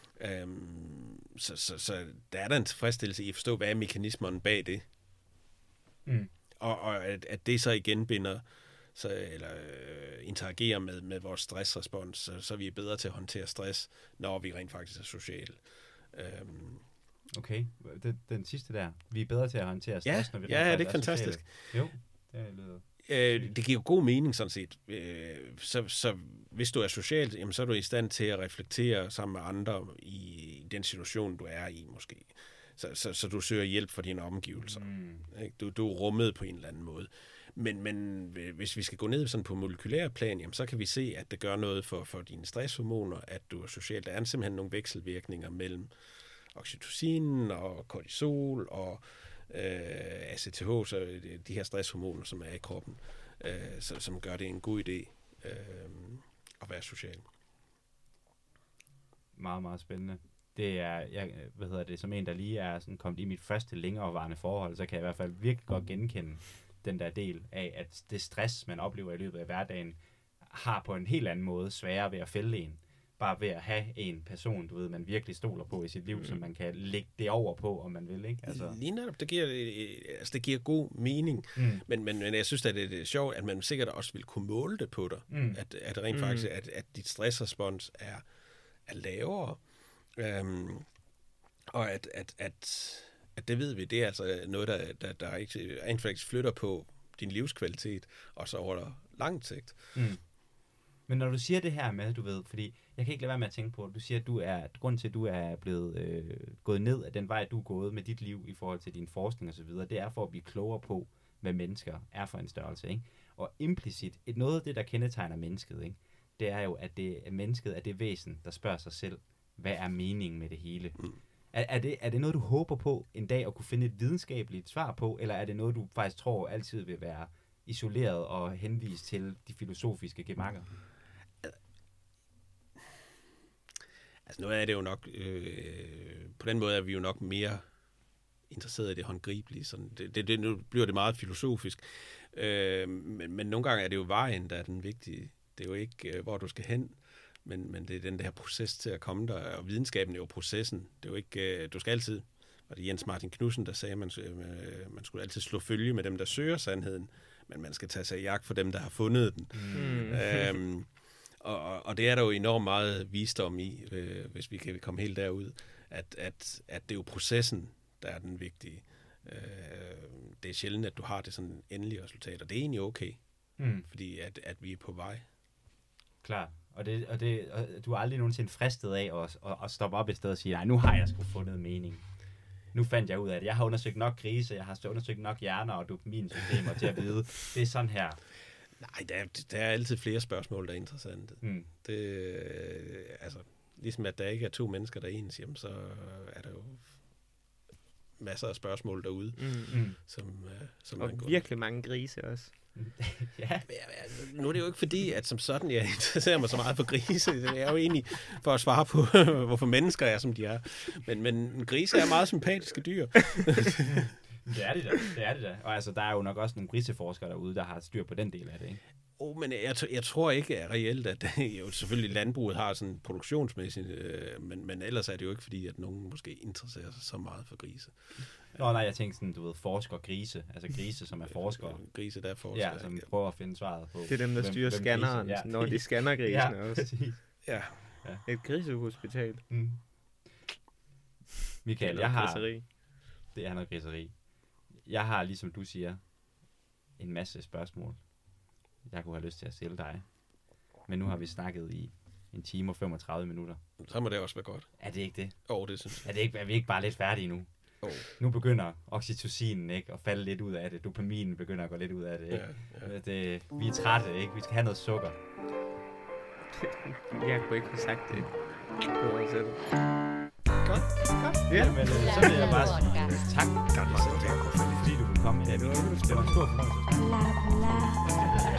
Um, så, så, så der er der en tilfredsstillelse i at forstå, hvad er mekanismerne bag det. Mm. Og, og at, at det så igen binder, så, eller øh, interagerer med, med vores stressrespons, så, så vi er bedre til at håndtere stress, når vi rent faktisk er sociale. Um, okay, den, den sidste der. Vi er bedre til at håndtere stress, ja, når vi ja, rent det er fantastisk. Sociale. Jo, det lyder... Øh, det giver jo god mening sådan set. Øh, så, så hvis du er social, jamen, så er du i stand til at reflektere sammen med andre i den situation, du er i måske. Så, så, så du søger hjælp for dine omgivelser. Mm. Du, du er rummet på en eller anden måde. Men, men hvis vi skal gå ned sådan på molekylær plan, jamen, så kan vi se, at det gør noget for, for dine stresshormoner, at du er social. Der er simpelthen nogle vekselvirkninger mellem oxytocin og kortisol og Øh, A C T H, så de her stresshormoner, som er i kroppen, øh, så, som gør det en god idé øh, at være social. Meget, meget spændende. Det er, jeg, hvad hedder det, som en, der lige er sådan kommet i mit første længerevarende forhold, så kan jeg i hvert fald virkelig godt genkende den der del af, at det stress, man oplever i løbet af hverdagen, har på en helt anden måde sværere ved at fælde en. Bare ved at have en person, du ved, man virkelig stoler på i sit liv, mm. som man kan lægge det over på, om man vil, ikke? Altså. Lige netop, det giver, altså det giver god mening, mm. men, men, men jeg synes, at det er sjovt, at man sikkert også vil kunne måle det på dig, mm. at, at rent mm. faktisk, at, at dit stressrespons er, er lavere, um, og at, at, at, at det ved vi, det er altså noget, der, der, der ikke, rent faktisk flytter på din livskvalitet, og så over lang sigt. Mm. Men når du siger det her med, du ved, fordi jeg kan ikke lade være med at tænke på, at du siger, at du er, grunden til, at du er blevet øh, gået ned af den vej, du er gået med dit liv i forhold til din forskning og så videre, det er for at blive klogere på, hvad mennesker er for en størrelse, ikke? Og implicit, et noget af det, der kendetegner mennesket, ikke? Det er jo, at det, at mennesket er det væsen, der spørger sig selv, hvad er meningen med det hele? Mm. Er, er, det, er det noget, du håber på en dag at kunne finde et videnskabeligt svar på, eller er det noget, du faktisk tror altid vil være isoleret og henvist til de filosofiske gemakker? Altså nu er det jo nok, øh, på den måde er vi jo nok mere interesseret i det håndgribelige. Sådan, det, det, det, nu bliver det meget filosofisk, øh, men, men nogle gange er det jo vejen, der er den vigtige. Det er jo ikke, øh, hvor du skal hen, men, men det er den der proces til at komme der, og videnskaben er jo processen. Det er jo ikke, øh, du skal altid, og det er Jens Martin Knudsen, der sagde, at man, øh, man skulle altid slå følge med dem, der søger sandheden, men man skal tage sig i jagt for dem, der har fundet den. Mm. Øhm, Og, og det er der jo enormt meget visdom i, øh, hvis vi kan komme helt derud, at, at, at det er jo processen, der er den vigtige. Øh, det er sjældent, at du har det sådan endelige resultat, og det er egentlig okay, mm. fordi at, at vi er på vej. Klar, og, det, og, det, og du er aldrig nogensinde fristet af at, at, at stoppe op et sted og sige, nej, nu har jeg sgu fundet mening. Nu fandt jeg ud af det. Jeg har undersøgt nok grise, jeg har undersøgt nok hjerner og dopaminsystemer til at vide, det er sådan her. Nej, der er, der er altid flere spørgsmål, der er interessante. Mm. Det, øh, altså, ligesom at der ikke er to mennesker, der er ens, jamen, så er der jo masser af spørgsmål derude. Mm. Som, øh, som og man går. Virkelig mange grise også. Ja. Nu er det jo ikke fordi, at som sådan, jeg interesserer mig så meget for grise. Jeg er jo egentlig for at svare på, hvorfor mennesker er, som de er. Men, men grise er meget sympatiske dyr. Det er det da, det er det da. Og altså, der er jo nok også nogle griseforskere derude, der har styr på den del af det, ikke? Oh, men jeg, jeg tror ikke at reelt, at jo, selvfølgelig landbruget har sådan produktionsmæssigt, øh, men, men ellers er det jo ikke fordi, at nogen måske interesserer sig så meget for grise. Nå, nej, jeg tænkte sådan, du ved, forsker grise. Altså grise, som er forskere. Grise, der er forskere. Ja, som prøver at finde svaret på. Det er dem, der styrer scanneren, ja. Når de scanner grisene ja, også. Ja. Ja. Et grisehospital. Mm. Michael, jeg har... Griseri. Det er noget griseri. Jeg har, ligesom du siger, en masse spørgsmål, jeg kunne have lyst til at stille dig. Men nu har vi snakket i en time og femogtredive minutter. Så må det også være godt. Er det ikke det? Åh, oh, det synes jeg. Er, det ikke, er vi ikke bare lidt færdige nu? Oh. Nu begynder oxytocinen ikke at falde lidt ud af det. Dopaminen begynder at gå lidt ud af det. Ikke? Ja, ja. Det, vi er trætte, ikke? Vi skal have noget sukker. Jeg kunne ikke have sagt det. Godt, godt. godt. Ja. Jamen, øh, så vil jeg bare sige tak, fordi du kunne komme i dag. Det var en stor fornøjelse.